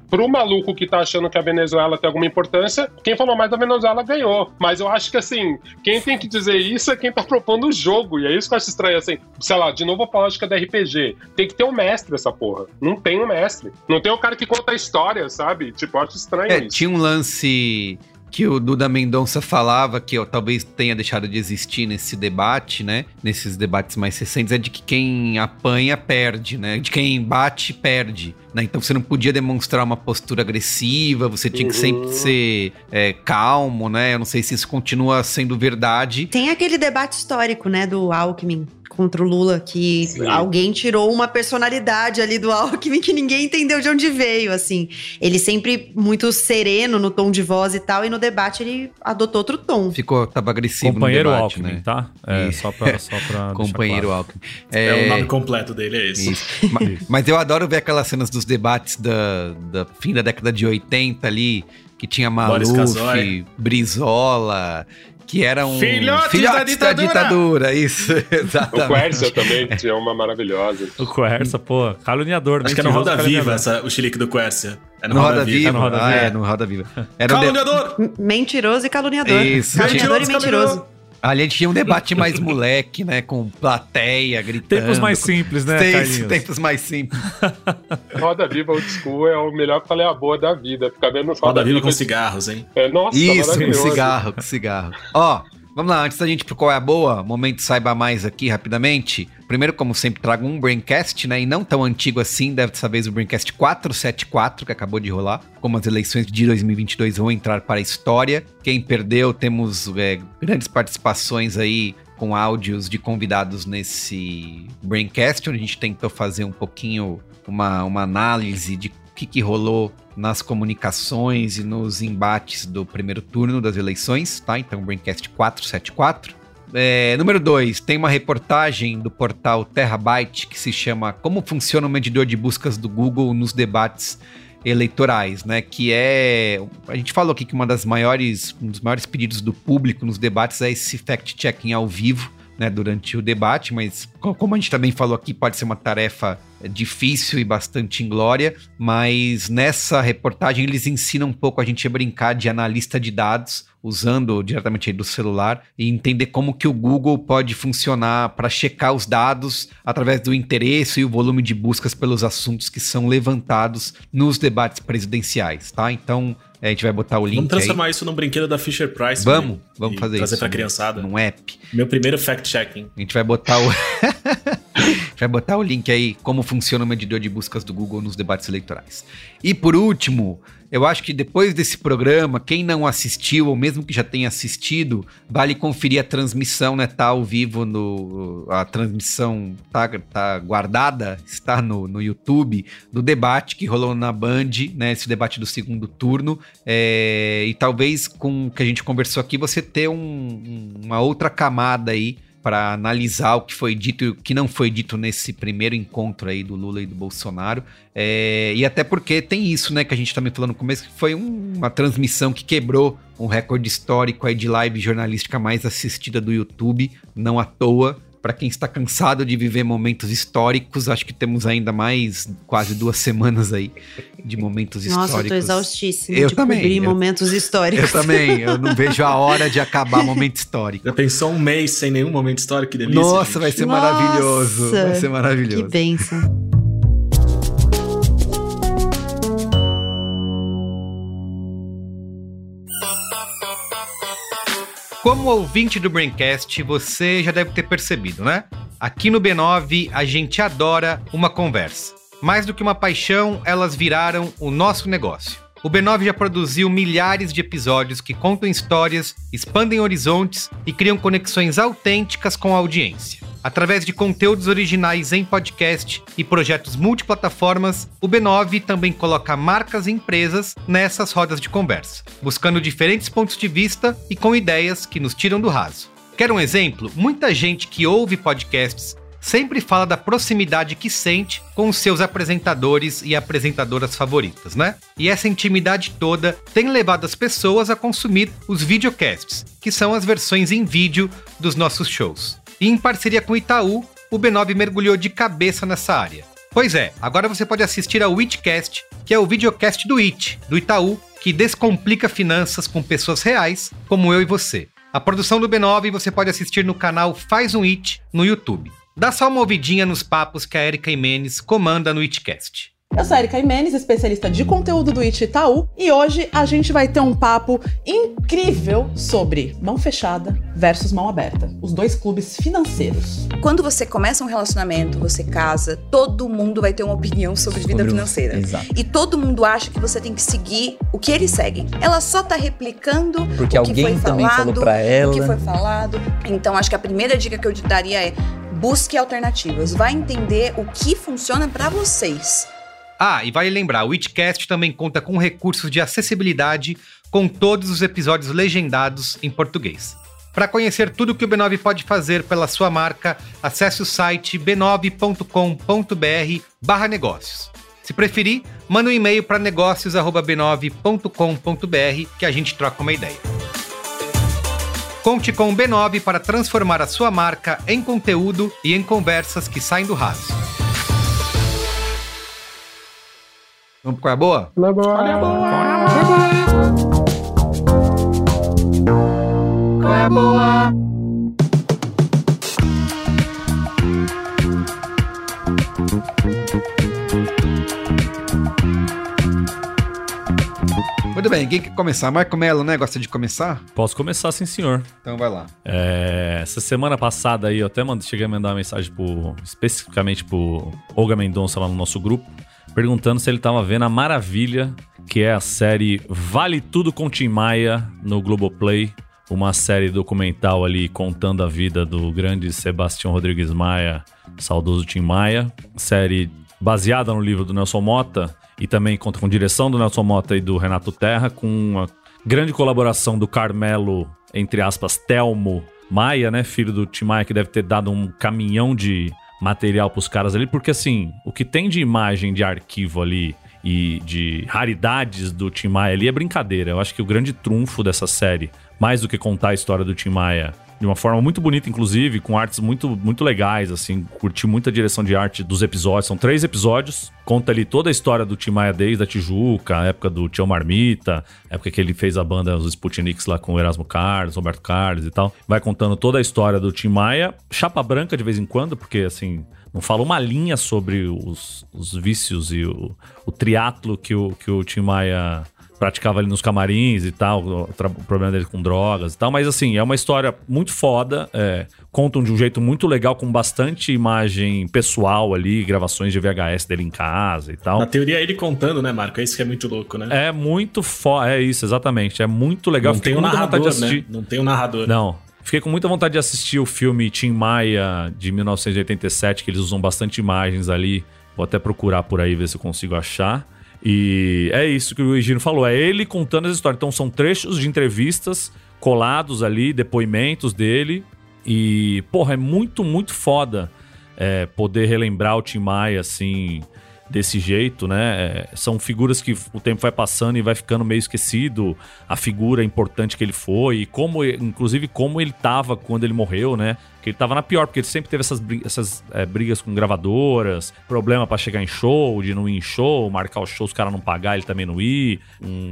pro maluco que tá achando que a Venezuela tem alguma importância, quem falou mais da Venezuela ganhou. Mas eu acho que, assim, quem tem que dizer isso é quem tá propondo o jogo. E é isso que eu acho estranho, assim. Sei lá, de novo a lógica da R P G. Tem que ter um mestre essa porra. Não tem um mestre. Não tem o cara que conta a história, sabe? Tipo, eu acho estranho é, isso. Tinha um lance que o Duda Mendonça falava, que eu, talvez tenha deixado de existir nesse debate, né? Nesses debates mais recentes, é de que quem apanha, perde, né? De quem bate, perde. Né? Então você não podia demonstrar uma postura agressiva, você tinha que Uhum. sempre ser é, calmo, né? Eu não sei se isso continua sendo verdade. Tem aquele debate histórico, né, do Alckmin contra o Lula, que Sim. alguém tirou uma personalidade ali do Alckmin que ninguém entendeu de onde veio, assim. Ele sempre muito sereno no tom de voz e tal, e no debate ele adotou outro tom. Ficou, tava agressivo Companheiro no debate, Alckmin, né? tá? É, Isso. só pra, só pra Companheiro deixar Alckmin. É, o nome completo dele, é esse. Isso. Ma- Mas eu adoro ver aquelas cenas dos debates da, da fim da década de oitenta ali, que tinha Boris Maluf, Casoy. Brizola, que eram Filhotes da ditadura. Isso, O exatamente. Quercia também tinha uma maravilhosa. O Quercia, pô, caluniador. Acho que é no mentiroso, Roda Viva caluniador. essa, o chilique do Quercia. É No Roda Viva. É no Roda Ah, Viva. é, no Roda Viva. Era um de- Caluniador! M- Mentiroso e caluniador. Isso. Caluniador e Mentiroso, mentiroso. Ali a gente tinha um debate mais moleque, né? Com plateia, gritando. Tempos mais simples, né, Tempos- Carlinhos? Tempos mais simples. Roda Viva Old School é o melhor que falei a boa da vida. Ficar vendo Roda, Roda Viva com Viva. cigarros, hein? É, nossa, Isso, com maravilhoso. cigarro, com cigarro. Ó, vamos lá, antes da gente ir pro Qual é a Boa, momento Saiba Mais aqui rapidamente. Primeiro, como sempre, trago um Braincast, né? E não tão antigo assim, dessa vez o Braincast quatrocentos e setenta e quatro, que acabou de rolar. Como as eleições de dois mil e vinte e dois vão entrar para a história. Quem perdeu, temos é, grandes participações aí com áudios de convidados nesse Braincast, onde a gente tentou fazer um pouquinho uma, uma análise de o que, que rolou nas comunicações e nos embates do primeiro turno das eleições, tá? Então, Braincast quatrocentos e setenta e quatro. É, número dois, tem uma reportagem do portal Terabyte que se chama Como Funciona o Medidor de Buscas do Google nos Debates Eleitorais, né? Que é... A gente falou aqui que uma das maiores, um dos maiores pedidos do público nos debates é esse fact-checking ao vivo, né, durante o debate, mas como a gente também falou aqui, pode ser uma tarefa difícil e bastante inglória, mas nessa reportagem eles ensinam um pouco a gente a brincar de analista de dados, usando diretamente aí do celular, e entender como que o Google pode funcionar para checar os dados através do interesse e o volume de buscas pelos assuntos que são levantados nos debates presidenciais, tá? Então, a gente vai botar o link Vamos transformar aí. isso num brinquedo da Fisher Price. Vamos, né? vamos E fazer trazer isso. pra criançada. Num app. Meu primeiro fact-checking. A gente vai botar o... A gente vai botar o link aí, como funciona o medidor de buscas do Google nos debates eleitorais. E por último, eu acho que depois desse programa, quem não assistiu, ou mesmo que já tenha assistido, vale conferir a transmissão, né? Tá ao vivo no... A transmissão tá, tá guardada, está no, no YouTube, do debate que rolou na Band, né? Esse debate do segundo turno. É, e talvez com o que a gente conversou aqui, você ter um, uma outra camada aí para analisar o que foi dito e o que não foi dito nesse primeiro encontro aí do Lula e do Bolsonaro. É, e até porque tem isso, né, que a gente também falou no começo, que foi um, uma transmissão que quebrou um recorde histórico aí de live jornalística mais assistida do YouTube, não à toa. Para quem está cansado de viver momentos históricos, acho que temos ainda mais quase duas semanas aí de momentos Nossa, históricos. eu tô exaustíssima Eu de também, cobrir eu- momentos históricos. Eu também, eu não vejo a hora de acabar momento histórico. Já pensou um mês sem nenhum momento histórico? Que delícia, Nossa, gente. vai ser Nossa, maravilhoso. Vai ser Que maravilhoso. bênção. Como ouvinte do Braincast, você já deve ter percebido, né? Aqui no B nove, a gente adora uma conversa. Mais do que uma paixão, elas viraram o nosso negócio. O B nove já produziu milhares de episódios que contam histórias, expandem horizontes e criam conexões autênticas com a audiência. Através de conteúdos originais em podcast e projetos multiplataformas, o B nove também coloca marcas e empresas nessas rodas de conversa, buscando diferentes pontos de vista e com ideias que nos tiram do raso. Quer um exemplo? Muita gente que ouve podcasts sempre fala da proximidade que sente com os seus apresentadores e apresentadoras favoritas, né? E essa intimidade toda tem levado as pessoas a consumir os videocasts, que são as versões em vídeo dos nossos shows. E em parceria com o Itaú, o B nove mergulhou de cabeça nessa área. Pois é, agora você pode assistir ao Witchcast, que é o videocast do It, do Itaú, que descomplica finanças com pessoas reais, como eu e você. A produção do B nove você pode assistir no canal Faz um It no YouTube. Dá só uma ouvidinha nos papos que a Érica Imenes comanda no Itcast. Eu sou a Érica Imenes, especialista de conteúdo do It Itaú, e hoje a gente vai ter um papo incrível sobre mão fechada versus mão aberta, os dois clubes financeiros. Quando você começa um relacionamento, você casa, todo mundo vai ter uma opinião sobre vida sobre financeira. Exato. E todo mundo acha que você tem que seguir o que eles seguem. Ela só tá replicando Porque o que alguém foi também falado, falou pra ela. o que foi falado. Então, acho que a primeira dica que eu te daria é: busque alternativas, vai entender o que funciona pra vocês. Ah, e vale lembrar, o Itcast também conta com recursos de acessibilidade com todos os episódios legendados em português. Para conhecer tudo que o B nove pode fazer pela sua marca, acesse o site b nove ponto com ponto b r barra negócios. Se preferir, manda um e-mail para negócios arroba b nove ponto com ponto b r que a gente troca uma ideia. Conte com o B nove para transformar a sua marca em conteúdo e em conversas que saem do raso. Vamos com a boa? Olha a boa! Olha a boa! Qual é a boa? Muito bem, quem quer começar? Marco Melo, né? Gosta de começar? Posso começar, sim, senhor. Então vai lá. É, essa semana passada aí, eu até mandei, cheguei a mandar uma mensagem pro, especificamente pro Olga Mendonça lá no nosso grupo, perguntando se ele tava vendo a maravilha que é a série Vale Tudo com Tim Maia no Globoplay, uma série documental ali contando a vida do grande Sebastião Rodrigues Maia, saudoso Tim Maia, série baseada no livro do Nelson Motta e também conta com direção do Nelson Motta e do Renato Terra, com uma grande colaboração do Carmelo, entre aspas, Telmo Maia, né, filho do Tim Maia, que deve ter dado um caminhão de material pros caras ali, porque assim, o que tem de imagem de arquivo ali e de raridades do Tim Maia ali é brincadeira. Eu acho que o grande trunfo dessa série, mais do que contar a história do Tim Maia de uma forma muito bonita, inclusive, com artes muito, muito legais, assim, curti muita direção de arte dos episódios, são três episódios, conta ali toda a história do Tim Maia desde a Tijuca, a época do Tião Marmita, a época que ele fez a banda, os Sputniks lá com o Erasmo Carlos, Roberto Carlos e tal, vai contando toda a história do Tim Maia, chapa branca de vez em quando, porque assim, não fala uma linha sobre os, os vícios e o, o triatlo que o, que o Tim Maia praticava ali nos camarins e tal, o, tra- o problema dele com drogas e tal, mas assim, é uma história muito foda, é, contam de um jeito muito legal, com bastante imagem pessoal ali, gravações de V H S dele em casa e tal. Na teoria, ele contando, né, Marco? É isso que é muito louco, né? É muito foda, é isso, exatamente, é muito legal. Não Fiquei tem um com muita vontade narrador, de assistir. né? Não tem um narrador. Não. Fiquei com muita vontade de assistir o filme Tim Maia, de mil novecentos e oitenta e sete, que eles usam bastante imagens ali. Vou até procurar por aí, ver se eu consigo achar. E é isso que o Egino falou, é ele contando essa história. Então são trechos de entrevistas colados ali, depoimentos dele. E, porra, é muito, muito foda é, poder relembrar o Tim Maia, assim, desse jeito, né? É, são figuras que o tempo vai passando e vai ficando meio esquecido, a figura importante que ele foi, e como, inclusive, como ele tava quando ele morreu, né? Que ele tava na pior, porque ele sempre teve essas, essas é, brigas com gravadoras, problema pra chegar em show, de não ir em show, marcar o show, os caras não pagar, ele também não ir. Um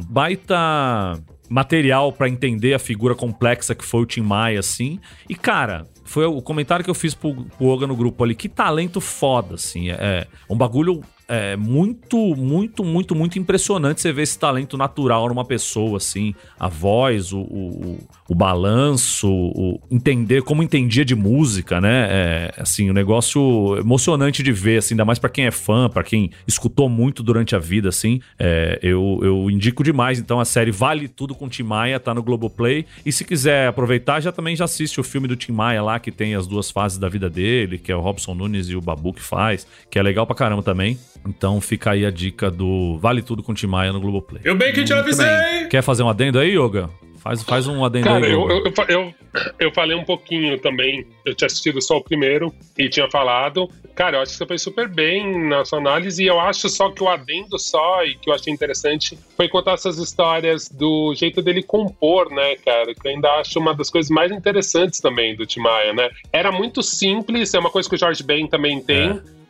baita material pra entender a figura complexa que foi o Tim Maia, assim. E, cara, foi o comentário que eu fiz pro, pro Olga no grupo ali, que talento foda, assim. É um bagulho é muito, muito, muito, muito impressionante você ver esse talento natural numa pessoa, assim. A voz, o, o, o balanço, o entender como entendia de música, né? É, assim, um negócio emocionante de ver, assim, ainda mais pra quem é fã, pra quem escutou muito durante a vida, assim. É, eu, eu indico demais, então, a série Vale Tudo com Tim Maia, tá no Globoplay. E se quiser aproveitar, já também já assiste o filme do Tim Maia lá, que tem as duas fases da vida dele, que é o Robson Nunes e o Babu que faz, que é legal pra caramba também. Então fica aí a dica do Vale Tudo com Tim Maia no Globoplay. Eu bem que te avisei! Quer fazer um adendo aí, Yoga? Faz, faz um adendo Cara, aí. eu, eu, eu, eu falei um pouquinho também. Eu tinha assistido só o primeiro e tinha falado. Cara, eu acho que você foi super bem na sua análise. E eu acho só que o adendo só, e que eu achei interessante, foi contar essas histórias do jeito dele compor, né, cara? Que eu ainda acho uma das coisas mais interessantes também do Tim Maia, né? Era muito simples, é uma coisa que o Jorge Ben também tem. É.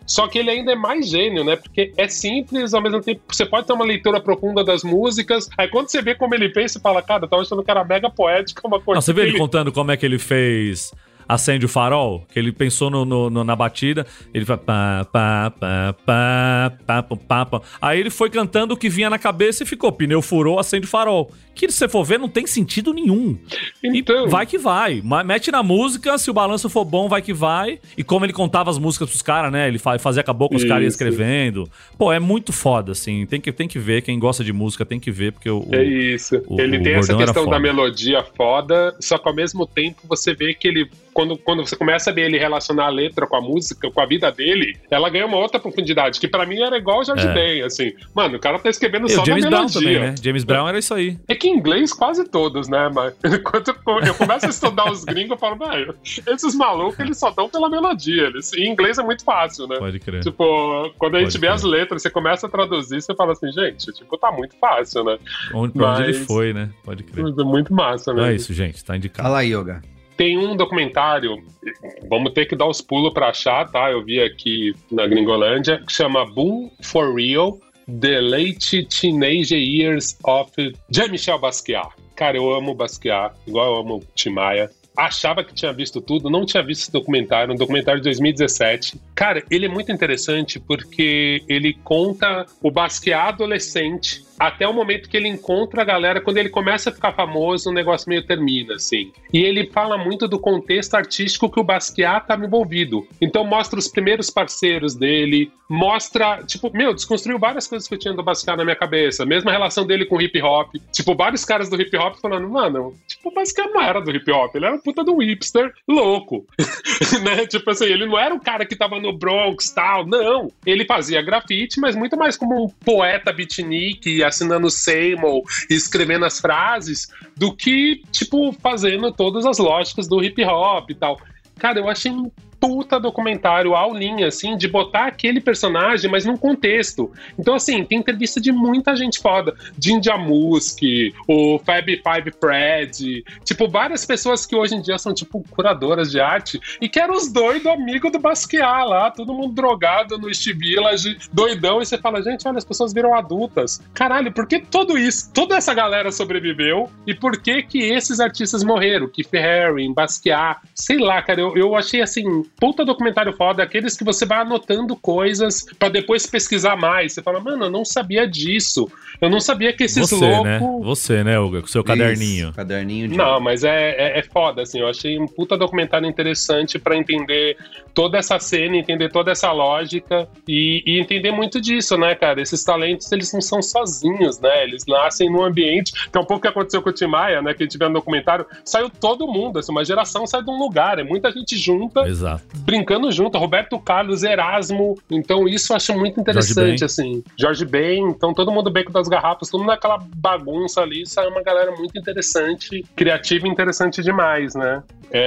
Só que ele ainda é mais gênio, né? Porque é simples, ao mesmo tempo você pode ter uma leitura profunda das músicas. Aí quando você vê como ele fez, você fala, cara, eu tava achando que era mega poética, uma coisa. Não, você vê ele... ele contando como é que ele fez Acende o Farol? Que ele pensou no, no, no, na batida, ele faz pá, pá, pá, pá, pá, pá, pá, pá. Aí ele foi cantando o que vinha na cabeça e ficou, pneu furou, acende o farol. Que se você for ver, não tem sentido nenhum. Então... E vai que vai. Mete na música, se o balanço for bom, vai que vai. E como ele contava as músicas pros caras, né? Ele fazia acabou com os caras escrevendo. Pô, é muito foda, assim. Tem que, tem que ver, quem gosta de música tem que ver, porque o... É isso. O, ele o tem essa questão da da melodia foda, só que ao mesmo tempo você vê que ele... Quando, quando você começa a ver ele relacionar a letra com a música, com a vida dele, ela ganha uma outra profundidade, que pra mim era igual o Jorge É. Ben, assim. Mano, o cara tá escrevendo E só o James na Brown melodia. também, né? James Brown era isso aí. É que em inglês quase todos, né? Mas quando eu, eu começo a estudar os gringos, eu falo, velho, esses malucos, eles só dão pela melodia. Eles, em inglês é muito fácil, né? Pode crer. Tipo, quando a gente Pode vê crer. as letras, você começa a traduzir, você fala assim, gente, tipo, tá muito fácil, né? Onde, pra onde Mas- ele foi, né? Pode crer. É muito massa, né? Não é isso, gente. Tá indicado. Fala aí, Yoga. Tem um documentário, vamos ter que dar os pulos pra achar, tá? Eu vi aqui na Gringolândia, que chama Boom for Real, The Late Teenage Years of Jean-Michel Basquiat. Cara, eu amo Basquiat, igual eu amo Tim Maia. Achava que tinha visto tudo, não tinha visto esse documentário, um documentário de dois mil e dezessete. Cara, ele é muito interessante porque ele conta o Basquiat adolescente até o momento que ele encontra a galera, quando ele começa a ficar famoso, o negócio meio termina, assim. E ele fala muito do contexto artístico que o Basquiat estava envolvido. Então mostra os primeiros parceiros dele, mostra, tipo, meu, desconstruiu várias coisas que eu tinha do Basquiat na minha cabeça, mesmo a relação dele com o hip hop. Tipo, vários caras do hip hop falando, mano, tipo, o Basquiat não era do hip hop, ele era um puta de um hipster louco. Né? Tipo assim, ele não era o cara que tava no Bronx e tal, não. Ele fazia grafite, mas muito mais como um poeta beatnik, assinando Seymour e escrevendo as frases, do que, tipo, fazendo todas as lógicas do hip hop e tal. Cara, eu achei um puta documentário aulinha, assim, de botar aquele personagem, mas num contexto. Então, assim, tem entrevista de muita gente foda. Jinja Musk, o Fab Five Fred, tipo, várias pessoas que hoje em dia são, tipo, curadoras de arte, e que eram os doidos amigos do Basquiat lá, todo mundo drogado no East Village, doidão, e você fala, gente, olha, as pessoas viram adultas. Caralho, por que tudo isso, toda essa galera sobreviveu, e por que que esses artistas morreram? Keith Haring, Basquiat, sei lá, cara, eu, eu achei, assim, puta documentário foda, aqueles que você vai anotando coisas pra depois pesquisar mais. Você fala, mano, eu não sabia disso. Eu não sabia que esses Você, loucos... né? Você, né, Olga? Com o seu caderninho. Isso, caderninho de... Não, mas é, é, é foda, assim. Eu achei um puta documentário interessante pra entender toda essa cena, entender toda essa lógica e, e entender muito disso, né, cara? Esses talentos, eles não são sozinhos, né? Eles nascem num ambiente, que é um pouco o que aconteceu com o Tim Maia, né? Que a gente vê no documentário, saiu todo mundo, assim, uma geração sai de um lugar, é muita gente junta, Exato. brincando junto, Roberto Carlos, Erasmo, então isso eu acho muito interessante, Ben. assim. Jorge Ben, então todo mundo beco das garrafas, todo mundo naquela bagunça ali, sai uma galera muito interessante, criativa e interessante demais, né?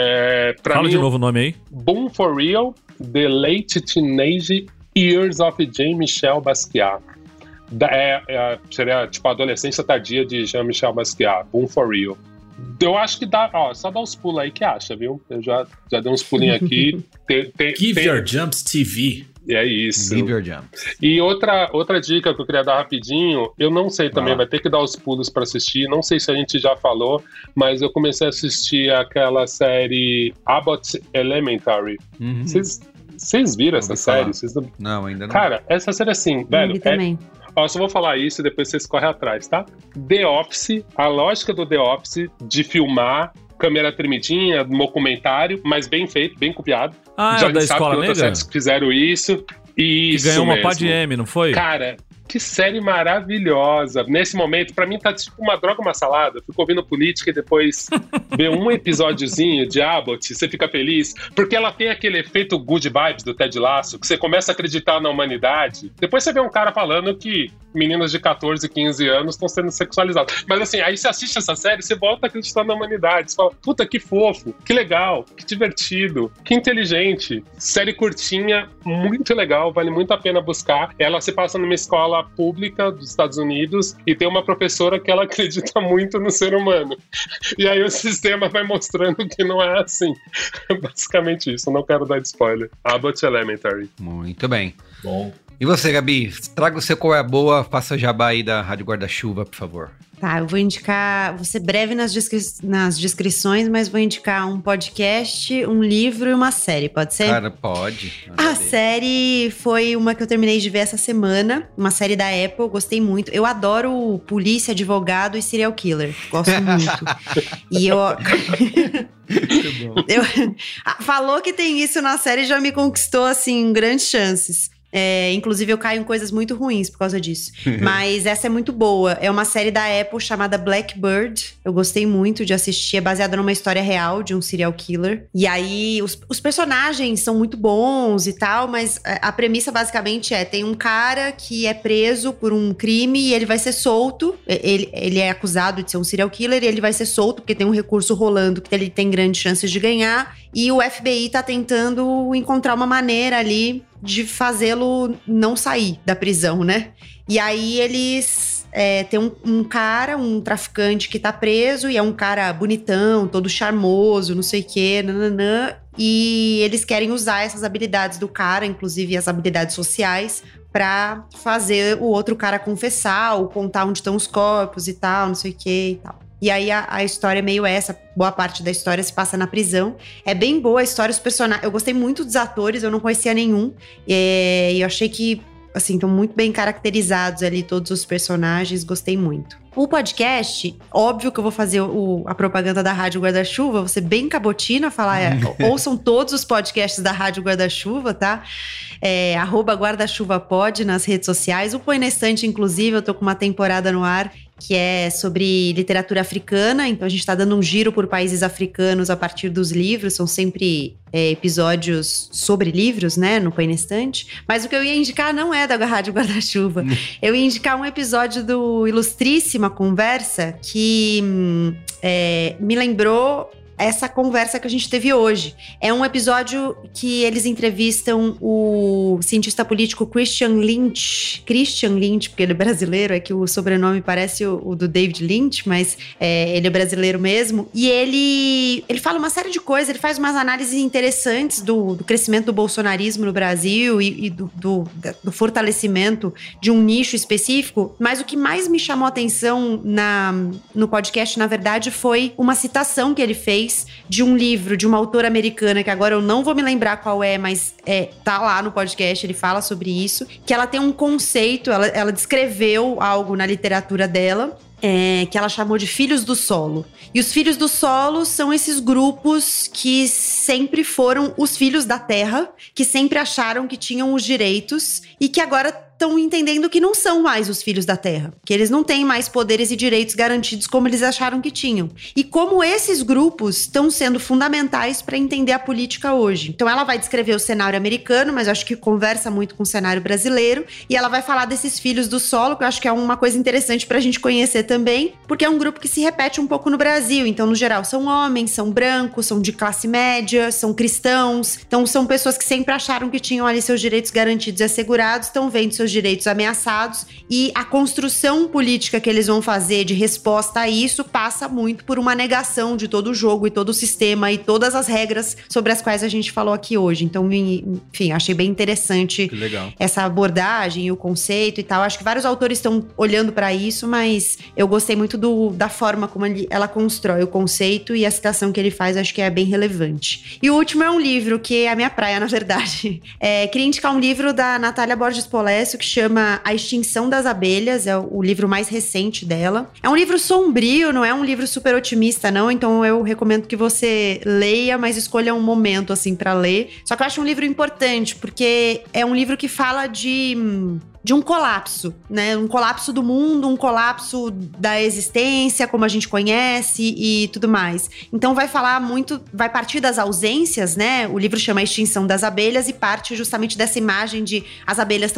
É, pra Fala mim, de novo o nome aí. Boom for Real, The Late Teenage Years of Jean-Michel Basquiat. Da, é, é, seria tipo a adolescência tardia de Jean-Michel Basquiat, Boom for Real. Eu acho que dá, ó, só dá uns pulos aí que acha, viu? Eu já, já dei uns pulinhos aqui. tem, tem, Give tem, Your Jumps T V. É isso. Give your jumps. E outra, outra dica que eu queria dar rapidinho, eu não sei também, Ah. vai ter que dar os pulos pra assistir, não sei se a gente já falou, mas eu comecei a assistir aquela série Abbott Elementary. Uhum. Vocês vocês viram essa Ouvi série? falar. Vocês não... Não, ainda não. Cara, essa série assim, velho, Vi é... também. Ó, eu só vou falar isso e depois vocês correm atrás, tá? The Office, a lógica do The Office de filmar, câmera tremidinha, documentário, mas bem feito, bem copiado. Ah, Já é da sabe Escola que outras Negra? séries que fizeram isso. Que Isso ganhou uma mesmo. pá de M, não foi? Cara, que série maravilhosa. Nesse momento, pra mim, tá tipo uma droga, uma salada. Fico ouvindo política e depois vê um episódiozinho de Abbott, você fica feliz. Porque ela tem aquele efeito good vibes do Ted Lasso, que você começa a acreditar na humanidade. Depois você vê um cara falando que meninas de catorze, quinze anos estão sendo sexualizadas. Mas assim, aí você assiste essa série, você volta a acreditar na humanidade. Você fala, puta, que fofo, que legal, que divertido, que inteligente. Série curtinha, muito legal, vale muito a pena buscar. Ela se passa numa escola pública dos Estados Unidos e tem uma professora que ela acredita muito no ser humano. E aí o sistema vai mostrando que não é assim. Basicamente isso, não quero dar spoiler. Abbott Elementary. Muito bem. Bom. E você, Gabi? Traga o seu qual é a boa, faça jabá aí da Rádio Guarda-Chuva, por favor. Tá, eu vou indicar, vou ser breve nas, descri nas descrições, mas vou indicar um podcast, um livro e uma série, pode ser? Cara, pode. A série foi uma que eu terminei de ver essa semana, uma série da Apple, gostei muito. Eu adoro polícia, advogado e serial killer, gosto muito. E eu... eu... Falou que tem isso na série, já me conquistou, assim, grandes chances. É, inclusive eu caio em coisas muito ruins por causa disso. Mas essa é muito boa. É uma série da Apple chamada Blackbird. Eu gostei muito de assistir. É baseada numa história real de um serial killer. E aí os, os personagens são muito bons e tal, mas a premissa basicamente é: tem um cara que é preso por um crime e ele vai ser solto. Ele, ele é acusado de ser um serial killer e ele vai ser solto porque tem um recurso rolando que ele tem grandes chances de ganhar. E o F B I tá tentando encontrar uma maneira ali de fazê-lo não sair da prisão, né? E aí eles... É, tem um, um cara, um traficante que tá preso e é um cara bonitão, todo charmoso, não sei o quê, nananã. E eles querem usar essas habilidades do cara, inclusive as habilidades sociais, pra fazer o outro cara confessar ou contar onde estão os corpos e tal, não sei o quê e tal. E aí a, a história é meio essa, boa parte da história se passa na prisão. É bem boa a história, os personagens... Eu gostei muito dos atores, eu não conhecia nenhum. E eu achei que, assim, estão muito bem caracterizados ali todos os personagens, gostei muito. O podcast, óbvio que eu vou fazer o, a propaganda da Rádio Guarda-Chuva, vou ser bem cabotina, falar, é, ouçam todos os podcasts da Rádio Guarda-Chuva, tá? É, arroba guarda-chuva-pod nas redes sociais. O Põe na Estante, inclusive, eu tô com uma temporada no ar que é sobre literatura africana, então a gente tá dando um giro por países africanos a partir dos livros, são sempre é, episódios sobre livros, né, no Põe na Estante. Mas o que eu ia indicar não é da Rádio Guarda-Chuva, eu ia indicar um episódio do Ilustríssima Conversa que é, me lembrou essa conversa que a gente teve hoje. É um episódio que eles entrevistam o cientista político Christian Lynch. Christian Lynch, porque ele é brasileiro, é que o sobrenome parece o, o do David Lynch, mas é, ele é brasileiro mesmo. E ele, ele fala uma série de coisas, ele faz umas análises interessantes do, do crescimento do bolsonarismo no Brasil e, e do, do, do fortalecimento de um nicho específico. Mas o que mais me chamou a atenção na, no podcast, na verdade, foi uma citação que ele fez de um livro de uma autora americana, que agora eu não vou me lembrar qual é, mas é, tá lá no podcast, ele fala sobre isso, que ela tem um conceito, ela, ela descreveu algo na literatura dela, É, que ela chamou de filhos do solo. E os filhos do solo são esses grupos que sempre foram os filhos da terra, que sempre acharam que tinham os direitos e que agora estão entendendo que não são mais os filhos da terra, que eles não têm mais poderes e direitos garantidos como eles acharam que tinham. E como esses grupos estão sendo fundamentais para entender a política hoje. Então ela vai descrever o cenário americano, mas eu acho que conversa muito com o cenário brasileiro, e ela vai falar desses filhos do solo, que eu acho que é uma coisa interessante para a gente conhecer também, porque é um grupo que se repete um pouco no Brasil. Então, no geral, são homens, são brancos, são de classe média, são cristãos. Então, são pessoas que sempre acharam que tinham ali seus direitos garantidos e assegurados, estão vendo seus direitos ameaçados, e a construção política que eles vão fazer de resposta a isso passa muito por uma negação de todo o jogo e todo o sistema e todas as regras sobre as quais a gente falou aqui hoje. Então, enfim, achei bem interessante essa abordagem e o conceito e tal. Acho que vários autores estão olhando para isso, mas eu gostei muito do, da forma como ele, ela constrói o conceito, e a citação que ele faz acho que é bem relevante. E o último é um livro que é a minha praia, na verdade. É, queria indicar um livro da Natália Borges Polécio que chama A Extinção das Abelhas, é o livro mais recente dela. É um livro sombrio, não é um livro super otimista, não, então eu recomendo que você leia, mas escolha um momento, assim, pra ler. Só que eu acho um livro importante, porque é um livro que fala de... de um colapso, né? Um colapso do mundo, um colapso da existência, como a gente conhece e tudo mais. Então vai falar muito, vai partir das ausências, né? O livro chama A Extinção das Abelhas e parte justamente dessa imagem de as abelhas estão sumindo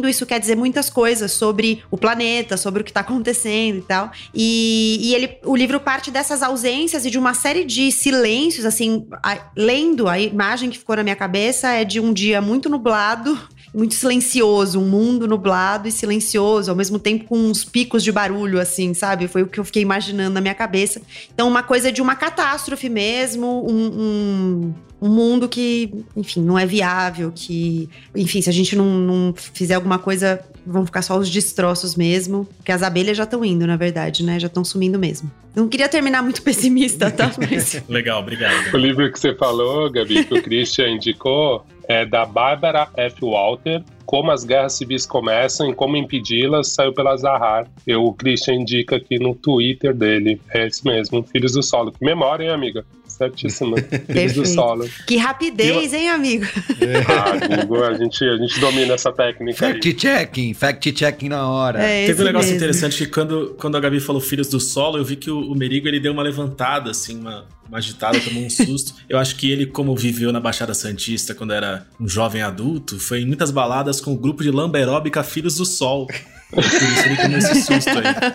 mundo, isso quer dizer muitas coisas sobre o planeta, sobre o que tá acontecendo e tal. E, e ele, o livro parte dessas ausências e de uma série de silêncios, assim, a, lendo, a imagem que ficou na minha cabeça é de um dia muito nublado, muito silencioso, um mundo nublado e silencioso, ao mesmo tempo com uns picos de barulho, assim, sabe? Foi o que eu fiquei imaginando na minha cabeça. Então, uma coisa de uma catástrofe mesmo, um, um, um mundo que, enfim, não é viável, que, enfim, se a gente não, não fizer alguma coisa, vão ficar só os destroços mesmo, porque as abelhas já estão indo, na verdade, né? Já estão sumindo mesmo. Não queria terminar muito pessimista, tá? Mas... Legal, obrigado. O livro que você falou, Gabi, que o Christian indicou, é da Barbara F. Walter, Como as Guerras Civis Começam e Como Impedi-las, saiu pela Zahar. Eu, o Christian indica aqui no Twitter dele. É esse mesmo, Filhos do Solo. Que memória, hein, amiga? Certíssimo. Filhos do Solo. Que rapidez, hein, amigo? É. Ah, amigo, a gente, a gente domina essa técnica Fact-checking, fact-checking na hora. É Teve um negócio mesmo. interessante que quando, quando a Gabi falou Filhos do Solo, eu vi que o, o Merigo, ele deu uma levantada, assim, uma, uma agitada, tomou um susto. Eu acho que ele, como viveu na Baixada Santista quando era um jovem adulto, foi em muitas baladas com o grupo de lamba aeróbica Filhos do Sol. Por isso ele tomou esse susto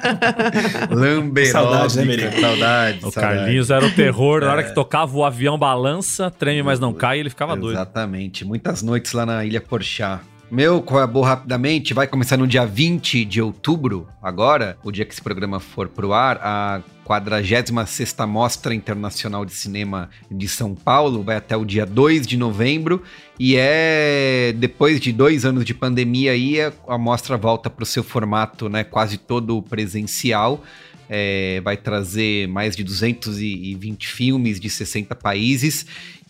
aí. Lamberóbica. Saudade, né, Merigo? Saudade. O saudade. Carlinhos era o terror. É. Na hora que tocava o avião balança, treme, mas não cai, ele ficava doido. Exatamente. Muitas noites lá na Ilha Porchá. Meu Coabô rapidamente vai começar no dia vinte de outubro, agora, o dia que esse programa for pro ar, a quadragésima sexta Mostra Internacional de Cinema de São Paulo, vai até o dia dois de novembro, e é depois de dois anos de pandemia aí, a mostra volta para o seu formato, né, quase todo presencial. É, vai trazer mais de duzentos e vinte filmes de sessenta países,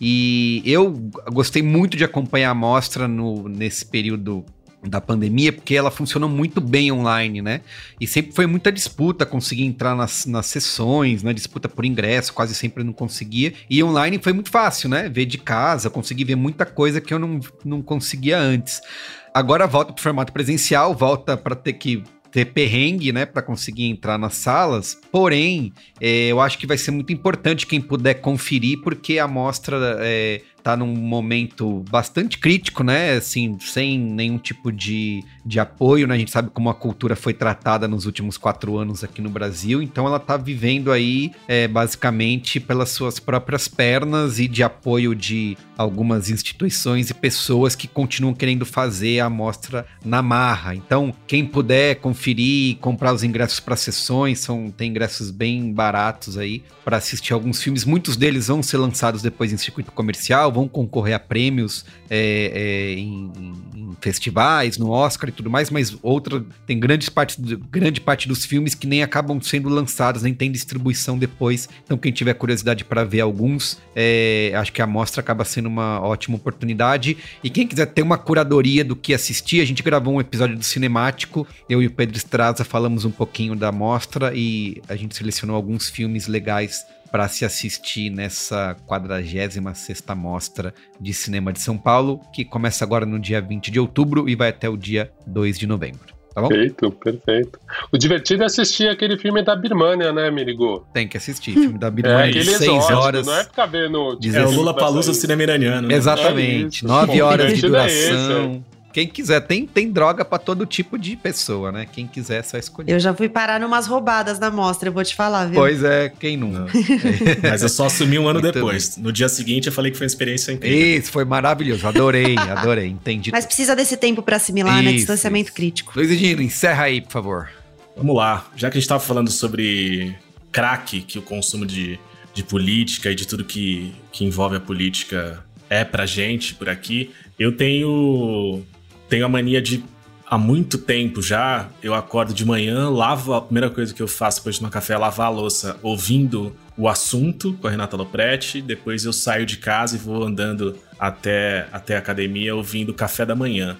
e eu gostei muito de acompanhar a mostra no, nesse período da pandemia, porque ela funcionou muito bem online, né? E sempre foi muita disputa, conseguir entrar nas, nas sessões, né? Disputa por ingresso, quase sempre não conseguia. E online foi muito fácil, né? Ver de casa, consegui ver muita coisa que eu não, não conseguia antes. Agora volta pro formato presencial, volta para ter que ter perrengue, né, para conseguir entrar nas salas, porém, é, eu acho que vai ser muito importante quem puder conferir, porque a mostra é, tá num momento bastante crítico, né, assim, sem nenhum tipo de, de apoio, né, a gente sabe como a cultura foi tratada nos últimos quatro anos aqui no Brasil, então ela tá vivendo aí, é, basicamente, pelas suas próprias pernas e de apoio de algumas instituições e pessoas que continuam querendo fazer a mostra na marra. Então, quem puder conferir, comprar os ingressos para sessões, são, tem ingressos bem baratos aí para assistir alguns filmes. Muitos deles vão ser lançados depois em circuito comercial, vão concorrer a prêmios é, é, em, em festivais, no Oscar e tudo mais, mas outra, tem grandes partes, grande parte dos filmes que nem acabam sendo lançados, nem tem distribuição depois. Então, quem tiver curiosidade para ver alguns, é, acho que a mostra acaba sendo uma ótima oportunidade. E quem quiser ter uma curadoria do que assistir, a gente gravou um episódio do Cinemático, eu e o Pedro Estraza falamos um pouquinho da mostra e a gente selecionou alguns filmes legais para se assistir nessa quadragésima sexta Mostra de Cinema de São Paulo, que começa agora no dia vinte de outubro e vai até o dia dois de novembro. Tá bom? Perfeito, perfeito. O divertido é assistir aquele filme da Birmania, né, Merigo? Tem que assistir, filme da Birmania, é, aquele seis exótico, horas. Não é ficar vendo... É o Lula-Palusa do cinema iraniano. Né? Exatamente, é nove Pô, horas de duração. É esse, é. Quem quiser, tem, tem droga pra todo tipo de pessoa, né? Quem quiser é só escolher. Eu já fui parar numas roubadas na mostra, eu vou te falar, viu? Pois é, quem nunca? Mas eu só assumi um ano Muito depois. No dia seguinte eu falei que foi uma experiência incrível. Isso, foi maravilhoso. Adorei, adorei. Entendi. Mas precisa desse tempo pra assimilar, né? Isso, Distanciamento isso. crítico. Luiz Edinho, encerra aí, por favor. Vamos lá. Já que a gente tava falando sobre crack, que o consumo de, de política e de tudo que, que envolve a política é pra gente por aqui, eu tenho... Tenho a mania de, há muito tempo já, eu acordo de manhã, lavo, a primeira coisa que eu faço depois de tomar café é lavar a louça ouvindo o assunto com a Renata Lopretti, depois eu saio de casa e vou andando até, até a academia ouvindo o café da manhã.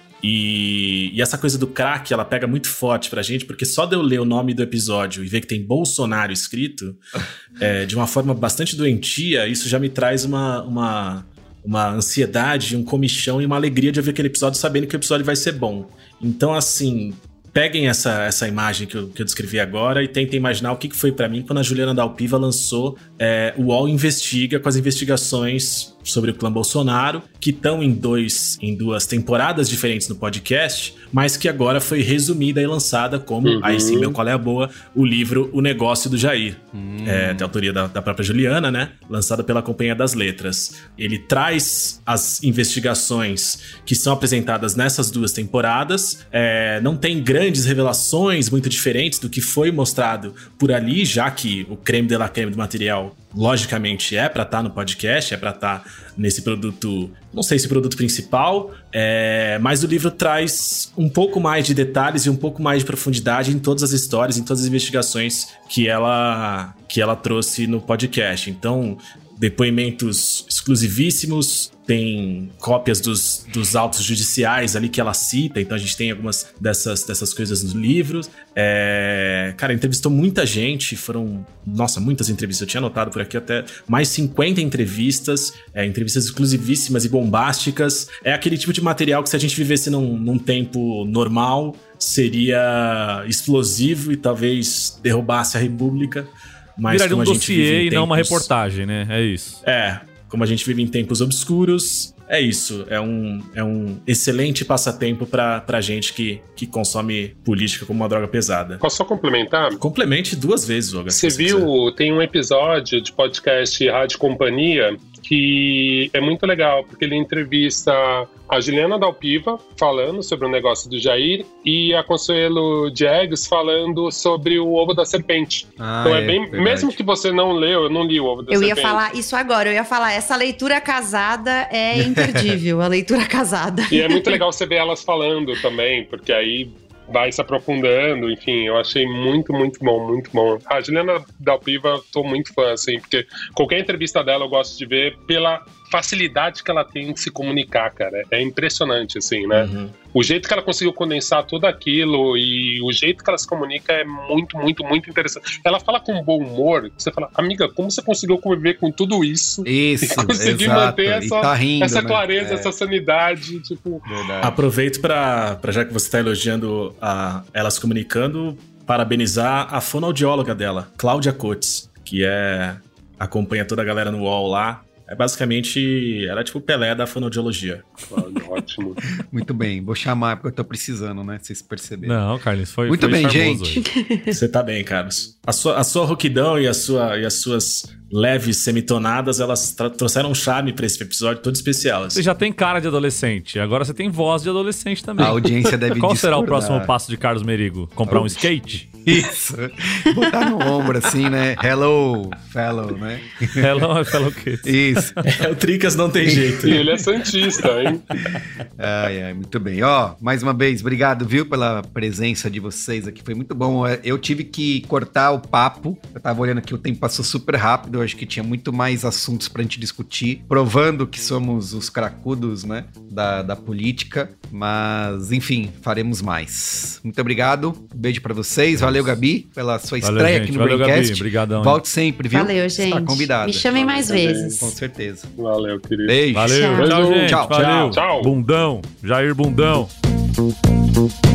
E, e essa coisa do crack, ela pega muito forte pra gente, porque só de eu ler o nome do episódio e ver que tem Bolsonaro escrito, é, de uma forma bastante doentia, isso já me traz uma... uma uma ansiedade, um comichão e uma alegria de ver aquele episódio sabendo que o episódio vai ser bom. Então, assim, peguem essa, essa imagem que eu, que eu descrevi agora e tentem imaginar o que, que foi pra mim quando a Juliana Dalpiva lançou é, o U O L Investiga com as investigações sobre o clã Bolsonaro, que estão em, dois, em duas temporadas diferentes no podcast, mas que agora foi resumida e lançada como, uhum. aí sim, meu qual é a boa, o livro O Negócio do Jair. Uhum. É, tem a autoria da, da própria Juliana, né? Lançada pela Companhia das Letras. Ele traz as investigações que são apresentadas nessas duas temporadas. É, não tem grandes revelações muito diferentes do que foi mostrado por ali, já que o creme de la creme do material, logicamente, é pra estar no podcast, é pra estar nesse produto, não sei se produto principal, é, mas o livro traz um pouco mais de detalhes e um pouco mais de profundidade em todas as histórias, em todas as investigações que ela, que ela trouxe no podcast. Então, depoimentos exclusivíssimos, tem cópias dos, dos autos judiciais ali que ela cita, então a gente tem algumas dessas, dessas coisas nos livros. É, cara, entrevistou muita gente, foram, nossa, muitas entrevistas, eu tinha anotado por aqui até mais cinquenta entrevistas, é, entrevistas exclusivíssimas e bombásticas. É aquele tipo de material que, se a gente vivesse num, num tempo normal, seria explosivo e talvez derrubasse a República. Mas viraria um dossiê e tempos... não uma reportagem, né? É isso. É, como a gente vive em tempos obscuros, é isso. É um, é um excelente passatempo pra, pra gente que, que consome política como uma droga pesada. Posso só complementar? Complemente duas vezes, Olga. Você viu, quiser. Tem um episódio de podcast Rádio Companhia que é muito legal, porque ele entrevista a Juliana Dalpiva falando sobre o negócio do Jair e a Consuelo Diegues falando sobre o Ovo da Serpente. Ah, então é, é bem, verdade. Mesmo que você não leu, eu não li o Ovo da eu Serpente. Eu ia falar isso agora, eu ia falar, essa leitura casada é imperdível, a leitura casada. E é muito legal você ver elas falando também, porque aí vai se aprofundando, enfim, eu achei muito, muito bom, muito bom. A Juliana Dalpiva, tô muito fã, assim, porque qualquer entrevista dela eu gosto de ver pela facilidade que ela tem de se comunicar, cara. É impressionante, assim, né? Uhum. O jeito que ela conseguiu condensar tudo aquilo e o jeito que ela se comunica é muito, muito, muito interessante. Ela fala com bom humor, você fala, amiga, como você conseguiu conviver com tudo isso? Isso, e conseguir exato. manter essa, tá rindo, essa né? clareza, é. essa sanidade, tipo... Verdade. Aproveito pra, pra, já que você tá elogiando a, ela se comunicando, parabenizar a fonoaudióloga dela, Cláudia Coates, que é... acompanha toda a galera no U O L lá. É basicamente, era tipo o Pelé da fonoaudiologia. Ótimo. Muito bem, vou chamar porque eu tô precisando, né? Vocês perceberam. Não, Carlos, foi muito foi bem, gente. Você tá bem, Carlos. A sua, a sua rouquidão e, a sua, e as suas leves semitonadas, elas trouxeram um charme pra esse episódio todo especial. Assim. Você já tem cara de adolescente, agora você tem voz de adolescente também. A audiência deve Qual discordar. será o próximo passo de Carlos Merigo? Comprar um skate? Isso. Botar no ombro assim, né? Hello, fellow, né? Hello, fellow kids. Isso. É, o Tricas não tem jeito. E ele é santista, hein? Ai, ai, muito bem. Ó, mais uma vez, obrigado, viu, pela presença de vocês aqui. Foi muito bom. Eu tive que cortar o papo. Eu tava olhando aqui, o tempo passou super rápido. Eu acho que tinha muito mais assuntos pra gente discutir, provando que somos os cracudos, né, da, da política. Mas, enfim, faremos mais. Muito obrigado. Um beijo pra vocês. Valeu, Gabi, pela sua Valeu, estreia gente. aqui no Valeu, Braincast. Gabi. Obrigadão. Volte sempre, viu? Valeu, gente. Está convidada. Me chamem mais Valeu, vezes. Com certeza. Valeu, querido. Beijo. Valeu, Tchau. tchau, gente. Tchau, Valeu. tchau. Bundão, Jair Bundão.